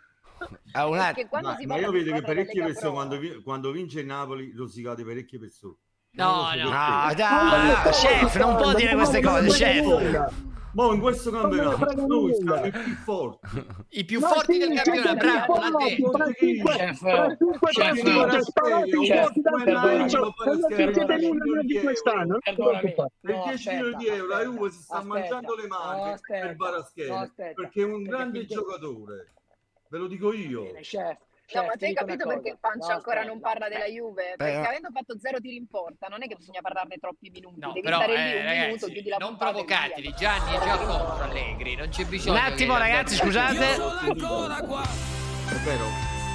Ma io vedo che parecchie persone quando vince il Napoli rosicate parecchie persone. No, dai, chef, non può dire queste cose, chef. Ma in questo campionato noi siamo i più forti. I più forti del campionato, bravo, l'ha Per 10 milioni di euro la Juve si sta mangiando le mani per Kvaratskhelia, perché è un grande giocatore, ve lo dico io. No, ma tu hai capito perché Pancia ancora non parla della Juve? Perché avendo fatto 0 tiri in porta non è che bisogna parlarne troppi minuti, devi stare lì un minuto, chiudi la non provocateli, Gianni è già contro Allegri, non c'è bisogno. Un attimo ragazzi, scusate. È vero.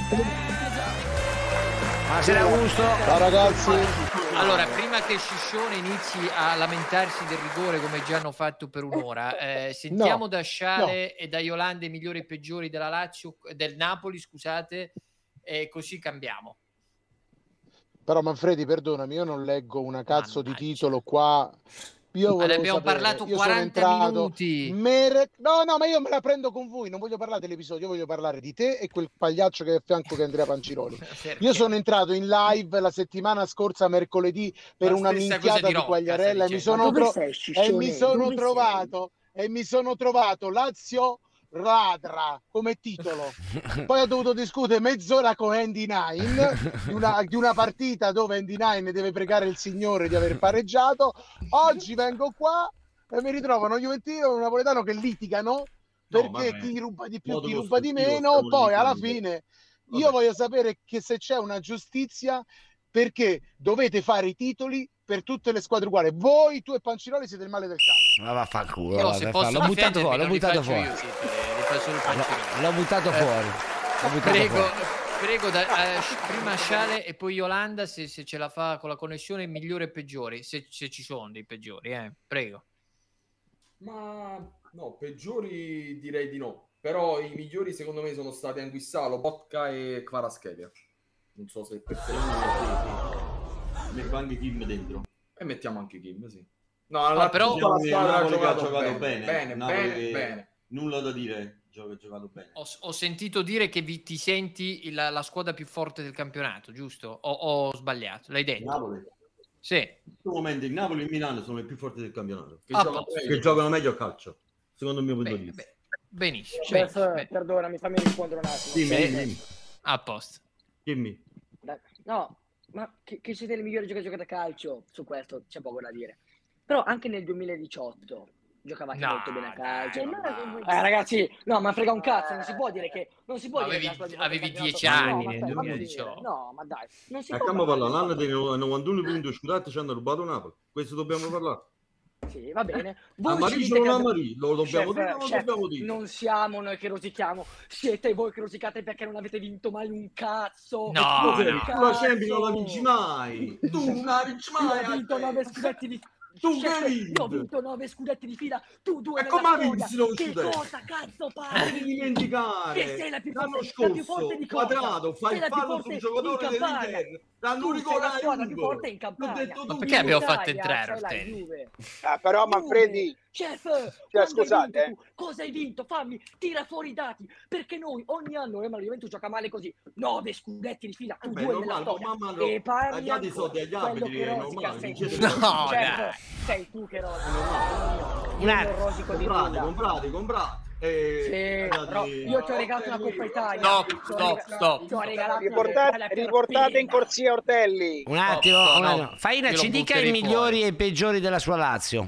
Buonasera Augusto. Ciao ragazzi. Allora, prima che Sciscione inizi a lamentarsi del rigore come già hanno fatto per un'ora, sentiamo da Sciale e da Yolanda i migliori e peggiori della Lazio, del Napoli, scusate, e così cambiamo. Però Manfredi, perdonami, io non leggo una cazzo di titolo qua. Io ne abbiamo parlato 40 minuti. No, ma io me la prendo con voi, non voglio parlare dell'episodio, io voglio parlare di te e quel pagliaccio che è a fianco che è Andrea Panciroli. Io sono entrato in live la settimana scorsa, mercoledì, per una minchiata di Quagliarella e mi sono trovato Lazio Radra come titolo. Poi ho dovuto discutere mezz'ora con Andy Nine di una partita dove Andy Nine deve pregare il Signore di aver pareggiato. Oggi vengo qua e mi ritrovo uno Juventino e un napoletano che litigano perché chi ruba di più, chi ruba di meno. Poi alla fine io voglio sapere che se c'è una giustizia, perché dovete fare i titoli per tutte le squadre uguali. Voi, tu e Panciroli siete il male del calcio. Ma vaffanculo, l'ho buttato fuori. Prego, prima Sciale e poi Yolanda, se ce la fa con la connessione, migliore e peggiori, se ci sono dei peggiori, prego. Ma no, peggiori direi di no. Però i migliori secondo me sono stati Anguissa, Lobotka e Kvaratskhelia. Non so se per te. Metto anche Kim dentro. E mettiamo anche Kim, sì. No, però la squadra ha giocato bene. Bene. Nulla da dire, ha giocato bene. Ho sentito dire che ti senti la squadra più forte del campionato, giusto? Ho sbagliato, l'hai detto? Napoli. Sì. In questo momento il Napoli e il Milano sono i più forti del campionato. Che giocano meglio a calcio, secondo il mio punto di vista. Benissimo. Perdonami, fammi rispondere un attimo. Dimmi. A posto. Dimmi. No, ma che siete il migliore giocatore a calcio, su questo c'è poco da dire. Però anche nel 2018 giocavate molto bene a calcio. Ragazzi, no, ma frega un cazzo, non si può dire che avevi 10 anni nel 2018. No, ma dai, non si può. Stiamo parlando l'anno del 91 punti scudati, ci hanno rubato Napoli. Questo dobbiamo parlare. Sì, va bene. Lo dobbiamo dire o non dobbiamo dire? Non siamo noi che rosichiamo, siete voi che rosicate perché non avete vinto mai un cazzo. No, tu la Champions non la vinci mai. Tu non la vinci mai. Io ho vinto 9 scudetti di Io ho vinto 9 scudetti di fila, tu 2 e come hai vinto 9 scudetti? Che cosa cazzo parli? Non dimenticare che sei la più l'anno forte, scorso Quadrato fai il fallo sul giocatore dell'Inter, l'hanno ricordato la più forte in Campania. Ma perché abbiamo fatto entrare Ortelli? Però Manfredi, scusate, cosa hai vinto? Fammi, tira fuori i dati, perché noi ogni anno la Juventus gioca male così, 9 scudetti di fila, tu 2 nella storia, e parli dati soldi agli arbitri, è normale. No, dai. Sei tu che rosica. Comprate. Io ti ho regalato una Coppa Italia. Stop. Riportate in corsia Ortelli. Un attimo. Faina, ci dica i migliori e i peggiori della sua Lazio.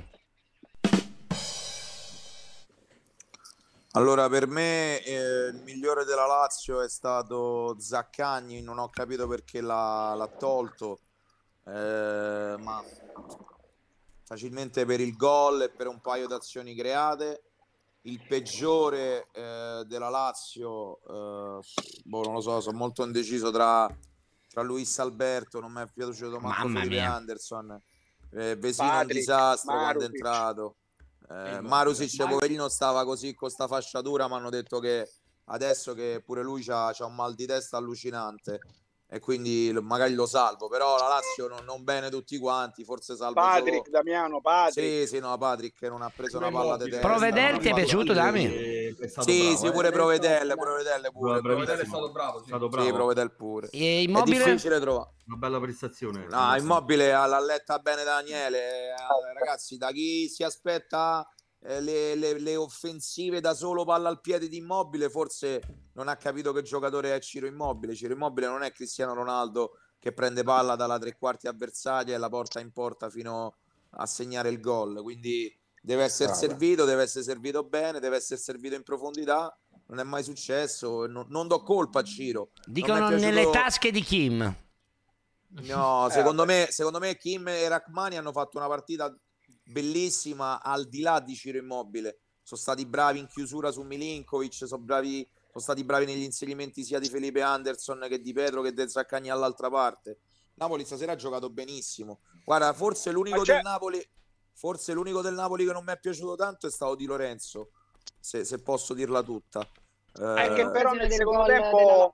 Allora, per me il migliore della Lazio è stato Zaccagni, non ho capito perché l'ha tolto, ma facilmente per il gol e per un paio d'azioni create. Il peggiore della Lazio, non lo so, sono molto indeciso tra Luis Alberto, non mi è piaciuto manco Felipe Anderson, Vesino un disastro quando è entrato. Marusic poverino stava così con sta fasciatura, mi hanno detto che adesso che pure lui c'ha un mal di testa allucinante e quindi magari lo salvo, però la Lazio non bene tutti quanti, forse salvo Patrick, solo... Damiano, Patrick. Sì, no, Patrick che non ha preso una palla di testa. Provedel ti è piaciuto, Dami? Sì, pure Provedel pure. Provedel è stato bravo, sì, Provedel pure. E Immobile? È difficile trovare. Una bella prestazione. No, Immobile l'ha letta bene Daniele, ragazzi, da chi si aspetta le offensive da solo palla al piede di Immobile, forse non ha capito che giocatore è Ciro Immobile. Ciro Immobile non è Cristiano Ronaldo che prende palla dalla tre quarti avversaria e la porta in porta fino a segnare il gol, quindi deve essere servito, deve essere servito bene, deve essere servito in profondità. Non è mai successo, non do colpa a Ciro. Dicono nelle tasche di Kim. No, secondo me Kim e Rachmani hanno fatto una partita bellissima al di là di Ciro Immobile. Sono stati bravi in chiusura su Milinkovic, sono stati bravi negli inserimenti sia di Felipe Anderson che di Pedro che del Zaccagni all'altra parte. Napoli stasera ha giocato benissimo. Guarda, forse l'unico del Napoli che non mi è piaciuto tanto è stato Di Lorenzo, se posso dirla tutta. Che però nel secondo tempo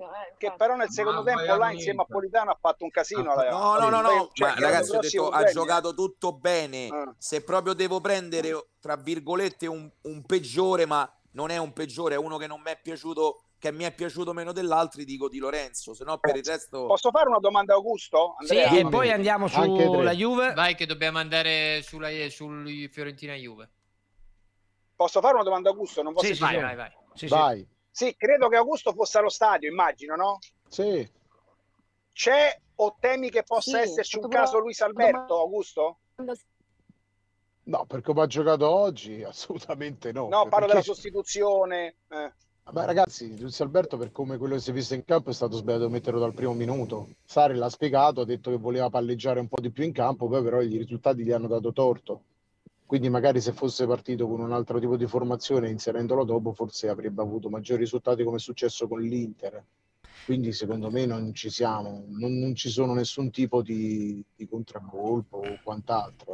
là insieme a Politano ha fatto un casino. No, ragazzi, ho detto ha giocato tutto bene. Se proprio devo prendere tra virgolette un peggiore, ma non è un peggiore, è uno che non mi è piaciuto, che mi è piaciuto meno dell'altri, dico Di Lorenzo, se no per il resto... Posso fare una domanda a Augusto? Andrea? Sì, e poi andiamo sulla Juve. Vai che dobbiamo andare sul Fiorentina-Juve. Posso fare una domanda a Augusto? Non posso vai. Vai. Sì, credo che Augusto fosse allo stadio, immagino, no? Sì. C'è o temi che possa esserci un caso Luis Alberto, Augusto? No, per come ha giocato oggi, assolutamente no. No, parlo della sostituzione. Vabbè, ragazzi, Luis Alberto, per come quello che si è visto in campo, è stato sbagliato metterlo dal primo minuto. Sarri l'ha spiegato, ha detto che voleva palleggiare un po' di più in campo, poi però i risultati gli hanno dato torto. Quindi magari se fosse partito con un altro tipo di formazione, inserendolo dopo, forse avrebbe avuto maggiori risultati come è successo con l'Inter. Quindi secondo me non ci siamo, non ci sono nessun tipo di contraccolpo o quant'altro. Ecco.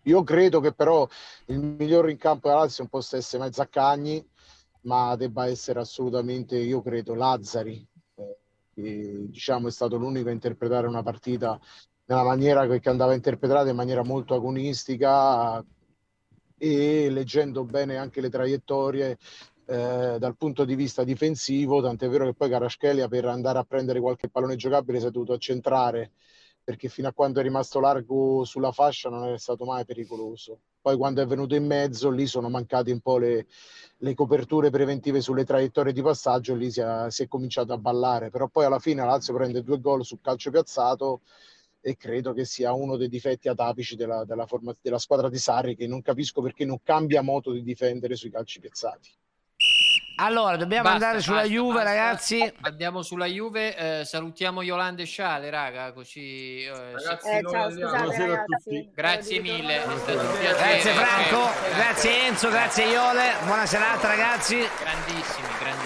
Io credo che però il miglior in campo della Lazio non possa essere mai Zaccagni, ma debba essere assolutamente, io credo, Lazzari, che diciamo è stato l'unico a interpretare una partita nella maniera che andava interpretata, in maniera molto agonistica, e leggendo bene anche le traiettorie dal punto di vista difensivo, tant'è vero che poi Kvaratskhelia, per andare a prendere qualche pallone giocabile, si è dovuto accentrare, perché fino a quando è rimasto largo sulla fascia non è stato mai pericoloso. Poi quando è venuto in mezzo, lì sono mancate un po' le coperture preventive sulle traiettorie di passaggio, lì si è cominciato a ballare, però poi alla fine la Lazio prende 2 gol sul calcio piazzato, e credo che sia uno dei difetti atavici della squadra di Sarri, che non capisco perché non cambia modo di difendere sui calci piazzati. Allora, dobbiamo andare sulla Juve, ragazzi. Andiamo sulla Juve, salutiamo Yolanda e Sciale, raga, così... Ciao, scusate ragazzi. Grazie mille. Grazie Franco, grazie Enzo, grazie Iole. Buona serata, ragazzi. Grandissimi.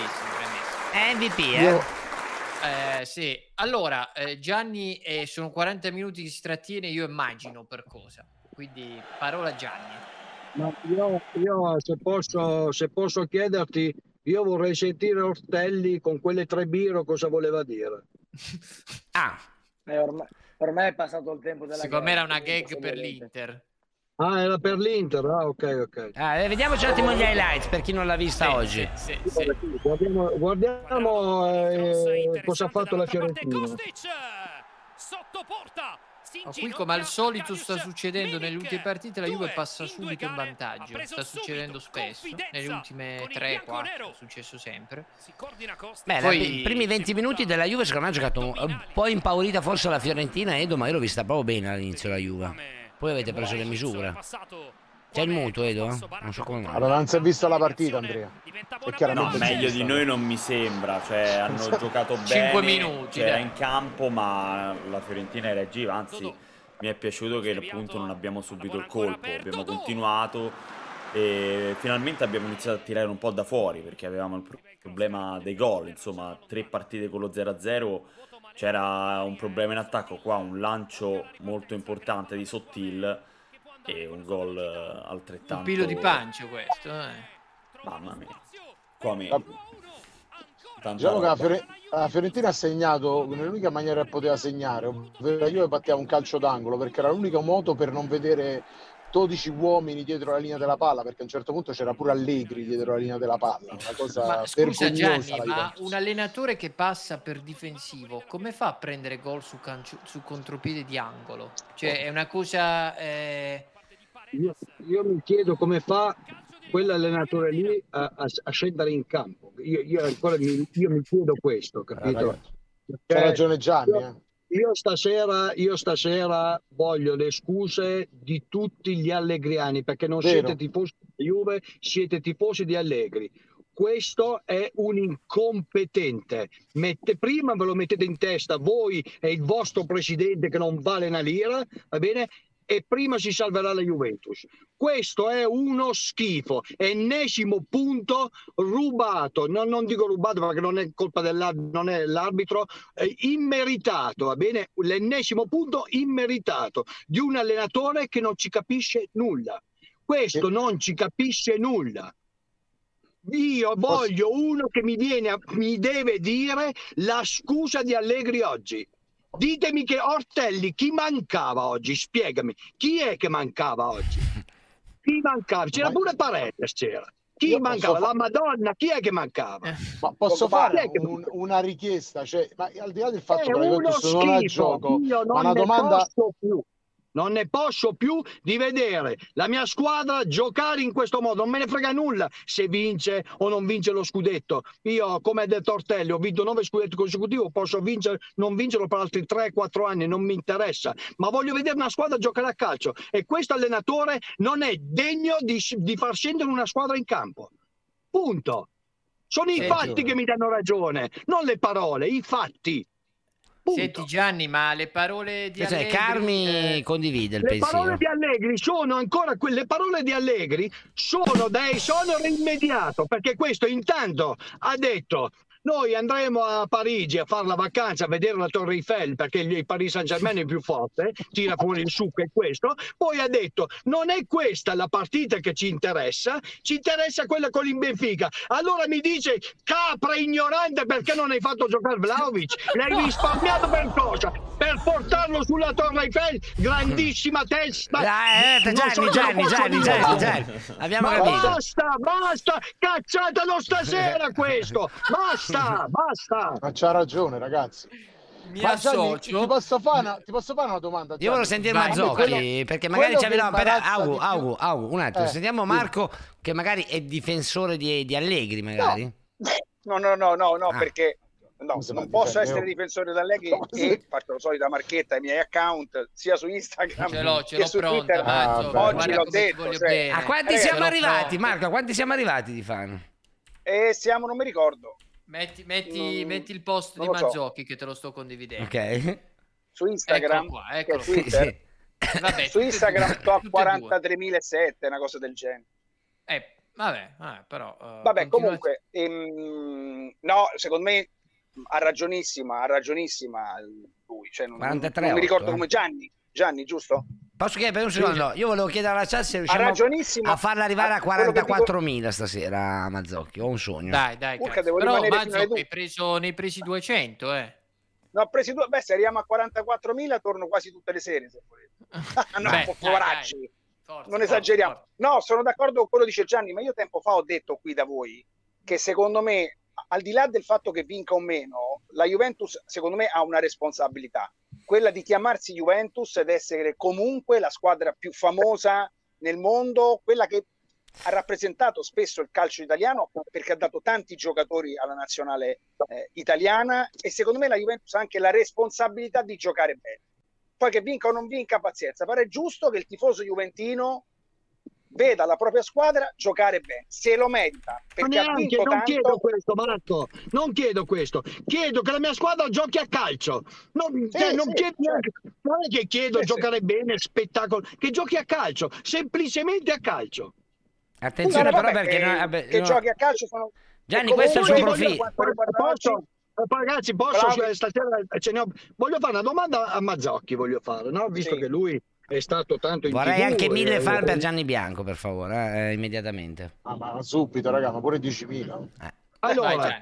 MVP, sì. Allora, Gianni, sono 40 minuti che si trattiene, io immagino per cosa. Quindi, parola a Gianni. Ma io se posso chiederti, io vorrei sentire Ortelli con quelle 3 birre cosa voleva dire. Ormai è passato il tempo della Secondo me era una gag per l'Inter. Ah, era per l'Inter? Ah, ok. Vediamoci un attimo gli highlights per chi non l'ha vista oggi. Sì. Guardiamo cosa ha fatto la Fiorentina. Sotto porta. Qui come al solito sta succedendo nelle ultime partite, la Juve passa subito in vantaggio, sta succedendo spesso, nelle ultime 3-4 è successo sempre. I primi 20 minuti della Juve secondo me ha giocato un po' impaurita forse la Fiorentina, Edo, ma io l'ho vista proprio bene all'inizio la Juve, poi avete preso le misure. C'è il mutuo, Edo? Non so come mai. Allora non si è vista la partita, Andrea. No, meglio di noi non mi sembra, cioè hanno giocato bene, 5 minuti, era in campo, ma la Fiorentina reagiva, anzi mi è piaciuto che appunto non abbiamo subito il colpo, abbiamo continuato e finalmente abbiamo iniziato a tirare un po' da fuori, perché avevamo il problema dei gol, insomma 3 partite con lo 0-0, c'era un problema in attacco, qua un lancio molto importante di Sottil e un gol altrettanto... Un pilo di pancio questo, Mamma mia. Qua diciamo che la Fiorentina ha segnato nell'unica maniera che poteva segnare, ovvero la Juve batteva un calcio d'angolo, perché era l'unico modo per non vedere 12 uomini dietro la linea della palla, perché a un certo punto c'era pure Allegri dietro la linea della palla, una cosa ma scusa vergognosa. Gianni, ma un allenatore che passa per difensivo come fa a prendere gol su contropiede di angolo? Cioè è una cosa... Io mi chiedo come fa quell'allenatore lì a scendere in campo. Io mi chiedo questo, capito? C'ha ragione Gianni. Io stasera voglio le scuse di tutti gli allegriani, perché non siete tifosi di Juve, siete tifosi di Allegri. Questo è un incompetente. Prima ve lo mettete in testa voi e il vostro presidente che non vale una lira, va bene? E prima si salverà la Juventus. Questo è uno schifo, ennesimo punto rubato, non dico rubato perché non è colpa non è l'arbitro, immeritato, va bene? L'ennesimo punto immeritato di un allenatore che non ci capisce nulla. Questo non ci capisce nulla. Io voglio uno che mi deve dire la scusa di Allegri oggi. Ditemi che Ortelli, chi mancava oggi? Spiegami, chi è che mancava oggi? Chi mancava? C'era pure Paredes, c'era. Chi mancava? La Madonna, chi è che mancava? Ma posso fare una richiesta? Cioè, ma al di là del fatto che la Juventus non ha gioco, ma una domanda... Non ne posso più di vedere la mia squadra giocare in questo modo. Non me ne frega nulla se vince o non vince lo scudetto. Io, come ha detto Ortelli, ho vinto 9 scudetti consecutivi, posso non vincerlo per altri 3-4 anni, non mi interessa. Ma voglio vedere una squadra giocare a calcio. E questo allenatore non è degno di far scendere una squadra in campo. Punto. Sono i fatti che mi danno ragione, non le parole, i fatti. Punto. Senti Gianni, ma le parole di Allegri... Carmi condivide il pensiero. Le parole di Allegri sono ancora quelle parole di Allegri sono da esonero immediato, perché questo intanto ha detto noi andremo a Parigi a fare la vacanza, a vedere la Torre Eiffel, perché il Paris Saint-Germain è più forte, tira fuori il succo e questo. Poi ha detto, non è questa la partita che ci interessa quella con il Benfica. Allora mi dice, capra ignorante, perché non hai fatto giocare Vlahovic? L'hai risparmiato per cosa? Per portarlo sulla Torre Eiffel? Grandissima testa! Gianni, abbiamo capito. Basta, cacciatelo stasera questo! Basta! Ma c'ha ragione, ragazzi. Mi associo. Ti posso fare una domanda? Io volevo sentire Mazzocchi, perché magari c'è un attimo, sentiamo Marco che magari è difensore di Allegri, magari. No, perché non posso essere difensore d'Allegri e faccio la solita marchetta ai miei account sia su Instagram che su Twitter. Oggi l'ho detto. A quanti siamo arrivati, Marco? A quanti siamo arrivati di fan? Siamo, non mi ricordo. Metti il post di Mazzocchi che te lo sto condividendo. Ok. Su Instagram, eccolo su Twitter. Vabbè, su Instagram sto a 43.007, una cosa del genere. Però vabbè, comunque no, secondo me ha ragionissima lui, cioè non mi ricordo come Gianni, giusto? Posso chiedere per un secondo? Io volevo chiedere alla chat se riusciamo a farla arrivare a 44.000 stasera a Mazzocchi. Ho un sogno. Dai. Però Mazzocchi ne hai presi 200, No, ho presi due. Beh, se arriviamo a 44.000 torno quasi tutte le sere, se volete. Poveracci. Non esageriamo. Forza. No, sono d'accordo con quello che dice Gianni, ma io tempo fa ho detto qui da voi che secondo me, al di là del fatto che vinca o meno, la Juventus secondo me ha una responsabilità, quella di chiamarsi Juventus ed essere comunque la squadra più famosa nel mondo, quella che ha rappresentato spesso il calcio italiano perché ha dato tanti giocatori alla nazionale italiana, e secondo me la Juventus ha anche la responsabilità di giocare bene. Poi che vinca o non vinca, pazienza, però è giusto che il tifoso juventino veda la propria squadra giocare bene, se lo merita, perché ha vinto tanto. Chiedo questo, Marco, non chiedo questo, chiedo che la mia squadra giochi a calcio, non è che chiedo giocare bene, spettacolo, che giochi a calcio, semplicemente a calcio. Attenzione però perché che giochi a calcio sono... Gianni, questo è il suo profilo. Ragazzi, stasera voglio fare una domanda a Mazzocchi, no? Visto che lui è stato tanto in Vorrei TV, anche 1000 fan per Gianni Bianco, per favore, immediatamente. Ma subito, raga, ma pure 10.000. Allora,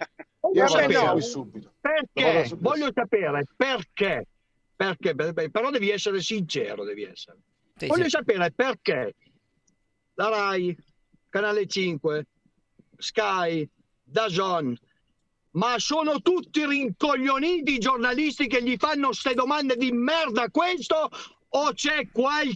voglio sapere perché, però devi essere sincero, voglio sapere perché la Rai, Canale 5, Sky, DAZN, ma sono tutti rincoglioniti i giornalisti che gli fanno ste domande di merda questo, o c'è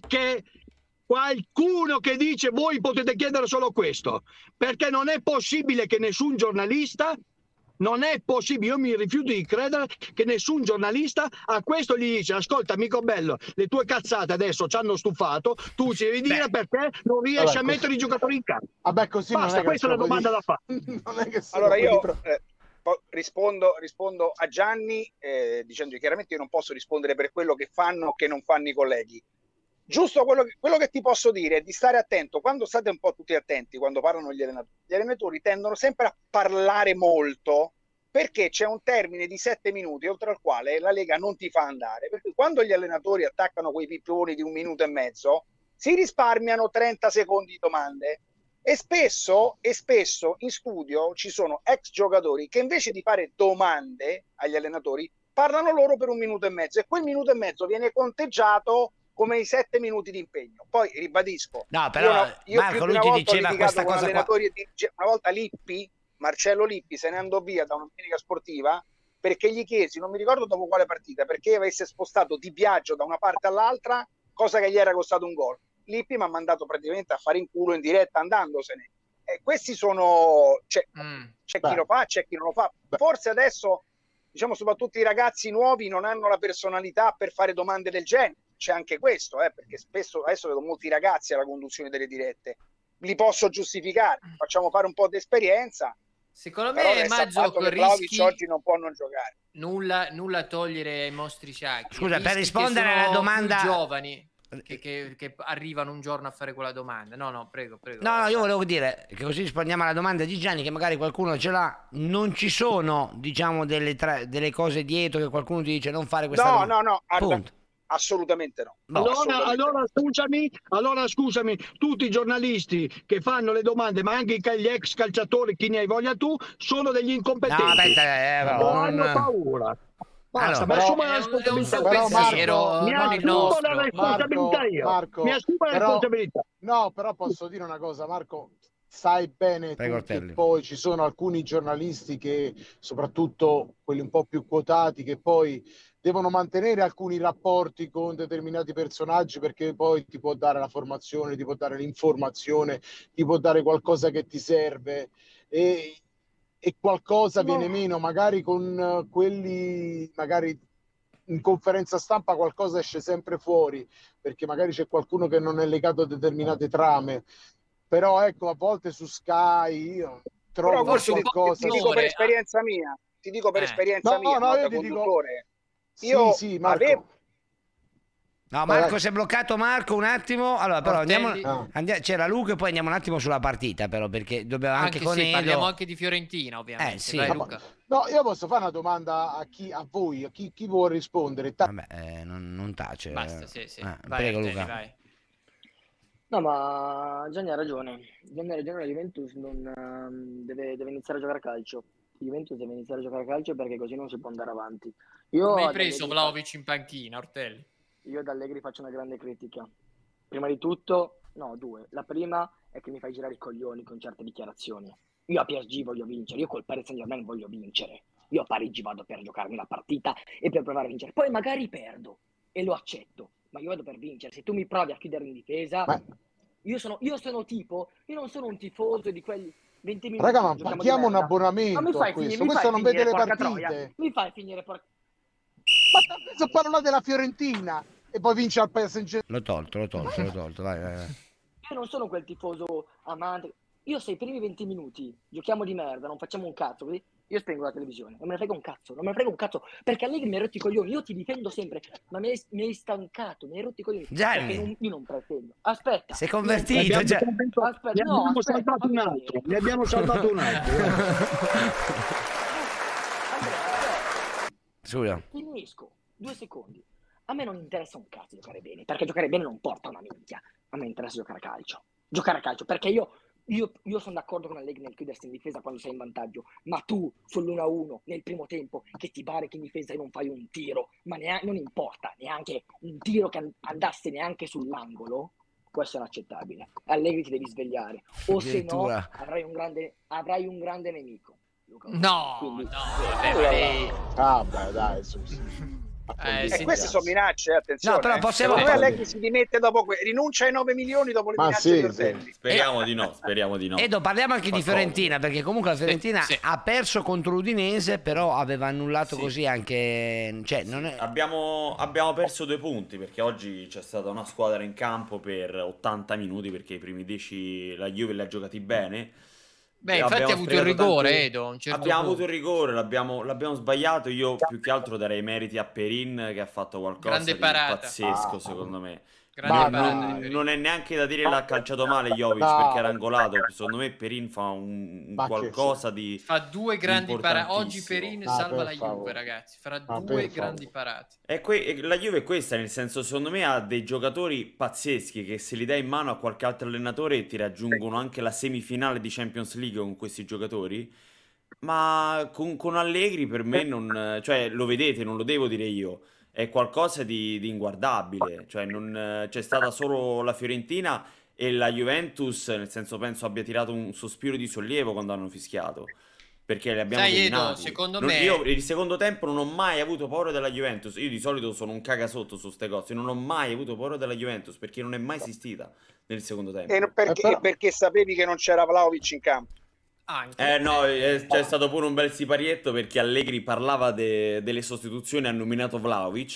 qualcuno che dice voi potete chiedere solo questo? Perché non è possibile che nessun giornalista, io mi rifiuto di credere che nessun giornalista a questo gli dice ascolta amico bello, le tue cazzate adesso ci hanno stufato, tu ci devi dire perché non riesci a mettere i giocatori in campo. Vabbè, così basta, questa è la domanda da fare. Allora io rispondo a Gianni dicendo chiaramente io non posso rispondere per quello che fanno o che non fanno i colleghi. Giusto quello che ti posso dire è di stare attento, quando state un po' tutti attenti, quando parlano gli allenatori tendono sempre a parlare molto perché c'è un termine di 7 minuti oltre al quale la Lega non ti fa andare, perché quando gli allenatori attaccano quei pippioni di 1 minuto e mezzo si risparmiano 30 secondi di domande e spesso in studio ci sono ex giocatori che invece di fare domande agli allenatori parlano loro per 1 minuto e mezzo e quel minuto e mezzo viene conteggiato come i 7 minuti di impegno. Poi ribadisco, no, però io Marco, lui ti diceva questa cosa qua. Una volta Marcello Lippi se ne andò via da una domenica sportiva perché gli chiesi, non mi ricordo dopo quale partita, perché avesse spostato Di Biagio da una parte all'altra, cosa che gli era costato un gol. Lippi mi ha mandato praticamente a fare in culo in diretta andandosene. Questi sono... C'è chi lo fa, c'è chi non lo fa. Forse adesso, diciamo, soprattutto i ragazzi nuovi non hanno la personalità per fare domande del genere. C'è anche questo, perché spesso adesso vedo molti ragazzi alla conduzione delle dirette. Li posso giustificare, facciamo fare un po' di esperienza. Secondo me Mazzocchi rischi oggi non può non giocare. Nulla togliere ai mostri sacchi. Scusa, per rispondere alla domanda giovani. che arrivano un giorno a fare quella domanda. No, prego. No, io volevo dire che così rispondiamo alla domanda di Gianni, che magari qualcuno ce l'ha. Non ci sono, diciamo, delle cose dietro che qualcuno ti dice non fare questa domanda. No, punto. Assolutamente no. Allora scusami, tutti i giornalisti che fanno le domande, ma anche gli ex calciatori, chi ne hai voglia tu, sono degli incompetenti. No, aspetta, non hanno paura. Basta, mi assumo la responsabilità. No, però posso dire una cosa, Marco. Sai bene tu che poi ci sono alcuni giornalisti che, soprattutto quelli un po' più quotati, che poi devono mantenere alcuni rapporti con determinati personaggi, perché poi ti può dare la formazione, ti può dare l'informazione, ti può dare qualcosa che ti serve, e qualcosa viene meno, magari con quelli, magari in conferenza stampa qualcosa esce sempre fuori, perché magari c'è qualcuno che non è legato a determinate trame. Però ecco, a volte su Sky io trovo qualcosa. Ti dico per esperienza mia, io ti dico, io sì, Marco. No, Marco, si è bloccato Marco un attimo. Allora, però c'era Luca e poi andiamo un attimo sulla partita, però, perché dobbiamo anche con Edo. Parliamo anche di Fiorentina, ovviamente. Sì. Vai, Luca. No, io posso fare una domanda a voi, a chi vuole rispondere. Vabbè, non tace. Basta, sì. Vai, prego, Luca. vai. No, ma Gianni ha ragione. La Juventus deve iniziare a giocare a calcio. Juventus deve iniziare a giocare a calcio, perché così non si può andare avanti. Come hai preso Vlahovic in panchina, Ortelli? Io ad Allegri faccio una grande critica. Prima di tutto, due. La prima è che mi fai girare i coglioni con certe dichiarazioni. Io a PSG voglio vincere, io col Paris Saint-Germain voglio vincere. Io a Parigi vado per giocarmi la partita e per provare a vincere. Poi magari perdo e lo accetto, ma io vado per vincere. Se tu mi provi a chiudere in difesa, io sono tipo, io non sono un tifoso di quelli 20 minuti. Raga, ma paghiamo un abbonamento a questo non vede le partite. Mi fai finire Ma adesso parla della Fiorentina e poi vince al PSG. L'ho tolto, vai. Io non sono quel tifoso amante. Io se i primi 20 minuti giochiamo di merda, non facciamo un cazzo, così io spengo la televisione, non me ne frega un cazzo, perché Allegri mi ha rotto i coglioni, io ti difendo sempre, ma mi hai stancato, mi hai rotto i coglioni. Gianni, io non pretendo. Aspetta. Sei convertito, Ne abbiamo salvato un altro. Scusa. Finisco, 2 secondi. A me non interessa un cazzo giocare bene, perché giocare bene non porta una minchia. A me interessa giocare a calcio. Perché io sono d'accordo con Allegri nel chiudersi in difesa quando sei in vantaggio, ma tu sull'1-1 nel primo tempo che ti barichi in difesa e non fai un tiro, ma non importa neanche un tiro che andasse neanche sull'angolo, questo è inaccettabile. Allegri, ti devi svegliare, o se no avrai un grande nemico. Vabbè, dai, queste sono minacce, attenzione. No, però possiamo... Poi Allegri si dimette dopo, rinuncia ai 9 milioni dopo le minacce di Ortelli. Speriamo di no. Edo, parliamo anche di Fiorentina, perché comunque la Fiorentina ha perso contro l'Udinese, però aveva annullato così anche... Abbiamo perso 2 punti, perché oggi c'è stata una squadra in campo per 80 minuti, perché i primi 10 la Juve li ha giocati bene. Infatti ha avuto il rigore, Edo. Abbiamo avuto il rigore, l'abbiamo sbagliato. Io più che altro darei meriti a Perin, che ha fatto qualcosa di pazzesco, secondo me. Non è neanche da dire l'ha calciato male Jovic, perché era angolato. Secondo me Perin fa qualcosa di... Fa 2 grandi parate. Oggi Perin salva la Juve, ragazzi. Farà 2 grandi parate. La Juve è questa, nel senso, secondo me ha dei giocatori pazzeschi che se li dai in mano a qualche altro allenatore ti raggiungono anche la semifinale di Champions League con questi giocatori. Ma con Allegri per me non... Cioè, lo vedete, non lo devo dire io. È qualcosa di inguardabile, cioè c'è stata solo la Fiorentina e la Juventus, nel senso penso abbia tirato un sospiro di sollievo quando hanno fischiato, perché li abbiamo eliminati. Secondo me... Io il secondo tempo non ho mai avuto paura della Juventus, io di solito sono un cagasotto su ste cose, non ho mai avuto paura della Juventus perché non è mai esistita nel secondo tempo. Perché sapevi che non c'era Vlahovic in campo? C'è stato pure un bel siparietto, perché Allegri parlava delle sostituzioni, ha nominato Vlahovic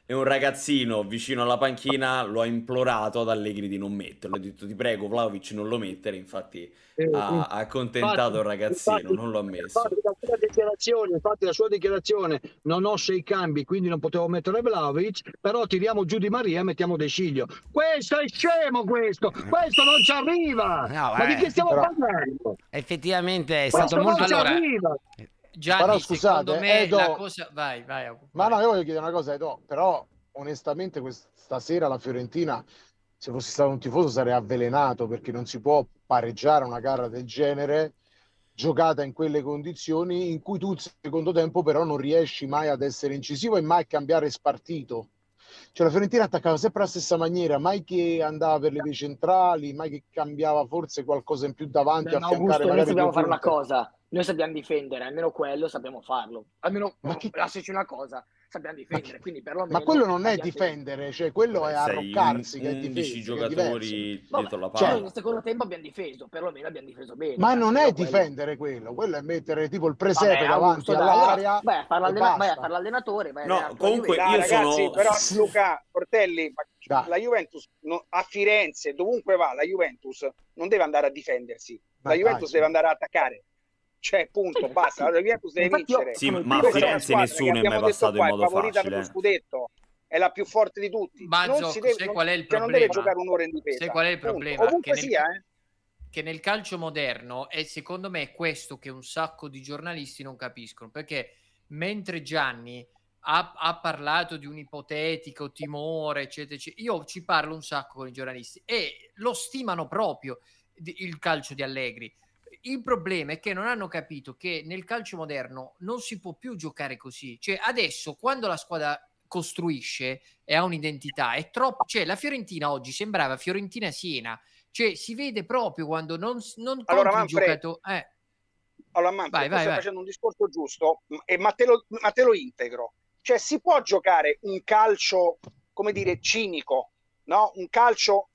e un ragazzino vicino alla panchina lo ha implorato ad Allegri di non metterlo. Ha detto: ti prego Vlahovic non lo mettere, infatti ha accontentato il ragazzino, non lo ha messo. Infatti la sua dichiarazione, non ho 6 cambi quindi non potevo mettere Vlahovic, però tiriamo giù Di Maria e mettiamo De Sciglio. Questo è scemo, questo non ci arriva. No, Ma di che stiamo parlando? Effettivamente è Questo stato molto... non ci arriva. Gianni, Però scusate, secondo me Edo, la cosa... Vai. ma no, io voglio chiedere una cosa, Edo, però onestamente stasera la Fiorentina, se fossi stato un tifoso, sarei avvelenato, perché non si può pareggiare una gara del genere giocata in quelle condizioni in cui tu il secondo tempo però non riesci mai ad essere incisivo e mai a cambiare spartito. Cioè la Fiorentina attaccava sempre alla stessa maniera, mai che andava per le vie centrali, mai che cambiava forse qualcosa in più davanti a affiancare Augusto, magari noi sappiamo due fare una punte. cosa, noi sappiamo difendere, almeno quello sappiamo farlo, almeno lasciaci una cosa, sappiamo difendere, quindi perlomeno... Ma quello non è difendere, cioè quello è arroccarsi, che è 11 difesa, giocatori dietro la Cioè, palla. nel secondo tempo abbiamo difeso, perlomeno abbiamo difeso bene. ma non Cazzo, è difendere quello è mettere tipo il presepe Vabbè, davanti Augusto, dai, all'area. vai a fare e basta. l'allenatore, vai No, a allenare comunque la Juventus. io Ragazzi, sono... però Luca Portelli, la Juventus a Firenze, dovunque va, la Juventus non deve andare a difendersi, la Juventus deve andare a attaccare. Cioè, punto, basta. La Juventus deve vincere. Sì, ma a Firenze nessuno è mai passato in modo è favorita per facile. lo scudetto, è la più forte di tutti. Bazzo, non si deve, sai qual è il cioè, non problema? deve giocare un'ora in difesa. Sai qual è il Punto. problema? Ovunque Che nel, sia, che nel calcio moderno, e secondo me è questo che un sacco di giornalisti non capiscono, perché mentre Gianni ha parlato di un ipotetico timore, eccetera, eccetera, io ci parlo un sacco con i giornalisti e lo stimano proprio il calcio di Allegri. Il problema è che non hanno capito che nel calcio moderno non si può più giocare così. Cioè adesso quando la squadra costruisce e ha un'identità è troppo, cioè la Fiorentina oggi sembrava Fiorentina-Siena, cioè si vede proprio quando non allora, conti il giocatore. Allora Manfred, stai facendo un discorso giusto, ma te lo integro. Cioè si può giocare un calcio, come dire, cinico, no? Un calcio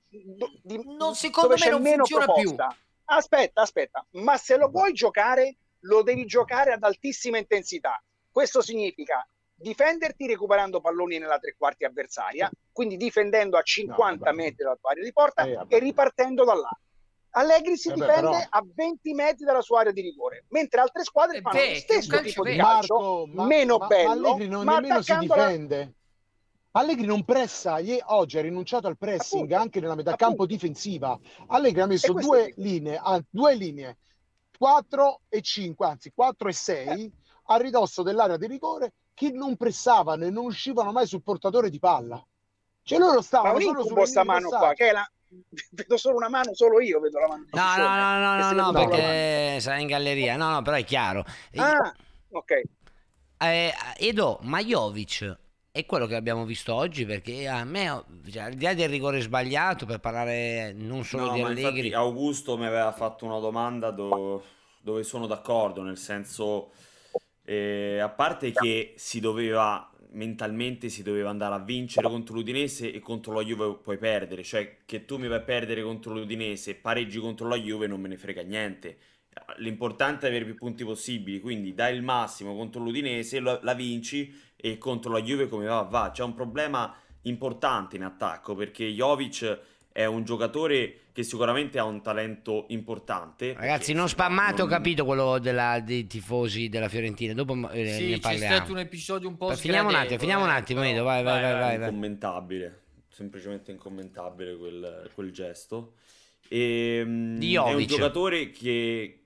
secondo me non funziona proposta. più. Aspetta, ma se lo vuoi giocare, lo devi giocare ad altissima intensità. Questo significa difenderti recuperando palloni nella tre quarti avversaria, quindi difendendo a 50 metri dalla tua area di porta e ripartendo da là. Allegri si difende a 20 metri dalla sua area di rigore, mentre altre squadre fanno lo stesso tipo di calcio, meno bello, Allegri non ma nemmeno si attaccando difende. Allegri non pressa, oggi ha rinunciato al pressing anche nella metà campo difensiva. Allegri ha messo due linee, 4 e 5, anzi 4 e 6 a ridosso dell'area di rigore, che non pressavano e non uscivano mai sul portatore di palla. Cioè loro stavano solo sulla sta mano qua, che è la... vedo solo una mano, solo io vedo la mano. No, perché sarà in galleria. No, però è chiaro. Ok. Edo, ma Jovic è quello che abbiamo visto oggi, perché a me, cioè, al di là del rigore sbagliato, per parlare non solo di Allegri, infatti Augusto mi aveva fatto una domanda dove sono d'accordo, nel senso, a parte che mentalmente si doveva andare a vincere contro l'Udinese, e contro la Juve puoi perdere, cioè che tu mi vai a perdere contro l'Udinese e pareggi contro la Juve non me ne frega niente. L'importante è avere più punti possibili, quindi dai il massimo contro l'Udinese, la vinci, e contro la Juve come va. C'è un problema importante in attacco, perché Jovic è un giocatore che sicuramente ha un talento importante. Ragazzi, non spammate, ho capito quello dei tifosi della Fiorentina, dopo ne c'è parliamo. stato un episodio un po' finiamo un attimo, Edo, vai. Incommentabile, semplicemente incommentabile quel gesto. È un giocatore che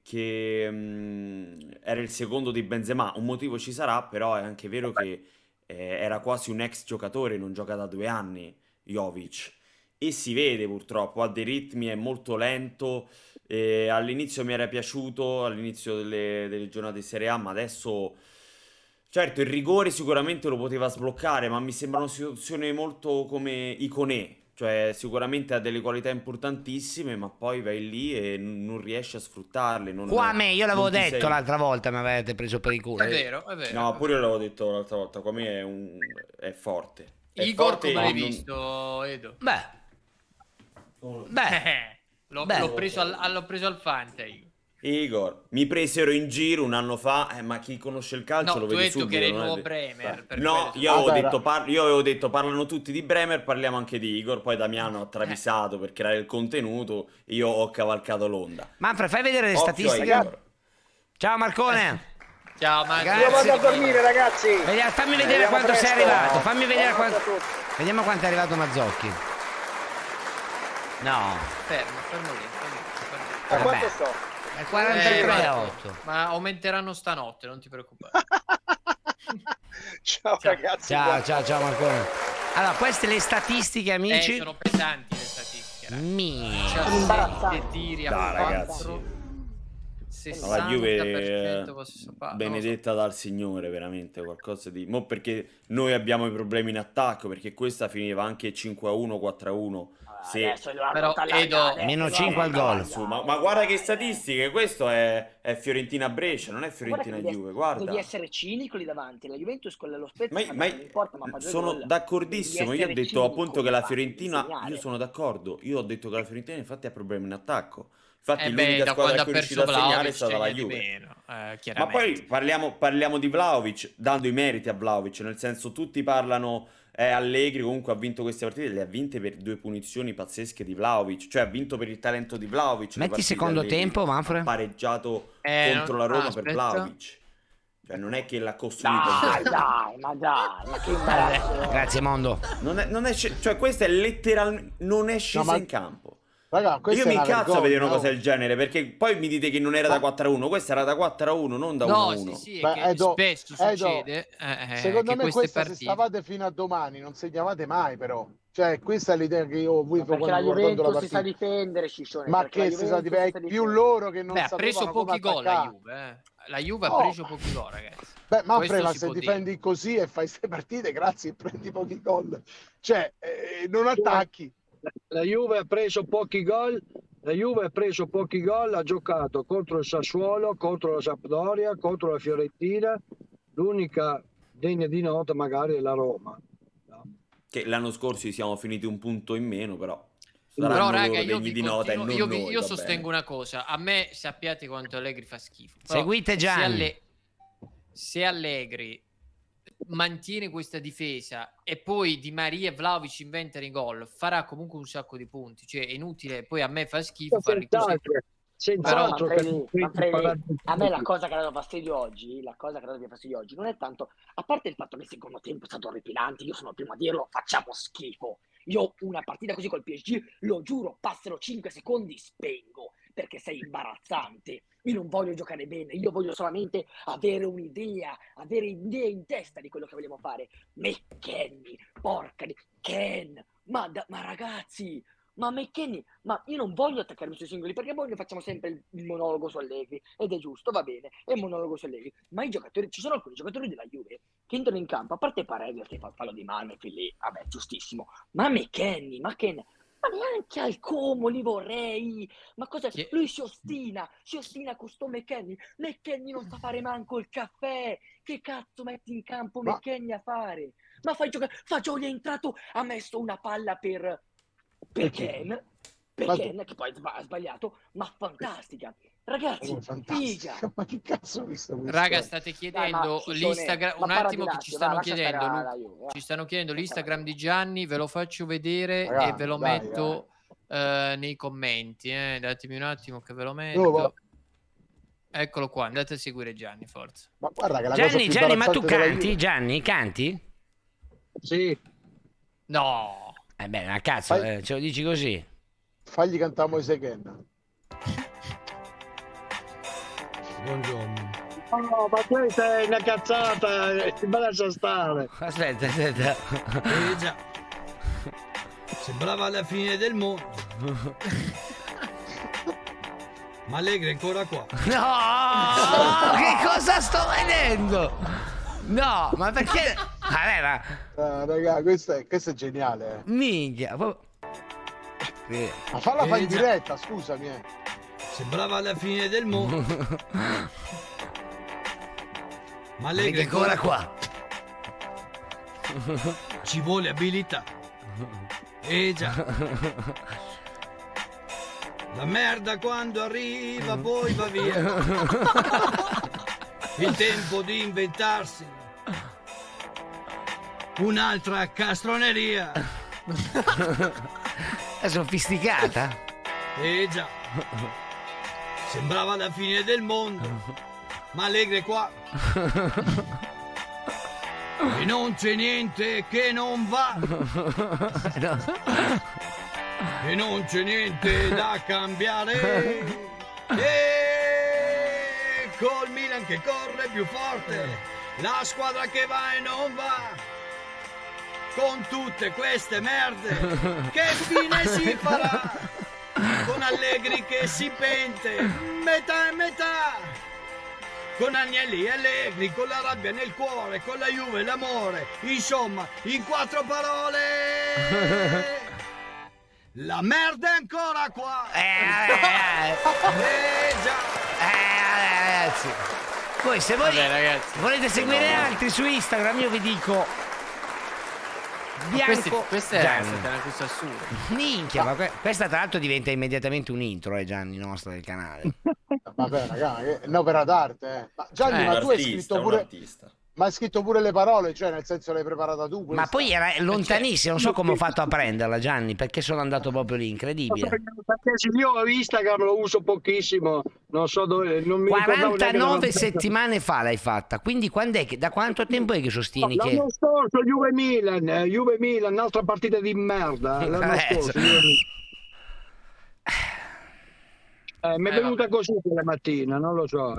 era il secondo di Benzema, un motivo ci sarà, però è anche vero che era quasi un ex giocatore, non gioca da 2 anni Jovic, e si vede purtroppo, ha dei ritmi, è molto lento, all'inizio mi era piaciuto, all'inizio delle giornate di Serie A, ma adesso... Certo, il rigore sicuramente lo poteva sbloccare, ma mi sembra una situazione molto come Iconè. Cioè sicuramente ha delle qualità importantissime, ma poi vai lì e non riesci a sfruttarle. Io l'avevo detto l'altra volta, mi avete preso per il culo. È vero. No, pure io l'avevo detto l'altra volta, Quame è forte. Igor, come l'hai visto, Edo? L'ho preso al Fante. Igor, mi presero in giro un anno fa, ma chi conosce il calcio lo vede subito. Tu hai detto che era il nuovo Bremer. No, io avevo detto parlano tutti di Bremer, parliamo anche di Igor, poi Damiano ha travisato per creare il contenuto, io ho cavalcato l'onda. Manfred, fai vedere le statistiche. Ciao Marcone. Ciao Marco. Io vado a dormire, ragazzi. Fammi vedere quanto sei arrivato. Fammi vedere quanto. Vediamo quanto è arrivato Mazzocchi. No. Fermo lì. A quanto sto? È 43,8. Ma aumenteranno stanotte, non ti preoccupare. Ciao ragazzi. Ciao Marcone. Allora, queste le statistiche, amici. Sono pesanti le statistiche. Imbarazzante. Tiri a ragazzi. La Juve benedetta dal Signore, veramente qualcosa di... Mo perché noi abbiamo i problemi in attacco, perché questa finiva anche 5-1, 4-1. Se... Però Edo meno 5 al gol. Ma guarda che statistiche, questo è Fiorentina-Brescia, non è Fiorentina-Juve, guarda. Devi essere cinico lì davanti, la Juventus con lo Spezia non importa, ma sono d'accordissimo, io ho detto appunto che la Fiorentina, io sono d'accordo, io ho detto che la Fiorentina infatti ha problemi in attacco. Infatti l'unica squadra che è riuscita a segnare è stata la Juve. Ma poi parliamo di Vlahovic, dando i meriti a Vlahovic, nel senso tutti parlano Allegri comunque ha vinto queste partite, le ha vinte per 2 punizioni pazzesche di Vlahovic, cioè ha vinto per il talento di Vlahovic. Metti secondo tempo, Manfred. Ha pareggiato contro la Roma per Vlahovic. Cioè non è che l'ha costruito. Ma che imbarazzo. Grazie mondo. Non è cioè questa è letteralmente non è scesa in campo. Raga, io mi incazzo a vedere una cosa del genere, perché poi mi dite che non era da 4-1, questa era da 4-1, non da 1-1. Sì, spesso succede. Secondo me questa, se stavate fino a domani non segnavate mai, però. Cioè, questa è l'idea che io ho avuto perché la Juventus si sa difendere, Ciccione. Ma che si sa difendere? Più loro che non sapevano ha preso pochi gol la Juve. La Juve ha preso pochi gol, ragazzi. Beh, ma se difendi così e fai 6 partite, grazie, prendi pochi gol. Cioè, non attacchi. La Juve ha preso pochi gol. La Juve ha preso pochi gol, ha giocato contro il Sassuolo, contro la Sampdoria, contro la Fiorentina. L'unica degna di nota magari è la Roma. No. Che l'anno scorso siamo finiti un punto in meno, però. Però raga, io sostengo una cosa. A me sappiate quanto Allegri fa schifo. Però seguite Gianni. Se Allegri mantiene questa difesa e poi Di Maria e Vlahovic inventano i gol, farà comunque un sacco di punti, cioè è inutile, poi a me fa schifo farli così. Senz'altro. A me la cosa che ha dato fastidio oggi, non è tanto, a parte il fatto che il secondo tempo è stato orripilante, io sono il primo a dirlo, facciamo schifo. Io una partita così col PSG, lo giuro, passano 5 secondi, spengo, perché sei imbarazzante. Io non voglio giocare bene, io voglio solamente avere un'idea, avere idee in testa di quello che vogliamo fare. McKennie, porca di... Ken, ma ragazzi, ma McKennie, ma io non voglio attaccarmi sui singoli, perché poi noi facciamo sempre il monologo su Allegri, ed è giusto, va bene, è un monologo su Allegri, ma i giocatori, ci sono alcuni giocatori della Juve che entrano in campo, a parte Paredes che fa il fallo di mano, e lì, vabbè, giustissimo, ma McKennie, ma neanche al Como li vorrei, ma cosa? Lui si ostina con sto McKennie non sa fare manco il caffè, che cazzo metti in campo McKennie a fare? Ma fai giocare, Fagioli è entrato, ha messo una palla per Ken, che poi ha sbagliato, ma fantastica. Ragazzi, figa. Ma che cazzo ho visto questo? Raga, state chiedendo l'Instagram, un attimo che ci stanno chiedendo l'Instagram di Gianni, ve lo faccio vedere e ve lo metto nei commenti, datemi un attimo che ve lo metto. Eccolo qua, andate a seguire Gianni, forza. Ma guarda che la Gianni, ma tu canti? Gianni, canti? Sì. No. Beh, ma cazzo, ce lo dici così? Fagli cantare Moise Ken. Buongiorno. No, ma questa è una cazzata, ma lascia stare. Aspetta. Già. Sembrava la fine del mondo. Ma Allegri è ancora qua. No! Che cosa sto vedendo? No, ma perché? Raga, questo è geniale. Minchia. Ma falla in diretta, scusami. Sembrava la fine del mondo. Ma Allegri è ancora qua. Ci vuole abilità. Già. La merda quando arriva poi va via. Il tempo di inventarsi un'altra castroneria. È sofisticata. Già. Sembrava la fine del mondo, ma Allegri è qua. E non c'è niente che non va. E non c'è niente da cambiare. E col Milan che corre più forte, la squadra che va e non va. Con tutte queste merde, che fine si farà? Con Allegri che si pente, metà e metà. Con Agnelli e Allegri, con la rabbia nel cuore, con la Juve, l'amore. Insomma, in 4 parole, la merda è ancora qua. Già. Ragazzi, poi se voi volete seguire altri su Instagram, io vi dico Bianco. Questa è una cosa assurda. Minchia, ma questa tra l'altro diventa immediatamente un intro, Gianni, nostro del canale. Vabbè, ragazzi, è un'opera d'arte. Ma Gianni, ma tu hai scritto pure. Ma hai scritto pure le parole, cioè nel senso l'hai preparata tu questa? Ma poi era lontanissimo, non so come ho fatto a prenderla, Gianni, perché sono andato proprio lì, incredibile. Perché io Instagram lo uso pochissimo, non so dove, non mi 49 settimane fa l'hai fatta, quindi da quanto tempo è che sostieni che... L'anno scorso Juve Milan, un'altra partita di merda, l'anno scorso. Mi è venuta così quella mattina, non lo so.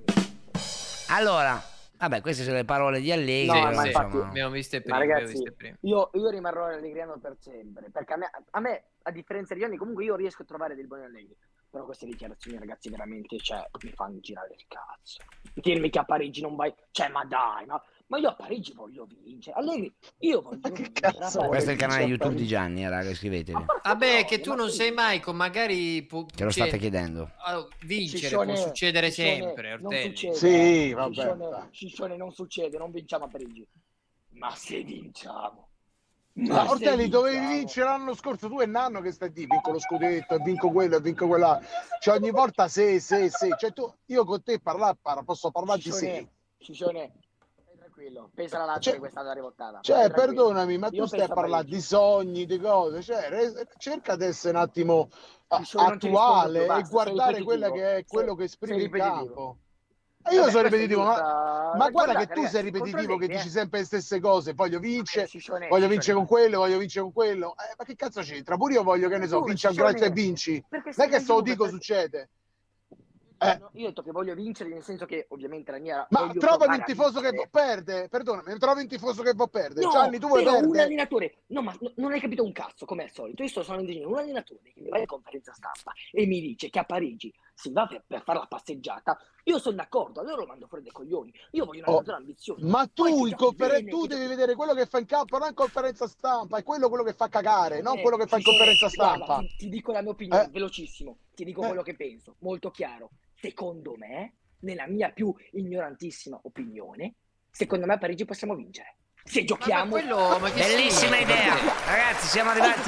Allora... Vabbè, queste sono le parole di Allegri. No, ma infatti, abbiamo viste prima. Ragazzi, io rimarrò allegriano per sempre, perché a me, a differenza di Gianni, comunque io riesco a trovare del buoni Allegri. Però queste dichiarazioni, ragazzi, veramente, cioè, mi fanno girare il cazzo. Dirmi che a Parigi non vai... Cioè, ma dai, ma io a Parigi voglio vincere. Allegri, io voglio vincere. Questo è il canale YouTube di Gianni, raga, iscrivetevi. Vabbè, che tu non sei mai con magari... Che lo state chiedendo. Vincere può succedere sempre, Ortelli. Sì, vabbè. Ciccione, non succede, non vinciamo a Parigi. Ma se vinciamo... Ma Ortelli, dovevi vincere l'anno scorso, tu e Nanno che stai di vinco lo scudetto, vinco quello e vinco quella. Cioè ogni volta se. Cioè io con te posso parlare di sé. Ciccione, stai tranquillo, pensa alla Lazio che quest'anno è rivoltata. Cioè, perdonami, ma tu stai a parlare di sogni, di cose, cioè cerca di essere un attimo attuale e guardare quella che è quello che esprime il campo. Io sono ripetitivo, ma guarda che tu sei ripetitivo, che dici sempre le stesse cose. Voglio vincere con quello, voglio vincere con quello. Ma che cazzo c'entra? Pure io voglio, che ne so, vinci al grazia e vinci. Non è che sto dico succede. Io ho detto che voglio vincere, nel senso che ovviamente la mia... Ma trovami un tifoso che perde, perdonami, trovi un tifoso che può perdere. No, Gianni, tu vuoi perdere? Un allenatore, no, ma non hai capito un cazzo, come al solito. Io sto solamente dicendo un allenatore che mi va in conferenza stampa e mi dice che a Parigi si va per fare la passeggiata. Io sono d'accordo, allora lo mando fuori dai coglioni. Io voglio un allenatore ambizioso. Ma tu tu devi vedere quello che fa in campo, non in conferenza stampa, è quello che fa cagare, non quello che fa in conferenza stampa. Guarda, ti dico la mia opinione, velocissimo. Ti dico quello che penso, molto chiaro. Secondo me, nella mia più ignorantissima opinione, secondo me a Parigi possiamo vincere. Se giochiamo... Bellissima idea! Ragazzi, siamo arrivati...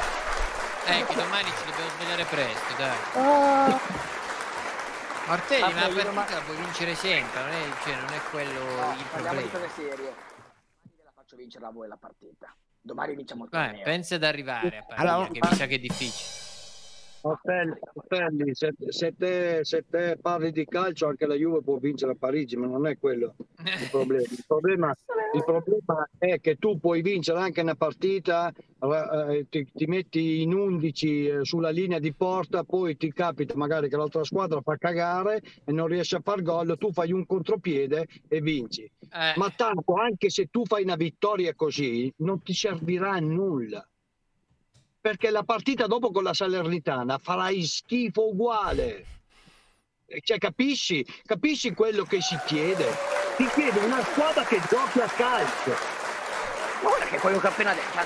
che domani ci dobbiamo svegliare presto, dai. Martelli, ma la partita la puoi vincere sempre, non è quello il parliamo di problema. cose serie. Domani la faccio vincere a voi la partita. Domani vinciamo il torneo. Pensa ad arrivare a Parigi, che mi sa che è difficile. Ortelli, se te parli di calcio, anche la Juve può vincere a Parigi, ma non è quello il problema. Il problema è che tu puoi vincere anche una partita, ti metti in 11 sulla linea di porta, poi ti capita magari che l'altra squadra fa cagare e non riesce a far gol, tu fai un contropiede e vinci. Ma tanto, anche se tu fai una vittoria così, non ti servirà a nulla. Perché la partita dopo con la Salernitana farai schifo uguale. Cioè, capisci quello che si chiede? Ti chiede una squadra che giochi a calcio. Guarda che quello che appena detto.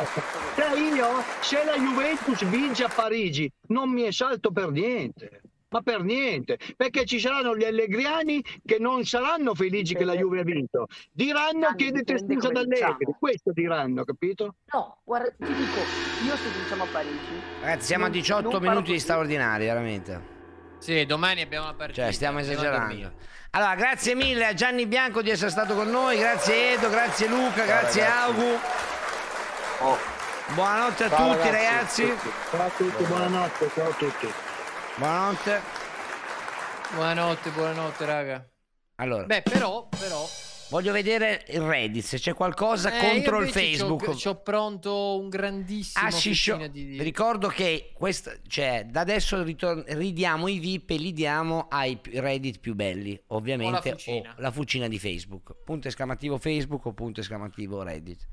Cioè io, se la Juventus vince a Parigi, non mi esalto per niente. Ma per niente, perché ci saranno gli allegriani che non saranno felici che la Juve ha vinto. Diranno chiedete scusa ad Allegri, questo diranno, capito? No, guarda, ti dico, io se vinciamo a Parigi... Ragazzi, siamo a 18 minuti di straordinari, veramente. Sì, domani abbiamo una partita. Cioè, stiamo esagerando. Allora, grazie mille a Gianni Bianco di essere stato con noi, grazie Edo, grazie Luca, grazie Augu. Buonanotte a tutti, ragazzi. Ciao a tutti, buonanotte, ciao a tutti. Buonanotte, raga. Allora. Beh, però... Voglio vedere il Reddit, se c'è qualcosa contro il Facebook. C'ho pronto un grandissimo Vi ricordo che cioè, da adesso ridiamo i VIP e li diamo ai Reddit più belli, ovviamente, o la fucina di Facebook. Punto esclamativo Facebook o punto esclamativo Reddit.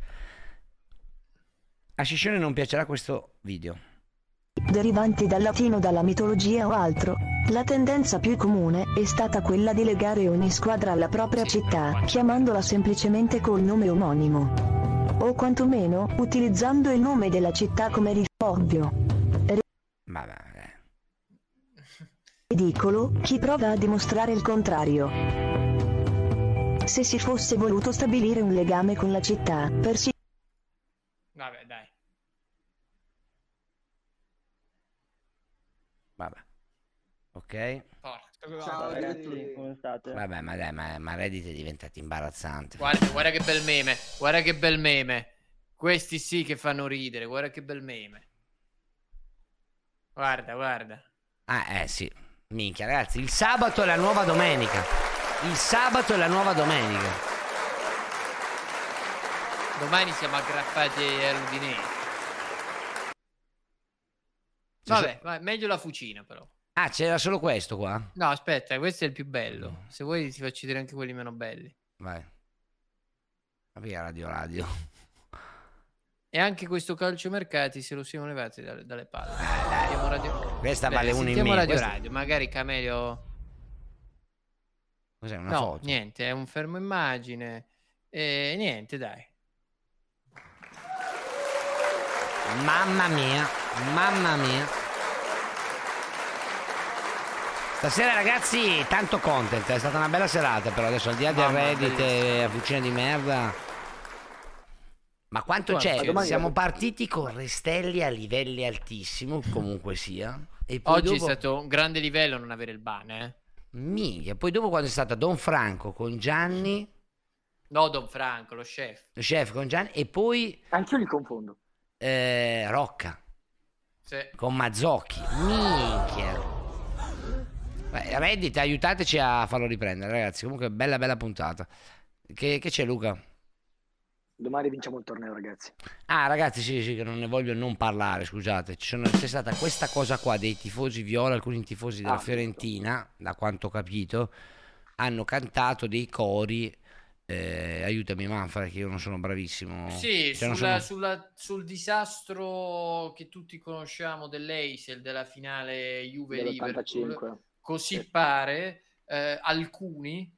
A Sciscione non piacerà questo video. Derivanti dal latino, dalla mitologia o altro, la tendenza più comune è stata quella di legare ogni squadra alla propria città, chiamandola semplicemente col nome omonimo. O quantomeno, utilizzando il nome della città come ricordo. Ridicolo chi prova a dimostrare il contrario. Se si fosse voluto stabilire un legame con la città, Vabbè, dai. Vabbè. Ok. Ciao ragazzi, come state? Vabbè, ma dai, ma Reddit è diventato imbarazzante. Guarda che bel meme. Guarda che bel meme. Questi sì che fanno ridere. Guarda che bel meme. Guarda. Ah, sì. Minchia, ragazzi, il sabato è la nuova domenica. Domani siamo aggrappati all'Udinese. Vabbè, meglio la fucina però. Ah, c'era solo questo qua? No, aspetta, questo è il più bello. Se vuoi ti faccio vedere anche quelli meno belli. Vai. Ma via radio. E anche questo calciomercati se lo siamo levati dalle palle. Questa vale uno in meno. Radio, magari Camelio. Cos'è, una no, foto? Niente, è un fermo immagine. E niente, dai. Mamma mia. Stasera ragazzi tanto content, è stata una bella serata, però adesso al di là del Reddit e la fucina di merda. Ma quanto c'è? Siamo partiti con Restelli a livelli altissimi, comunque sia. E poi oggi dopo... è stato un grande livello non avere il ban, Minchia, poi dopo quando è stata Don Franco con Gianni. No, Don Franco, lo chef. Lo chef con Gianni e poi... Anch'io li confondo. Rocca. Sì. Con Mazzocchi. Minchia. Reddit, aiutateci a farlo riprendere, ragazzi. Comunque bella puntata. Che c'è, Luca? Domani vinciamo il torneo, ragazzi. Ah, ragazzi, sì, che non ne voglio non parlare, scusate. C'è stata questa cosa qua dei tifosi viola, alcuni tifosi della Fiorentina, da quanto ho capito, hanno cantato dei cori. Aiutami Manfred, che io non sono bravissimo. Sì, sul disastro che tutti conosciamo dell'Eisel, della finale Juve-Liverpool. Così pare, alcuni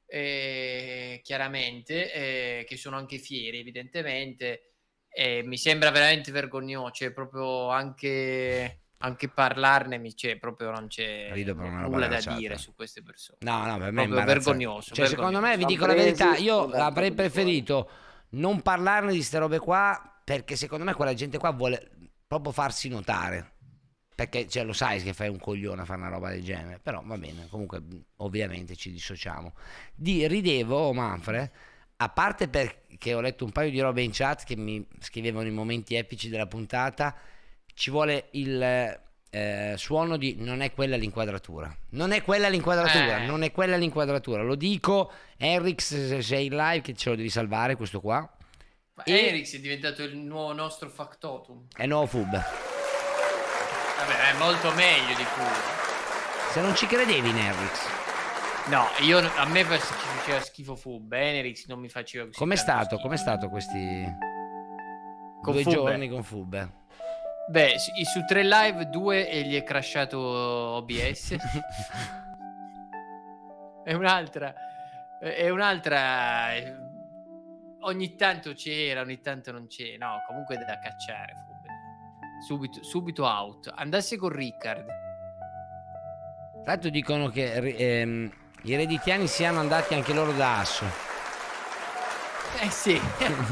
chiaramente che sono anche fieri evidentemente, mi sembra veramente vergognoso, cioè proprio anche parlarne proprio non c'è nulla da dire su queste persone. No, per me è vergognoso. Cioè, secondo me, vi dico la verità, io avrei preferito non parlarne di ste robe qua, perché secondo me quella gente qua vuole proprio farsi notare. Perché lo sai che fai un coglione a fare una roba del genere. Però va bene, comunque ovviamente ci dissociamo. Ridevo, Manfred, a parte perché ho letto un paio di robe in chat che mi scrivevano i momenti epici della puntata. Ci vuole il suono di non è quella l'inquadratura. Non è quella l'inquadratura. Lo dico, Enrix, se sei in live, che ce lo devi salvare questo qua. Ma Enrix è diventato il nuovo nostro factotum. È nuovo Fub. Vabbè, è molto meglio di Fub. Se non ci credevi in Enrix. No, a me faceva schifo Fub. Enrix non mi faceva così. Com'è stato questi con 2 Fub? Giorni con Fub? Beh, su 3 live 2 e gli è crashato OBS. E un'altra ogni tanto c'era, ogni tanto non c'è. No, comunque è da cacciare Fub. Subito out. Andasse con Riccard. Tra l'altro dicono che i redditiani siano andati anche loro da Asso. Sì.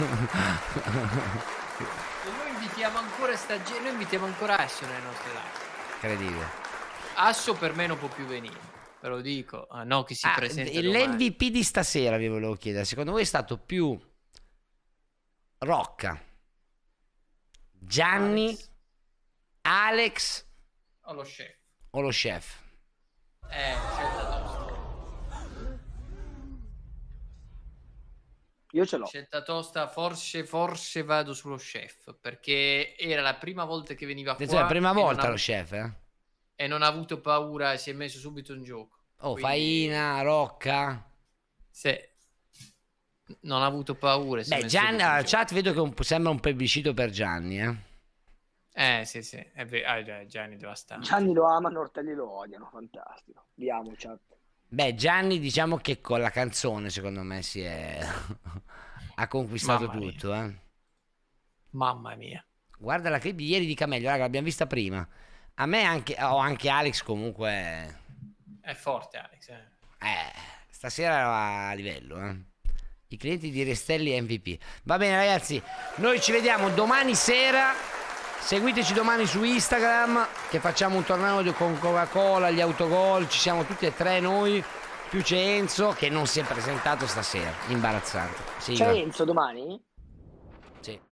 Noi invitiamo ancora noi invitiamo ancora Asso nelle nostre live. Incredibile. Asso per me non può più venire, ve lo dico. No, che si presenta l'MVP di stasera vi volevo chiedere, secondo voi è stato più Rocca, Gianni, Alex o lo chef? O lo chef? Scelta tosta. Io ce l'ho. Scelta tosta, forse vado sullo chef, perché era la prima volta che veniva qua. La prima volta lo chef, E non ha avuto paura, si è messo subito in gioco. Quindi... Faina, Rocca. Sì. Non ha avuto paura. Gianni, alla chat vedo che sembra un plebiscito per Gianni, sì, è vero. Gianni devastante. Gianni lo amano, Ortelli lo odiano, fantastico. Li amo, chat. Gianni diciamo che con la canzone secondo me ha conquistato tutto. Mamma mia. Guarda la clip di ieri di Camello, raga, l'abbiamo vista prima. A me anche Alex comunque è forte Alex. Stasera era a livello. I clienti di Restelli MVP. Va bene ragazzi, noi ci vediamo domani sera. Seguiteci domani su Instagram, che facciamo un torneo con Coca-Cola, gli autogol, ci siamo tutti e tre noi, più c'è Enzo che non si è presentato stasera, imbarazzante. C'è Enzo domani? Sì.